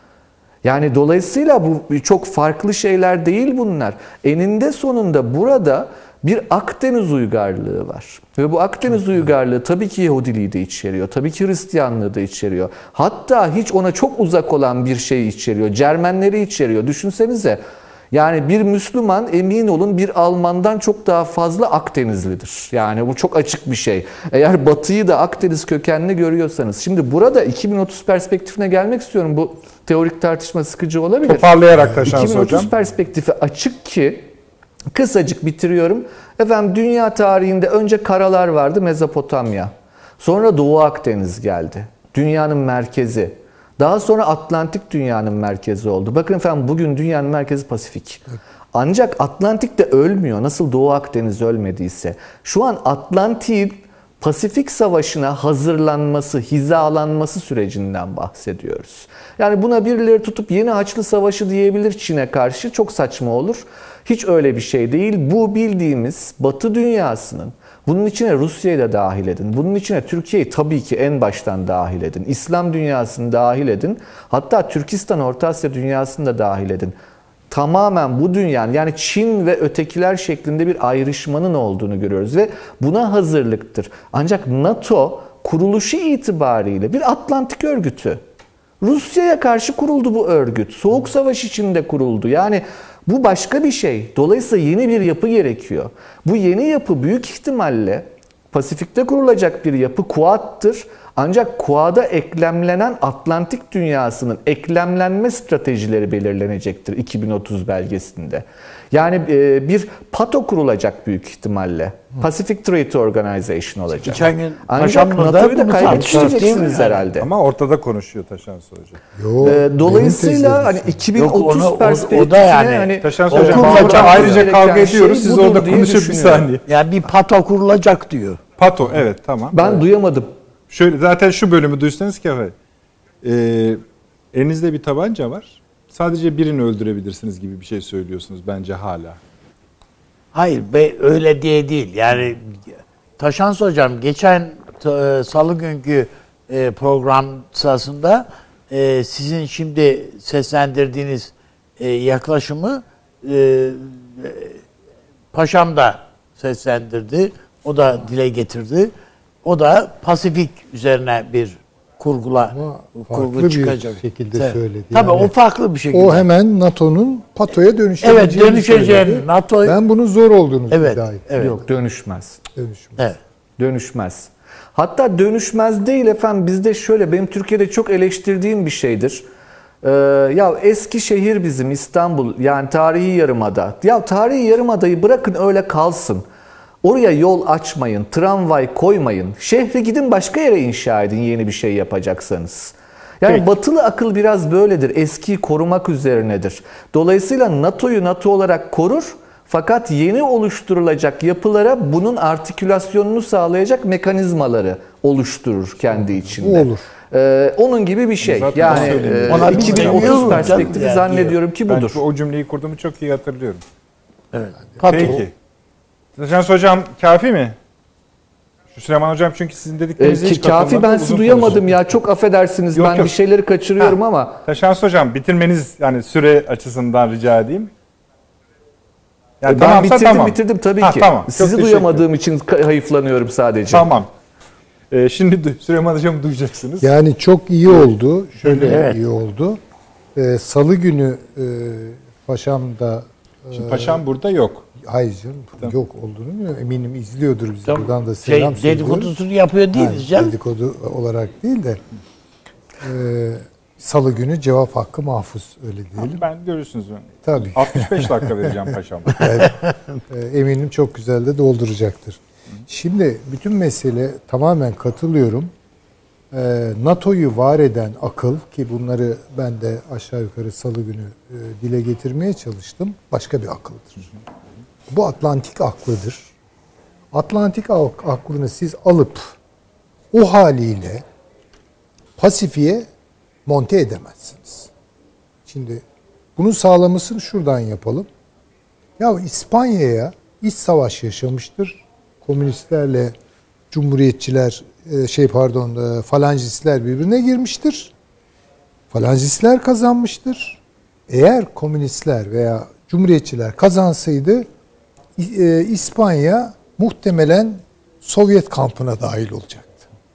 Yani dolayısıyla bu çok farklı şeyler değil bunlar. Eninde sonunda burada bir Akdeniz uygarlığı var. Ve bu Akdeniz uygarlığı tabii ki Yahudiliği de içeriyor. Tabii ki Hristiyanlığı da içeriyor. Hatta hiç ona çok uzak olan bir şeyi içeriyor. Cermenleri içeriyor. Düşünsenize. Yani bir Müslüman emin olun bir Almandan çok daha fazla Akdenizlidir. Yani bu çok açık bir şey. Eğer Batı'yı da Akdeniz kökenli görüyorsanız. Şimdi burada iki bin otuz perspektifine gelmek istiyorum. Bu teorik tartışma sıkıcı olabilir. Toparlayarak Taşans Hocam. iki bin otuz perspektifi açık ki kısacık bitiriyorum. Efendim dünya tarihinde önce karalar vardı, Mezopotamya. Sonra Doğu Akdeniz geldi. Dünyanın merkezi. Daha sonra Atlantik dünyanın merkezi oldu. Bakın efendim bugün dünyanın merkezi Pasifik. Ancak Atlantik de ölmüyor. Nasıl Doğu Akdeniz ölmediyse. Şu an Atlantik'in Pasifik Savaşı'na hazırlanması, hizalanması sürecinden bahsediyoruz. Yani buna birileri tutup yeni Haçlı Savaşı diyebilir Çin'e karşı. Çok saçma olur. Hiç öyle bir şey değil. Bu bildiğimiz Batı dünyasının, bunun içine Rusya'yı da dahil edin. Bunun içine Türkiye'yi tabii ki en baştan dahil edin. İslam dünyasını dahil edin. Hatta Türkistan, Orta Asya dünyasını da dahil edin. Tamamen bu dünyanın yani Çin ve ötekiler şeklinde bir ayrışmanın olduğunu görüyoruz ve buna hazırlıktır. Ancak NATO kuruluşu itibariyle bir Atlantik örgütü. Rusya'ya karşı kuruldu bu örgüt. Soğuk Savaş içinde kuruldu. Yani bu başka bir şey. Dolayısıyla yeni bir yapı gerekiyor. Bu yeni yapı büyük ihtimalle Pasifik'te kurulacak bir yapı Kuad'tır. Ancak Kuad'a eklemlenen Atlantik dünyasının eklemlenme stratejileri belirlenecektir iki bin otuz belgesinde. Yani bir PATO kurulacak büyük ihtimalle. Pacific Treaty Organization olacak. Geçen gün Ancak NATO'yu da kaybedeceksiniz herhalde. Ama ortada konuşuyor Taşans Hoca. Yo, Dolayısıyla hani iki bin otuz Yok, onu, perspektifine o da yani, hani Taşans o Hocam kurulacak burada ayrıca gereken kavga şey ediyoruz. Siz budur orada diye konuşun bir düşünüyorum. saniye. Yani bir pato kurulacak diyor. Pato evet tamam. Ben duyamadım. Şöyle zaten şu bölümü duysanız ki evet. Ee, elinizde bir tabanca var. Sadece birini öldürebilirsiniz gibi bir şey söylüyorsunuz bence hala. Hayır be, öyle diye değil. Yani Taşans hocam geçen e, salı günkü e, program sırasında e, sizin şimdi seslendirdiğiniz e, yaklaşımı e, e, Paşam da seslendirdi. O da dile getirdi. O da Pasifik üzerine bir kurgula Ama kurgu farklı bir çıkacak. şekilde Evet. söyledi. Tabii Yani o farklı bir şekilde. O hemen NATO'nun PATO'ya dönüşeceğini Evet, dönüşeceğini, söyledi. NATO Ben bunun zor olduğunu Evet, iddia ettim. evet. Yok, dönüşmez. Dönüşmez. Evet. Dönüşmez. Hatta dönüşmez değil efendim, bizde şöyle, benim Türkiye'de çok eleştirdiğim bir şeydir. Ee, ya Eskişehir bizim İstanbul, yani tarihi yarımada. Ya tarihi yarımadayı bırakın öyle kalsın. Oraya yol açmayın, tramvay koymayın. Şehri gidin başka yere inşa edin yeni bir şey yapacaksanız. Yani Peki. batılı akıl biraz böyledir. Eskiyi korumak üzerinedir. Dolayısıyla NATO'yu NATO olarak korur. Fakat yeni oluşturulacak yapılara bunun artikülasyonunu sağlayacak mekanizmaları oluşturur kendi içinde. Bu olur. Ee, onun gibi bir şey. Zaten Yani söyleyeyim. e, Ona bir iki bin demiyor otuz mu perspektifi canım? Yani zannediyorum ki Ben budur. şu- o cümleyi kurduğumu çok iyi hatırlıyorum. Evet. Pato. Peki. Taşans hocam kafi mi? Şu Süleyman hocam çünkü sizin Ee, dediklerinize ki, hiç kafi katılmadı, ben uzun sizi duyamadım konuştu. ya. Çok affedersiniz, Yok, ben yok. bir şeyleri kaçırıyorum Ha. ama. Taşans hocam bitirmeniz yani süre açısından rica edeyim. Yani E, ben tamamsa bitirdim tamam. bitirdim tabii Ha, ki. tamam. Çok Sizi teşekkür duyamadığım için ka- hayıflanıyorum sadece. Tamam. Ee, şimdi du- Süleyman hocamı duyacaksınız. Yani çok iyi oldu. Şöyle Evet. iyi oldu. Ee, Salı günü e, Paşam'da Şimdi paşam burada yok. hayır canım yok olduğunu bilmiyorum. Eminim izliyordur bizi. Tamam. Buradan da Şey, selam söylüyoruz. dedikodusunu yapıyor değiliz Ha, canım. dedikodu olarak değil de e, Salı günü cevap hakkı mahfuz, öyle diyelim. Ben görürsünüz. Ben. Tabii. altmış beş dakika vereceğim paşam. E, eminim çok güzel de dolduracaktır. Şimdi bütün mesele, tamamen katılıyorum. E, NATO'yu var eden akıl, ki bunları ben de aşağı yukarı Salı günü e, dile getirmeye çalıştım, başka bir akıldır. Bu Atlantik aklıdır. Atlantik ak- aklını siz alıp o haliyle Pasifik'e monte edemezsiniz. Şimdi bunun sağlamasını şuradan yapalım. Ya İspanya'ya iç savaş yaşamıştır. Komünistlerle cumhuriyetçiler, şey pardon, falancistler birbirine girmiştir. Falancistler kazanmıştır. Eğer komünistler veya cumhuriyetçiler kazansaydı İspanya muhtemelen Sovyet kampına dahil olacaktı.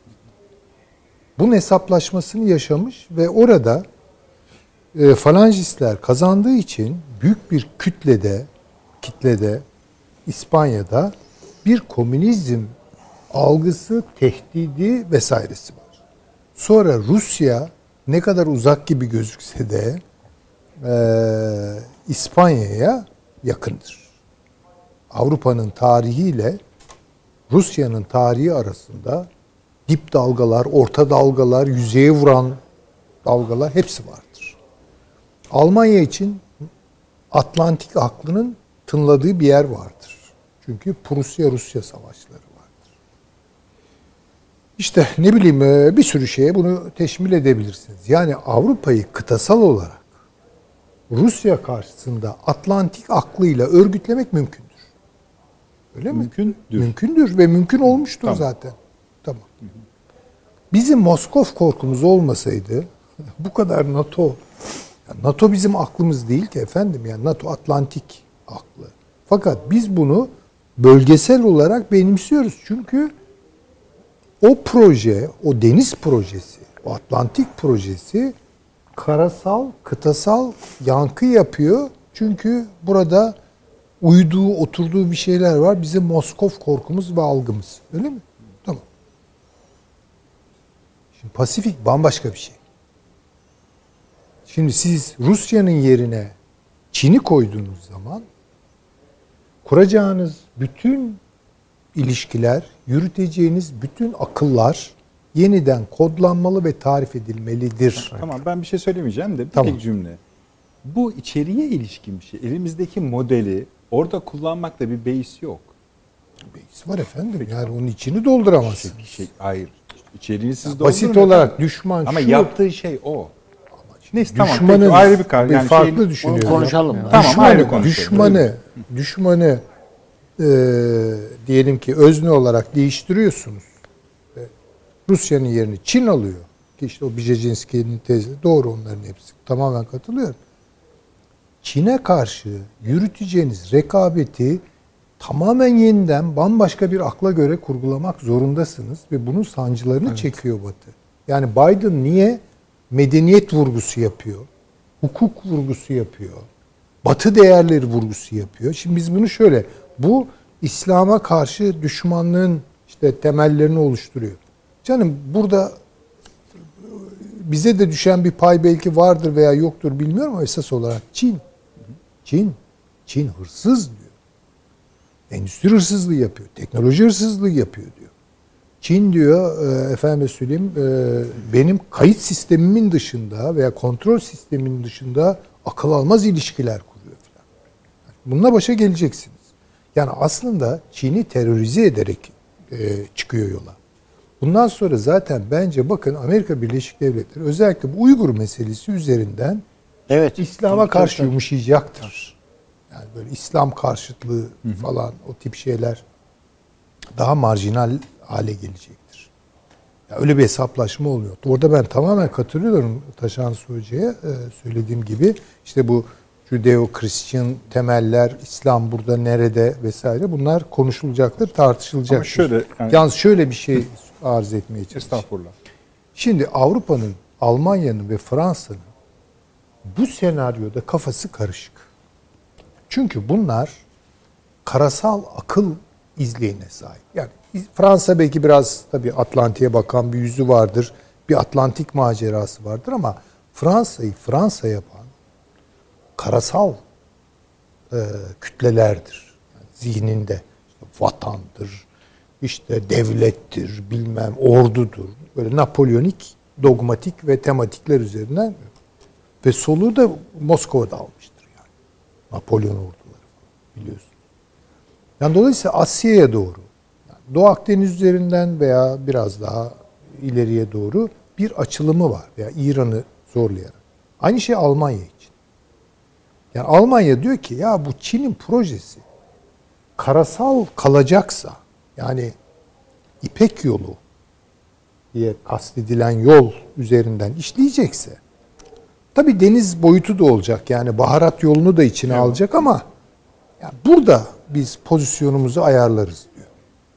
Bunun hesaplaşmasını yaşamış ve orada e, falancistler kazandığı için büyük bir kütlede, kitlede İspanya'da bir komünizm algısı, tehdidi vesairesi var. Sonra Rusya ne kadar uzak gibi gözükse de e, İspanya'ya yakındır. Avrupa'nın tarihiyle Rusya'nın tarihi arasında dip dalgalar, orta dalgalar, yüzeye vuran dalgalar hepsi vardır. Almanya için Atlantik aklının tınladığı bir yer vardır. Çünkü Prusya-Rusya savaşları vardır. İşte ne bileyim bir sürü şeye bunu teşmil edebilirsiniz. Yani Avrupa'yı kıtasal olarak Rusya karşısında Atlantik aklıyla örgütlemek mümkündür. Öyle mi? Mümkündür. Mümkündür ve mümkün olmuştur Tamam. zaten. Tamam. Bizim Moskov korkumuz olmasaydı bu kadar NATO, yani NATO bizim aklımız değil ki efendim, yani NATO Atlantik aklı. Fakat biz bunu bölgesel olarak benimsiyoruz. Çünkü o proje, o deniz projesi, o Atlantik projesi karasal, kıtasal yankı yapıyor. Çünkü burada uyduğu, oturduğu bir şeyler var. Bizim Moskov korkumuz ve algımız. Öyle mi? Tamam. Şimdi Pasifik bambaşka bir şey. Şimdi siz Rusya'nın yerine Çin'i koyduğunuz zaman kuracağınız bütün ilişkiler, yürüteceğiniz bütün akıllar yeniden kodlanmalı ve tarif edilmelidir. Tamam, ben bir şey söylemeyeceğim de bir Tamam. tek cümle. Bu içeriye ilişkin bir şey. Elimizdeki modeli orada kullanmakta bir beis yok. Beis var efendim. Yani onun içini dolduramazsınız. Şey, hayır. İçeriğini siz Basit doldurun olarak efendim. düşman Ama şu. yaptığı şey o. Neyse tamam. Düşmanın Peki, ayrı bir kar. bir Yani farklı şeyin- düşünüyorum. konuşalım. Tamam, Düşmanı, ayrı konuşalım. düşmanı, düşmanı e, diyelim ki özne olarak değiştiriyorsunuz. E, Rusya'nın yerini Çin alıyor. Ki işte o Brzezinski'nin tezi doğru, onların hepsi. Tamamen katılıyorum. Çin'e karşı yürüteceğiniz rekabeti tamamen yeniden bambaşka bir akla göre kurgulamak zorundasınız ve bunun sancılarını evet. çekiyor Batı. Yani Biden niye medeniyet vurgusu yapıyor? Hukuk vurgusu yapıyor. Batı değerleri vurgusu yapıyor. Şimdi biz bunu şöyle, bu İslam'a karşı düşmanlığın işte temellerini oluşturuyor. Canım burada bize de düşen bir pay belki vardır veya yoktur bilmiyorum ama esas olarak Çin. Çin, Çin hırsız diyor. Endüstri hırsızlığı yapıyor. Teknoloji hırsızlığı yapıyor diyor. Çin diyor, e, efendime söyleyeyim, e, benim kayıt sistemimin dışında veya kontrol sisteminin dışında akıl almaz ilişkiler kuruyor falan. Bununla başa geleceksiniz. Yani aslında Çin'i terörize ederek e, çıkıyor yola. Bundan sonra zaten bence bakın Amerika Birleşik Devletleri özellikle bu Uygur meselesi üzerinden evet, İslam'a karşı yumuşayacaktır. Yani böyle İslam karşıtlığı hı hı. falan o tip şeyler daha marjinal hale gelecektir. Ya öyle bir hesaplaşma oluyor. Orada ben tamamen katılıyorum Taşan Hoca'ya söylediğim gibi. İşte bu Judeo-Hristiyan temeller, İslam burada nerede vesaire bunlar konuşulacaktır, tartışılacaktır. Ama şöyle, yani, yalnız şöyle bir şey arz etmeye çalışıyorum. Estağfurullah. Şimdi Avrupa'nın, Almanya'nın ve Fransa'nın bu senaryoda kafası karışık. Çünkü bunlar karasal akıl izleyine sahip. Yani Fransa belki biraz tabii Atlantik'e bakan bir yüzü vardır. Bir Atlantik macerası vardır ama Fransa'yı Fransa yapan karasal e, kütlelerdir. Yani zihninde işte vatandır, işte devlettir, bilmem ordudur. Böyle Napolyonik, dogmatik ve tematikler üzerinden ve soluğu da Moskova'da almıştır yani. Napolyon orduları biliyorsun. Yani dolayısıyla Asya'ya doğru, yani Doğu Akdeniz üzerinden veya biraz daha ileriye doğru bir açılımı var veya İran'ı zorlayarak. Aynı şey Almanya için. Yani Almanya diyor ki ya bu Çin'in projesi karasal kalacaksa, yani İpek yolu diye kastedilen yol üzerinden işleyecekse, tabii deniz boyutu da olacak. Yani baharat yolunu da içine evet. alacak ama yani burada biz pozisyonumuzu ayarlarız diyor.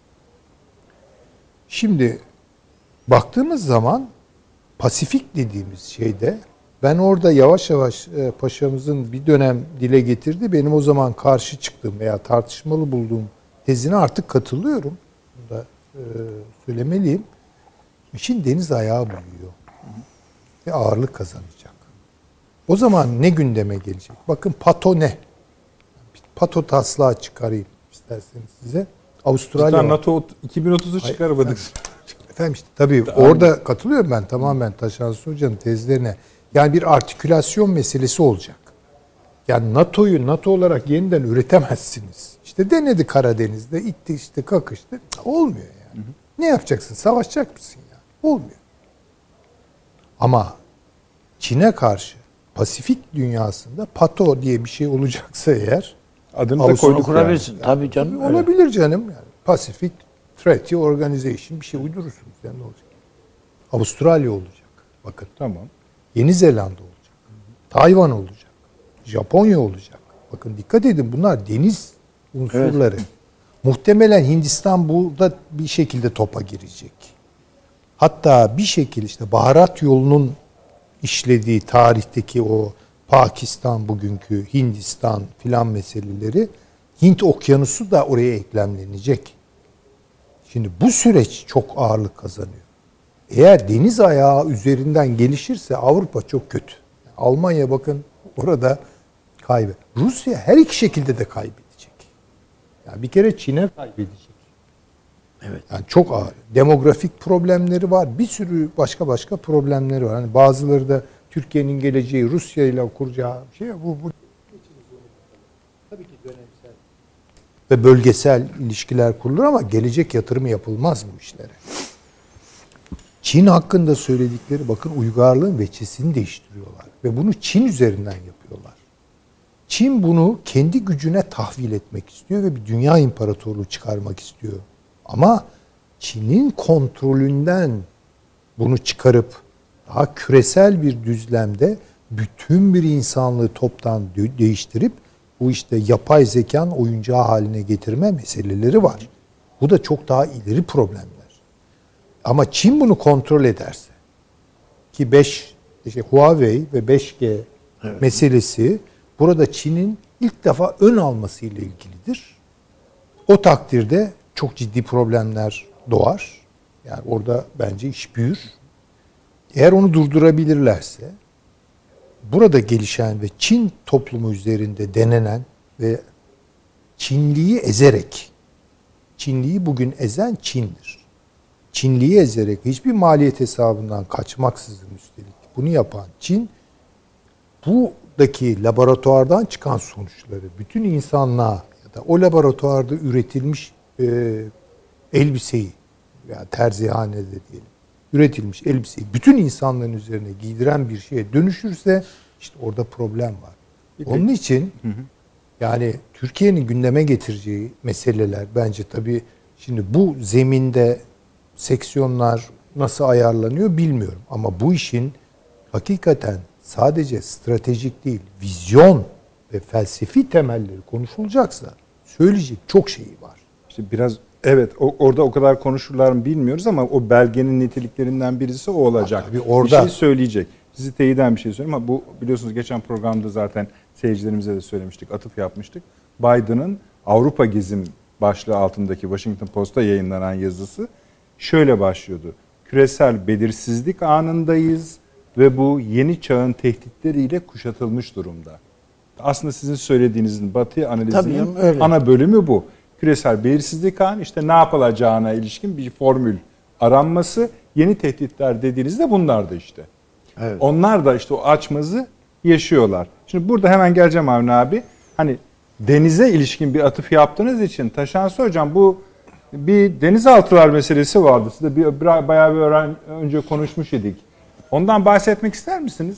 Şimdi baktığımız zaman Pasifik dediğimiz şeyde ben orada yavaş yavaş e, paşamızın bir dönem dile getirdi. Benim o zaman karşı çıktığım veya tartışmalı bulduğum tezine artık katılıyorum. Bunu da e, söylemeliyim. İşin deniz ayağı büyüyor. Ve ağırlık kazanacak. O zaman ne gündeme gelecek? Bakın pato ne? Pato taslağı çıkarayım isterseniz size. Avustralya Cidden NATO iki bin otuzu çıkarmadık. Efendim işte tabii Daha orada mi? katılıyorum ben tamamen Taşansı Hoca'nın tezlerine. Yani bir artikülasyon meselesi olacak. Yani NATO'yu NATO olarak yeniden üretemezsiniz. İşte denedi Karadeniz'de, itti işte kakıştı. Olmuyor yani. Hı hı. Ne yapacaksın? Savaşacak mısın yani? Olmuyor. Ama Çin'e karşı Pasifik dünyasında pato diye bir şey olacaksa eğer adını da koyduk kurabilirsin. Yani. Tabii canım. Tabii olabilir öyle. Canım. Yani Pacific Treaty Organization bir şey uydurursunuz. Yani ne olacak? Avustralya olacak. Bakın. Tamam. Yeni Zelanda olacak. Tayvan olacak. Japonya olacak. Bakın dikkat edin bunlar deniz unsurları. Evet. Muhtemelen Hindistan burada bir şekilde topa girecek. Hatta bir şekilde işte baharat yolunun işlediği tarihteki o Pakistan bugünkü Hindistan filan meseleleri Hint Okyanusu da oraya eklemlenecek. Şimdi bu süreç çok ağırlık kazanıyor. Eğer deniz ayağı üzerinden gelişirse Avrupa çok kötü. Almanya bakın orada kaybeder. Rusya her iki şekilde de kaybedecek. Yani bir kere Çin'e kaybedecek. Evet. Yani çok ağır. Demografik problemleri var. Bir sürü başka başka problemleri var. Hani bazıları da Türkiye'nin geleceği Rusya ile kuracağı şey bu bu tabii ki dönemsel ve bölgesel ilişkiler kurulur ama gelecek yatırımı yapılmaz bu işlere. Çin hakkında söyledikleri bakın uygarlığın veçesini değiştiriyorlar. Ve bunu Çin üzerinden yapıyorlar. Çin bunu kendi gücüne tahvil etmek istiyor ve bir dünya imparatorluğu çıkarmak istiyor. Ama Çin'in kontrolünden bunu çıkarıp daha küresel bir düzlemde bütün bir insanlığı toptan değiştirip bu işte yapay zekanın oyuncağı haline getirme meseleleri var. Bu da çok daha ileri problemler. Ama Çin bunu kontrol ederse ki beş işte Huawei ve beş G evet. meselesi burada Çin'in ilk defa ön alması ile ilgilidir. O takdirde çok ciddi problemler doğar. Yani orada bence iş büyür. Eğer onu durdurabilirlerse burada gelişen ve Çin toplumu üzerinde denenen ve Çinliyi ezerek, Çinliyi bugün ezen Çin'dir. Çinliyi ezerek hiçbir maliyet hesabından kaçmaksızın üstelik bunu yapan Çin, buradaki laboratuvardan çıkan sonuçları bütün insanlığa ya da o laboratuvarda üretilmiş e, elbiseyi yani terzihanede diyelim üretilmiş elbiseyi bütün insanların üzerine giydiren bir şeye dönüşürse işte orada problem var. Peki. Onun için hı hı. yani Türkiye'nin gündeme getireceği meseleler bence tabii şimdi bu zeminde seksiyonlar nasıl ayarlanıyor bilmiyorum. Ama bu işin hakikaten sadece stratejik değil, vizyon ve felsefi temelleri konuşulacaksa söyleyecek çok şeyi var. İşte biraz evet o, orada o kadar konuşurlar mı bilmiyoruz ama o belgenin niteliklerinden birisi o olacak. Tabii orada bir şey söyleyecek. Sizi teyiden bir şey söyleyeyim ama bu biliyorsunuz geçen programda zaten seyircilerimize de söylemiştik, atıf yapmıştık. Biden'ın Avrupa Gezim başlığı altındaki Washington Post'ta yayınlanan yazısı şöyle başlıyordu. Küresel belirsizlik anındayız ve bu yeni çağın tehditleriyle kuşatılmış durumda. Aslında sizin söylediğinizin Batı analizinin ana bölümü bu. Küresel belirsizlik anı işte ne yapılacağına ilişkin bir formül aranması, yeni tehditler dediğinizde bunlar da işte. Evet. Onlar da işte o açmazı yaşıyorlar. Şimdi burada hemen geleceğim Avni abi. Hani denize ilişkin bir atıf yaptığınız için Taşansı Hocam bu bir denizaltılar meselesi vardı. Siz de bir, bir, bayağı bir öğren, önce konuşmuş idik. Ondan bahsetmek ister misiniz?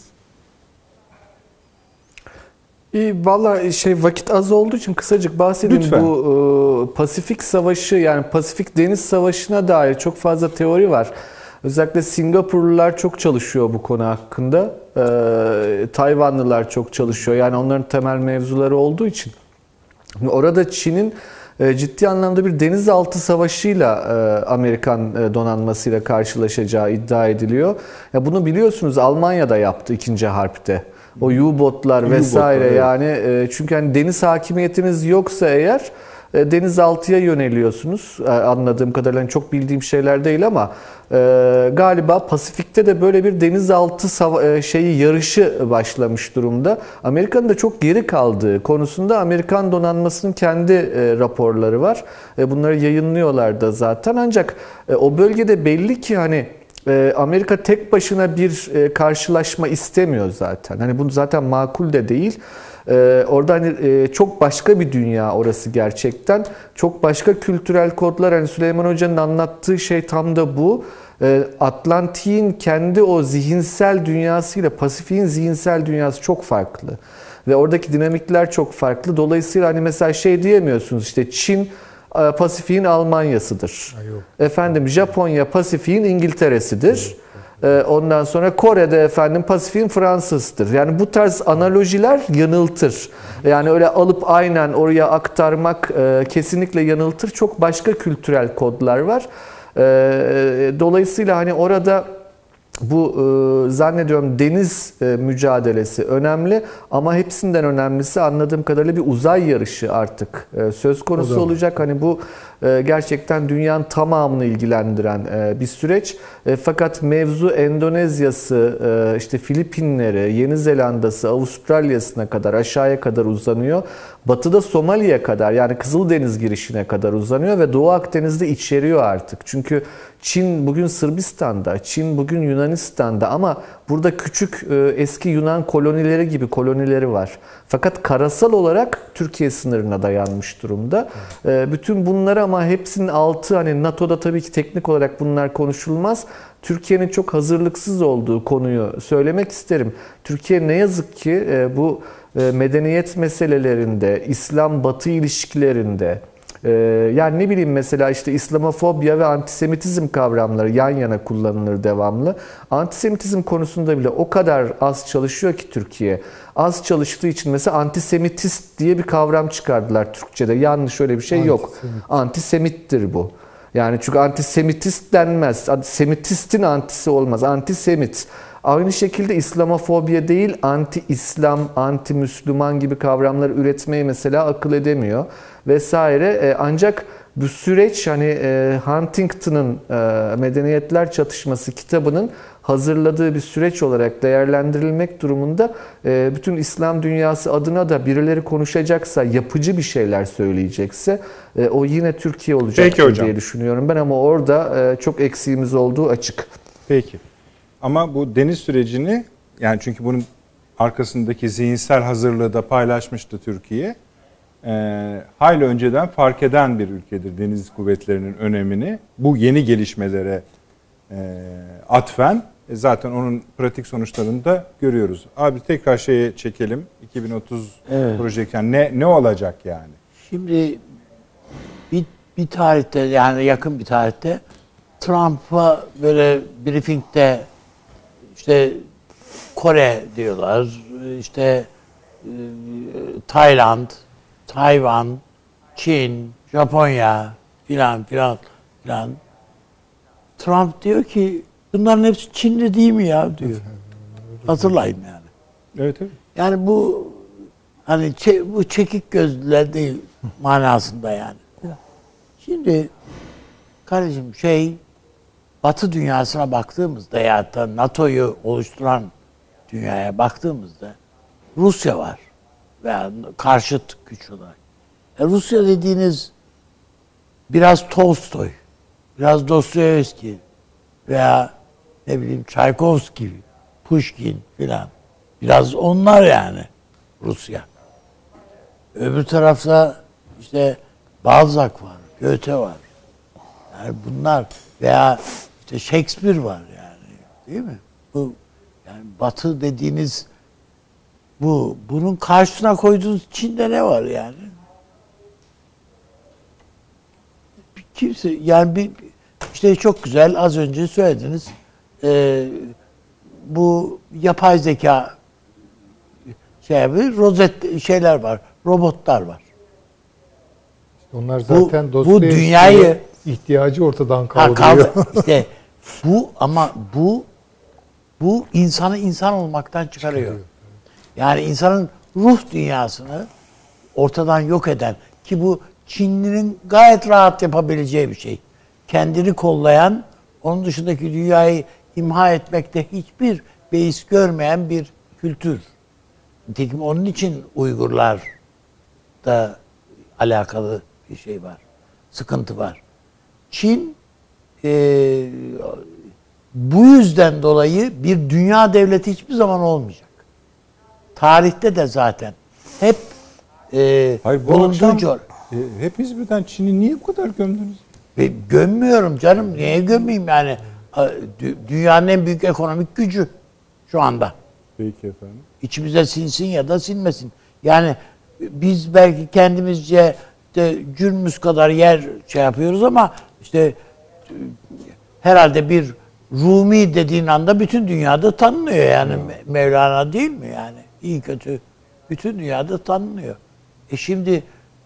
İyi, vallahi şey vakit az olduğu için kısacık bahsedeyim. Lütfen. Bu e, Pasifik Savaşı yani Pasifik Deniz Savaşı'na dair çok fazla teori var. Özellikle Singapurlular çok çalışıyor bu konu hakkında. E, Tayvanlılar çok çalışıyor. Yani onların temel mevzuları olduğu için. Orada Çin'in e, ciddi anlamda bir denizaltı savaşıyla e, Amerikan e, donanmasıyla karşılaşacağı iddia ediliyor. Ya bunu biliyorsunuz Almanya'da yaptı ikinci harpte. O U-botlar vesaire evet. yani e, çünkü hani deniz hakimiyetiniz yoksa eğer e, denizaltıya yöneliyorsunuz. E, anladığım kadarıyla yani çok bildiğim şeyler değil ama e, galiba Pasifik'te de böyle bir denizaltı sava- e, şeyi yarışı başlamış durumda. Amerika'nın da çok geri kaldığı konusunda Amerikan donanmasının kendi e, raporları var. E, bunları yayınlıyorlar da zaten ancak e, o bölgede belli ki hani Amerika tek başına bir karşılaşma istemiyor zaten. Hani bu zaten makul de değil. Orada hani çok başka bir dünya orası gerçekten. Çok başka kültürel kodlar. Hani Süleyman Hoca'nın anlattığı şey tam da bu. Atlantik'in kendi o zihinsel dünyasıyla Pasifik'in zihinsel dünyası çok farklı. Ve oradaki dinamikler çok farklı. Dolayısıyla hani mesela şey diyemiyorsunuz işte Çin Pasifik'in Almanya'sıdır. Ha, efendim Japonya Pasifik'in İngiltere'sidir. Evet. Ondan sonra Kore'de efendim Pasifik'in Fransa'sıdır. Yani bu tarz analojiler yanıltır. Yani öyle alıp aynen oraya aktarmak kesinlikle yanıltır. Çok başka kültürel kodlar var. Dolayısıyla hani orada bu e, zannediyorum deniz e, mücadelesi önemli ama hepsinden önemlisi anladığım kadarıyla bir uzay yarışı artık e, söz konusu olacak. Hani bu e, gerçekten dünyanın tamamını ilgilendiren e, bir süreç. E, fakat mevzu Endonezya'sı, e, işte Filipinleri, Yeni Zelanda'sı, Avustralya'sına kadar aşağıya kadar uzanıyor. Batıda Somali'ye kadar yani Kızıldeniz girişine kadar uzanıyor ve Doğu Akdeniz'de içeriyor artık. Çünkü Çin bugün Sırbistan'da, Çin bugün Yunanistan'da ama burada küçük eski Yunan kolonileri gibi kolonileri var. Fakat karasal olarak Türkiye sınırına dayanmış durumda. Bütün bunları ama hepsinin altı hani NATO'da tabii ki teknik olarak bunlar konuşulmaz. Türkiye'nin çok hazırlıksız olduğu konuyu söylemek isterim. Türkiye ne yazık ki bu medeniyet meselelerinde, İslam-Batı ilişkilerinde, yani ne bileyim mesela işte İslamofobya ve antisemitizm kavramları yan yana kullanılır devamlı. Antisemitizm konusunda bile o kadar az çalışıyor ki Türkiye. Az çalıştığı için mesela antisemitist diye bir kavram çıkardılar Türkçe'de. Yanlış, öyle bir şey yok. Antisemit. Antisemittir bu. Yani çünkü antisemitist denmez. Semitistin antisi olmaz. Antisemit. Aynı şekilde İslamofobya değil, anti-İslam, anti-Müslüman gibi kavramları üretmeyi mesela akıl edemiyor vesaire. Ancak bu süreç hani Huntington'ın Medeniyetler Çatışması kitabının hazırladığı bir süreç olarak değerlendirilmek durumunda bütün İslam dünyası adına da birileri konuşacaksa, yapıcı bir şeyler söyleyecekse o yine Türkiye olacak diye düşünüyorum ben, ama orada çok eksiğimiz olduğu açık. Peki. Ama bu deniz sürecini, yani çünkü bunun arkasındaki zihinsel hazırlığı da paylaşmıştı Türkiye. E, hayli önceden fark eden bir ülkedir deniz kuvvetlerinin önemini. Bu yeni gelişmelere e, atfen e, zaten onun pratik sonuçlarını da görüyoruz. Abi tekrar şeye çekelim. iki bin otuz Evet. projesi yani ne ne olacak yani? Şimdi bir, bir tarihte, yani yakın bir tarihte Trump'a böyle briefingde işte Kore diyorlar, işte e, Tayland, Tayvan, Çin, Japonya filan filan filan. Trump diyor ki bunların hepsi Çinli değil mi ya diyor. Hatırlayın yani. Evet evet. Yani bu hani çe- bu çekik gözlüler değil manasında yani. Şimdi kardeşim şey, Batı dünyasına baktığımızda ya da NATO'yu oluşturan dünyaya baktığımızda Rusya var veya karşıt güç olarak. E Rusya dediğiniz biraz Tolstoy, biraz Dostoyevski veya ne bileyim Çaykovski, Pushkin filan. Biraz onlar yani Rusya. Öbür tarafta işte Balzac var, Goethe var. Yani bunlar veya işte Shakespeare var yani, değil mi? Bu yani Batı dediğiniz bu. Bunun karşısına koyduğunuz Çin'de ne var yani? Kimse yani bir işte çok güzel az önce söylediniz. Ee, bu yapay zeka şey yapıyor, rozet şeyler var, robotlar var. Onlar zaten bu, bu Dostoyevski'ye dünyayı ihtiyacı ortadan ha, kaldırıyor. kaldı. İşte bu ama bu bu insanı insan olmaktan çıkarıyor. çıkarıyor. Yani insanın ruh dünyasını ortadan yok eden, ki bu Çinli'nin gayet rahat yapabileceği bir şey. Kendini kollayan, onun dışındaki dünyayı imha etmekte hiçbir beis görmeyen bir kültür. Nitekim onun için Uygurlar da alakalı bir şey var. Sıkıntı var. Çin e, bu yüzden dolayı bir dünya devleti hiçbir zaman olmayacak. Tarihte de zaten hep e, Hayır, bu bulunduğu akşam coğ- e, hepiniz birden Çin'i niye bu kadar gömdünüz? Ve gömmüyorum canım. Niye gömmeyeyim yani? Dü- Dünyanın en büyük ekonomik gücü şu anda. Peki efendim. İçimize sinsin ya da sinmesin. Yani biz belki kendimizce de cürmüz kadar yer şey yapıyoruz ama işte herhalde bir Rumi dediğin anda bütün dünyada tanınıyor yani. Hmm. Mevlana değil mi yani? İyi kötü bütün dünyada tanınıyor. E şimdi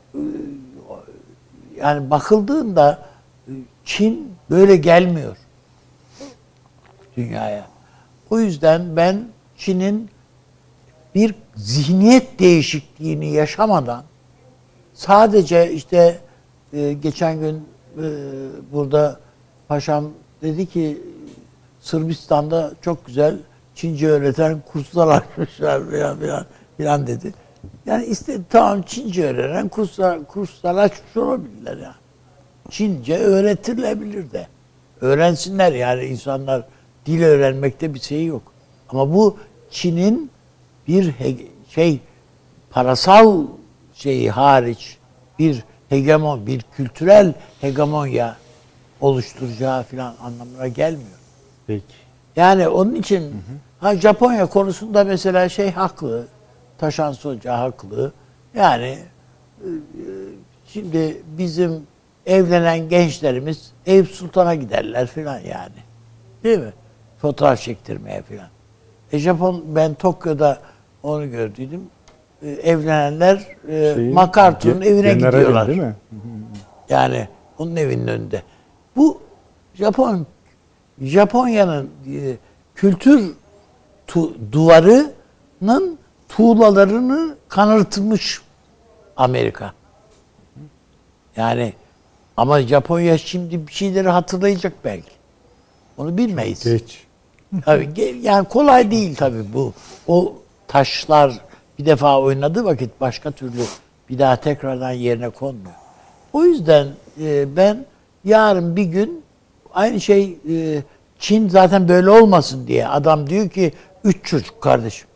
yani bakıldığında Çin böyle gelmiyor dünyaya. O yüzden ben Çin'in bir zihniyet değişikliğini yaşamadan sadece işte e, geçen gün e, burada paşam dedi ki Sırbistan'da çok güzel Çince öğreten kurslar açmışlar falan filan filan dedi. Yani işte tamam Çince öğrenen kurslar, kurslar açmış olabilirler yani. Çince öğretilebilir de. Öğrensinler yani insanlar, dil öğrenmekte bir şey yok. Ama bu Çin'in bir he- şey parasal şeyi hariç bir hegemon, bir kültürel hegemonya oluşturacağı filan anlamına gelmiyor. Peki. Yani onun için hı hı. ha Japonya konusunda mesela şey haklı. Taşansı Hoca haklı. Yani şimdi bizim evlenen gençlerimiz Eyüp Sultan'a giderler filan yani. Değil mi? Fotoğraf çektirmeye filan. E Japon, ben Tokyo'da onu gördüydüm. E, evlenenler e, Şeyin, MacArthur'un evine gidiyorlar. Değil mi? Yani onun evinin önünde. Bu Japon Japonya'nın e, kültür tu, duvarının tuğlalarını kanırtmış Amerika. Yani ama Japonya şimdi bir şeyleri hatırlayacak belki. Onu bilmeyiz. Geç. Tabii, yani kolay değil tabii bu. O taşlar bir defa oynadığı vakit başka türlü bir daha tekrardan yerine konmuyor. O yüzden e, ben yarın bir gün aynı şey e, Çin zaten böyle olmasın diye adam diyor ki üç çocuk kardeşim.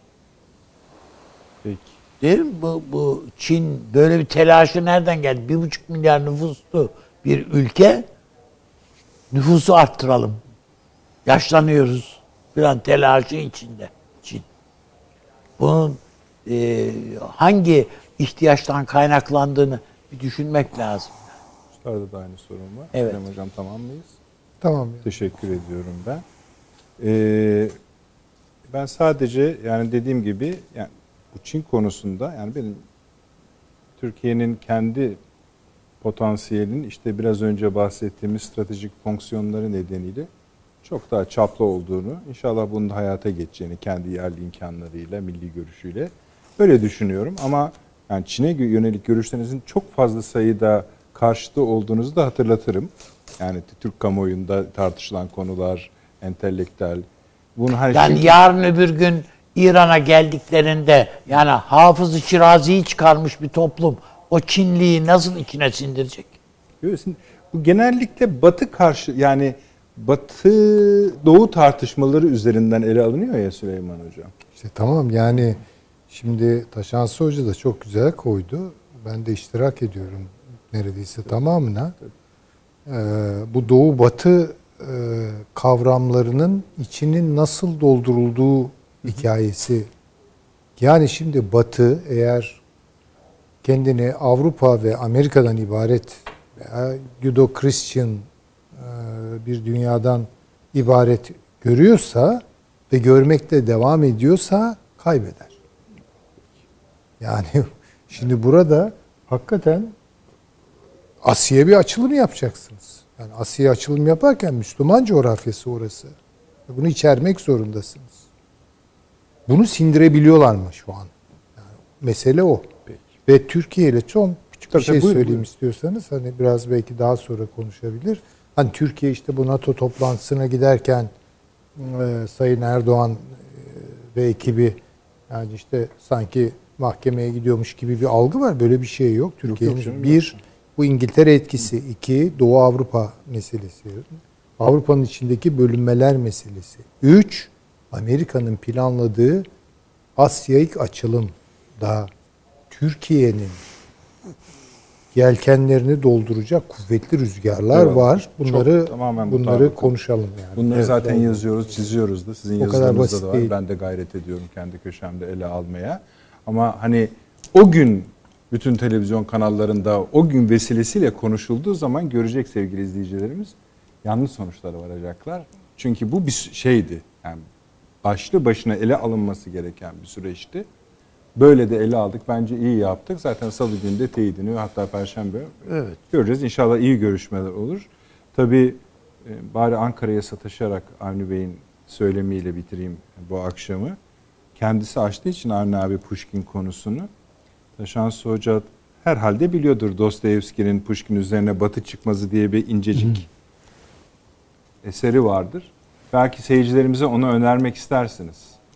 Peki. Değil mi? Bu, bu Çin böyle bir telaşı nereden geldi? Bir buçuk milyar nüfuslu bir ülke, nüfusu arttıralım. Yaşlanıyoruz falan telaşı içinde Çin. Bunun e, hangi ihtiyaçtan kaynaklandığını bir düşünmek lazım. Üstad'da da aynı sorun var. Evet. Benim hocam tamam mıyız? Tamam. Teşekkür ediyorum ben. Ee, ben sadece yani dediğim gibi yani bu Çin konusunda yani benim Türkiye'nin kendi potansiyelinin işte biraz önce bahsettiğimiz stratejik fonksiyonları nedeniyle çok daha çaplı olduğunu, inşallah bunun da hayata geçeceğini kendi yerli imkanlarıyla, milli görüşüyle öyle düşünüyorum. Ama yani Çin'e yönelik görüşlerinizin çok fazla sayıda karşıtı olduğunuzu da hatırlatırım. Yani Türk kamuoyunda tartışılan konular, entelektüel. Bunu hani yani çünkü... yarın öbür gün İran'a geldiklerinde yani Hafız-ı Şirazi'yi çıkarmış bir toplum o Çinliyi nasıl içine sindirecek? Görüyorsun, bu genellikle Batı karşı yani Batı Doğu tartışmaları üzerinden ele alınıyor ya Süleyman Hocam. İşte tamam yani şimdi Taşansı Hoca da çok güzel koydu. Ben de iştirak ediyorum neredeyse tamamına. Ee, bu Doğu Batı e, kavramlarının içinin nasıl doldurulduğu hikayesi. Yani şimdi Batı eğer kendini Avrupa ve Amerika'dan ibaret veya Judo-Christian bir dünyadan ibaret görüyorsa ve görmekte devam ediyorsa kaybeder. Yani şimdi burada hakikaten Asya'ya bir açılım yapacaksınız. Yani Asya'ya açılım yaparken Müslüman coğrafyası orası. Bunu içermek zorundasınız. Bunu sindirebiliyorlar mı şu an? Yani mesele o. Peki. Ve Türkiye ile çok küçük bir şey buyurun, söyleyeyim buyurun. istiyorsanız hani biraz belki daha sonra konuşabilir. Hani Türkiye işte bu NATO toplantısına giderken e, Sayın Erdoğan e, ve ekibi yani işte sanki mahkemeye gidiyormuş gibi bir algı var. Böyle bir şey yok. Türkiye'nin bir bu İngiltere etkisi, iki Doğu Avrupa meselesi, Avrupa'nın içindeki bölünmeler meselesi, üç Amerika'nın planladığı Asya'yı açılım da Türkiye'nin yelkenlerini dolduracak kuvvetli rüzgarlar evet, var. Bunları çok, bunları konuşalım yani. Bunları evet, zaten doğru. yazıyoruz, çiziyoruz da. Sizin yazılarınızda da var. Değil. Ben de gayret ediyorum kendi köşemde ele almaya. Ama hani o gün bütün televizyon kanallarında o gün vesilesiyle konuşulduğu zaman görecek sevgili izleyicilerimiz yanlış sonuçlara varacaklar. Çünkü bu bir şeydi. Yani başlı başına ele alınması gereken bir süreçti. Böyle de ele aldık. Bence iyi yaptık. Zaten salı günü de teyidini hatta perşembe evet. göreceğiz. İnşallah iyi görüşmeler olur. Tabii bari Ankara'ya sataşarak Avni Bey'in söylemiyle bitireyim bu akşamı. Kendisi açtığı için Avni abi Pushkin konusunu. Taşansı Hoca herhalde biliyordur Dostoyevski'nin Pushkin üzerine Batı Çıkmazı diye bir incecik Hı. eseri vardır. Belki seyircilerimize onu önermek istersiniz.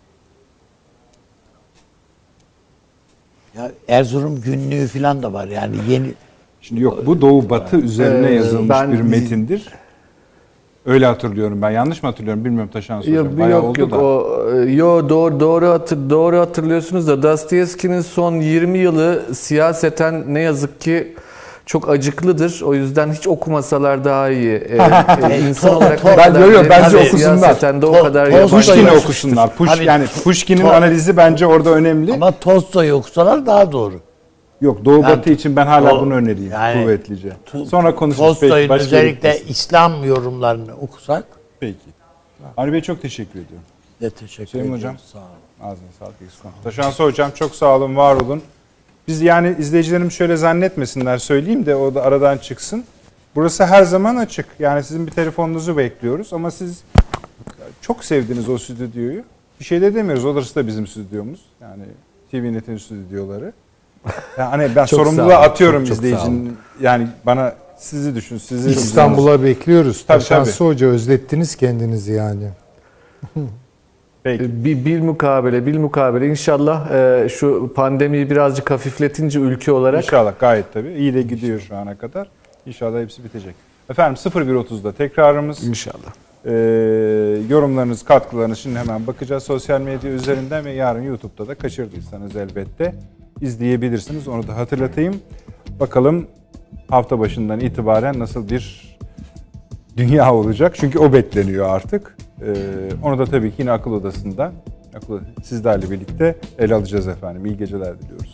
Ya Erzurum günlüğü falan da var yani yeni. Şimdi yok bu Doğu Batı üzerine ee, yazılmış bir metindir. Öyle hatırlıyorum ben. Yanlış mı hatırlıyorum bilmiyorum Taşansı Hocam. Yok, Bayağı yok, oldu yok, da. O, yo doğru doğru hatır, doğru hatırlıyorsunuz da Dostoyevski'nin son yirmi yılı siyaseten ne yazık ki çok acıklıdır. O yüzden hiç okumasalar daha iyi. Ee, e, E, insan to- olarak to- ne Ben- kadar yo, yo, derin, bence tabii okusunlar. siyaseten de o To- kadar to- yabancı. Pushkin'i Tolstoy- okusunlar. Push, Abi, yani Pushkin'in to- analizi bence orada önemli. Ama Tolstoy'u okusalar daha doğru. Yok Doğu Yani Batı için ben hala to- bunu önereyim yani kuvvetlice. Tu- Sonra konuşuruz. Tolstoy'un Peki, başka yere özellikle gitmesin. İslam yorumlarını okusak Peki. Avni Bey çok teşekkür ediyorum. de teşekkür Hüseyin ederim. Hocam. Sağ olun. Ağzına sağlık. eksik olma. Taşansı Hocam çok sağ olun, var olun. Biz yani izleyicilerimiz şöyle zannetmesinler, söyleyeyim de o da aradan çıksın. Burası her zaman açık. Yani sizin bir telefonunuzu bekliyoruz ama siz çok sevdiniz o stüdyoyu. Bir şey de demiyoruz. Orası da bizim stüdyomuz. Yani T V Net'in stüdyoları. Yani hani ben Çok sorumluluğa sağ olun, atıyorum çok çok sağ izleyicinin. Yani bana sizi düşün, sizi İstanbul'a bekliyoruz. Tabii, Taşansı tabii. Hoca, özlettiniz kendinizi yani. Peki. Bir, bir mukabele, bir mukabele. İnşallah e, şu pandemiyi birazcık hafifletince ülke olarak İnşallah gayet tabii. İyi de gidiyor şu ana kadar. İnşallah hepsi bitecek. Efendim sıfır bir otuzda tekrarımız. inşallah. Ee, yorumlarınız, katkılarınız şimdi hemen bakacağız sosyal medya üzerinden ve yarın YouTube'da da kaçırdıysanız elbette izleyebilirsiniz. Onu da hatırlatayım. Bakalım hafta başından itibaren nasıl bir dünya olacak? Çünkü o bekleniyor artık. Ee, onu da tabii ki yine akıl odasında, akıl, sizlerle birlikte ele alacağız efendim. İyi geceler diliyoruz.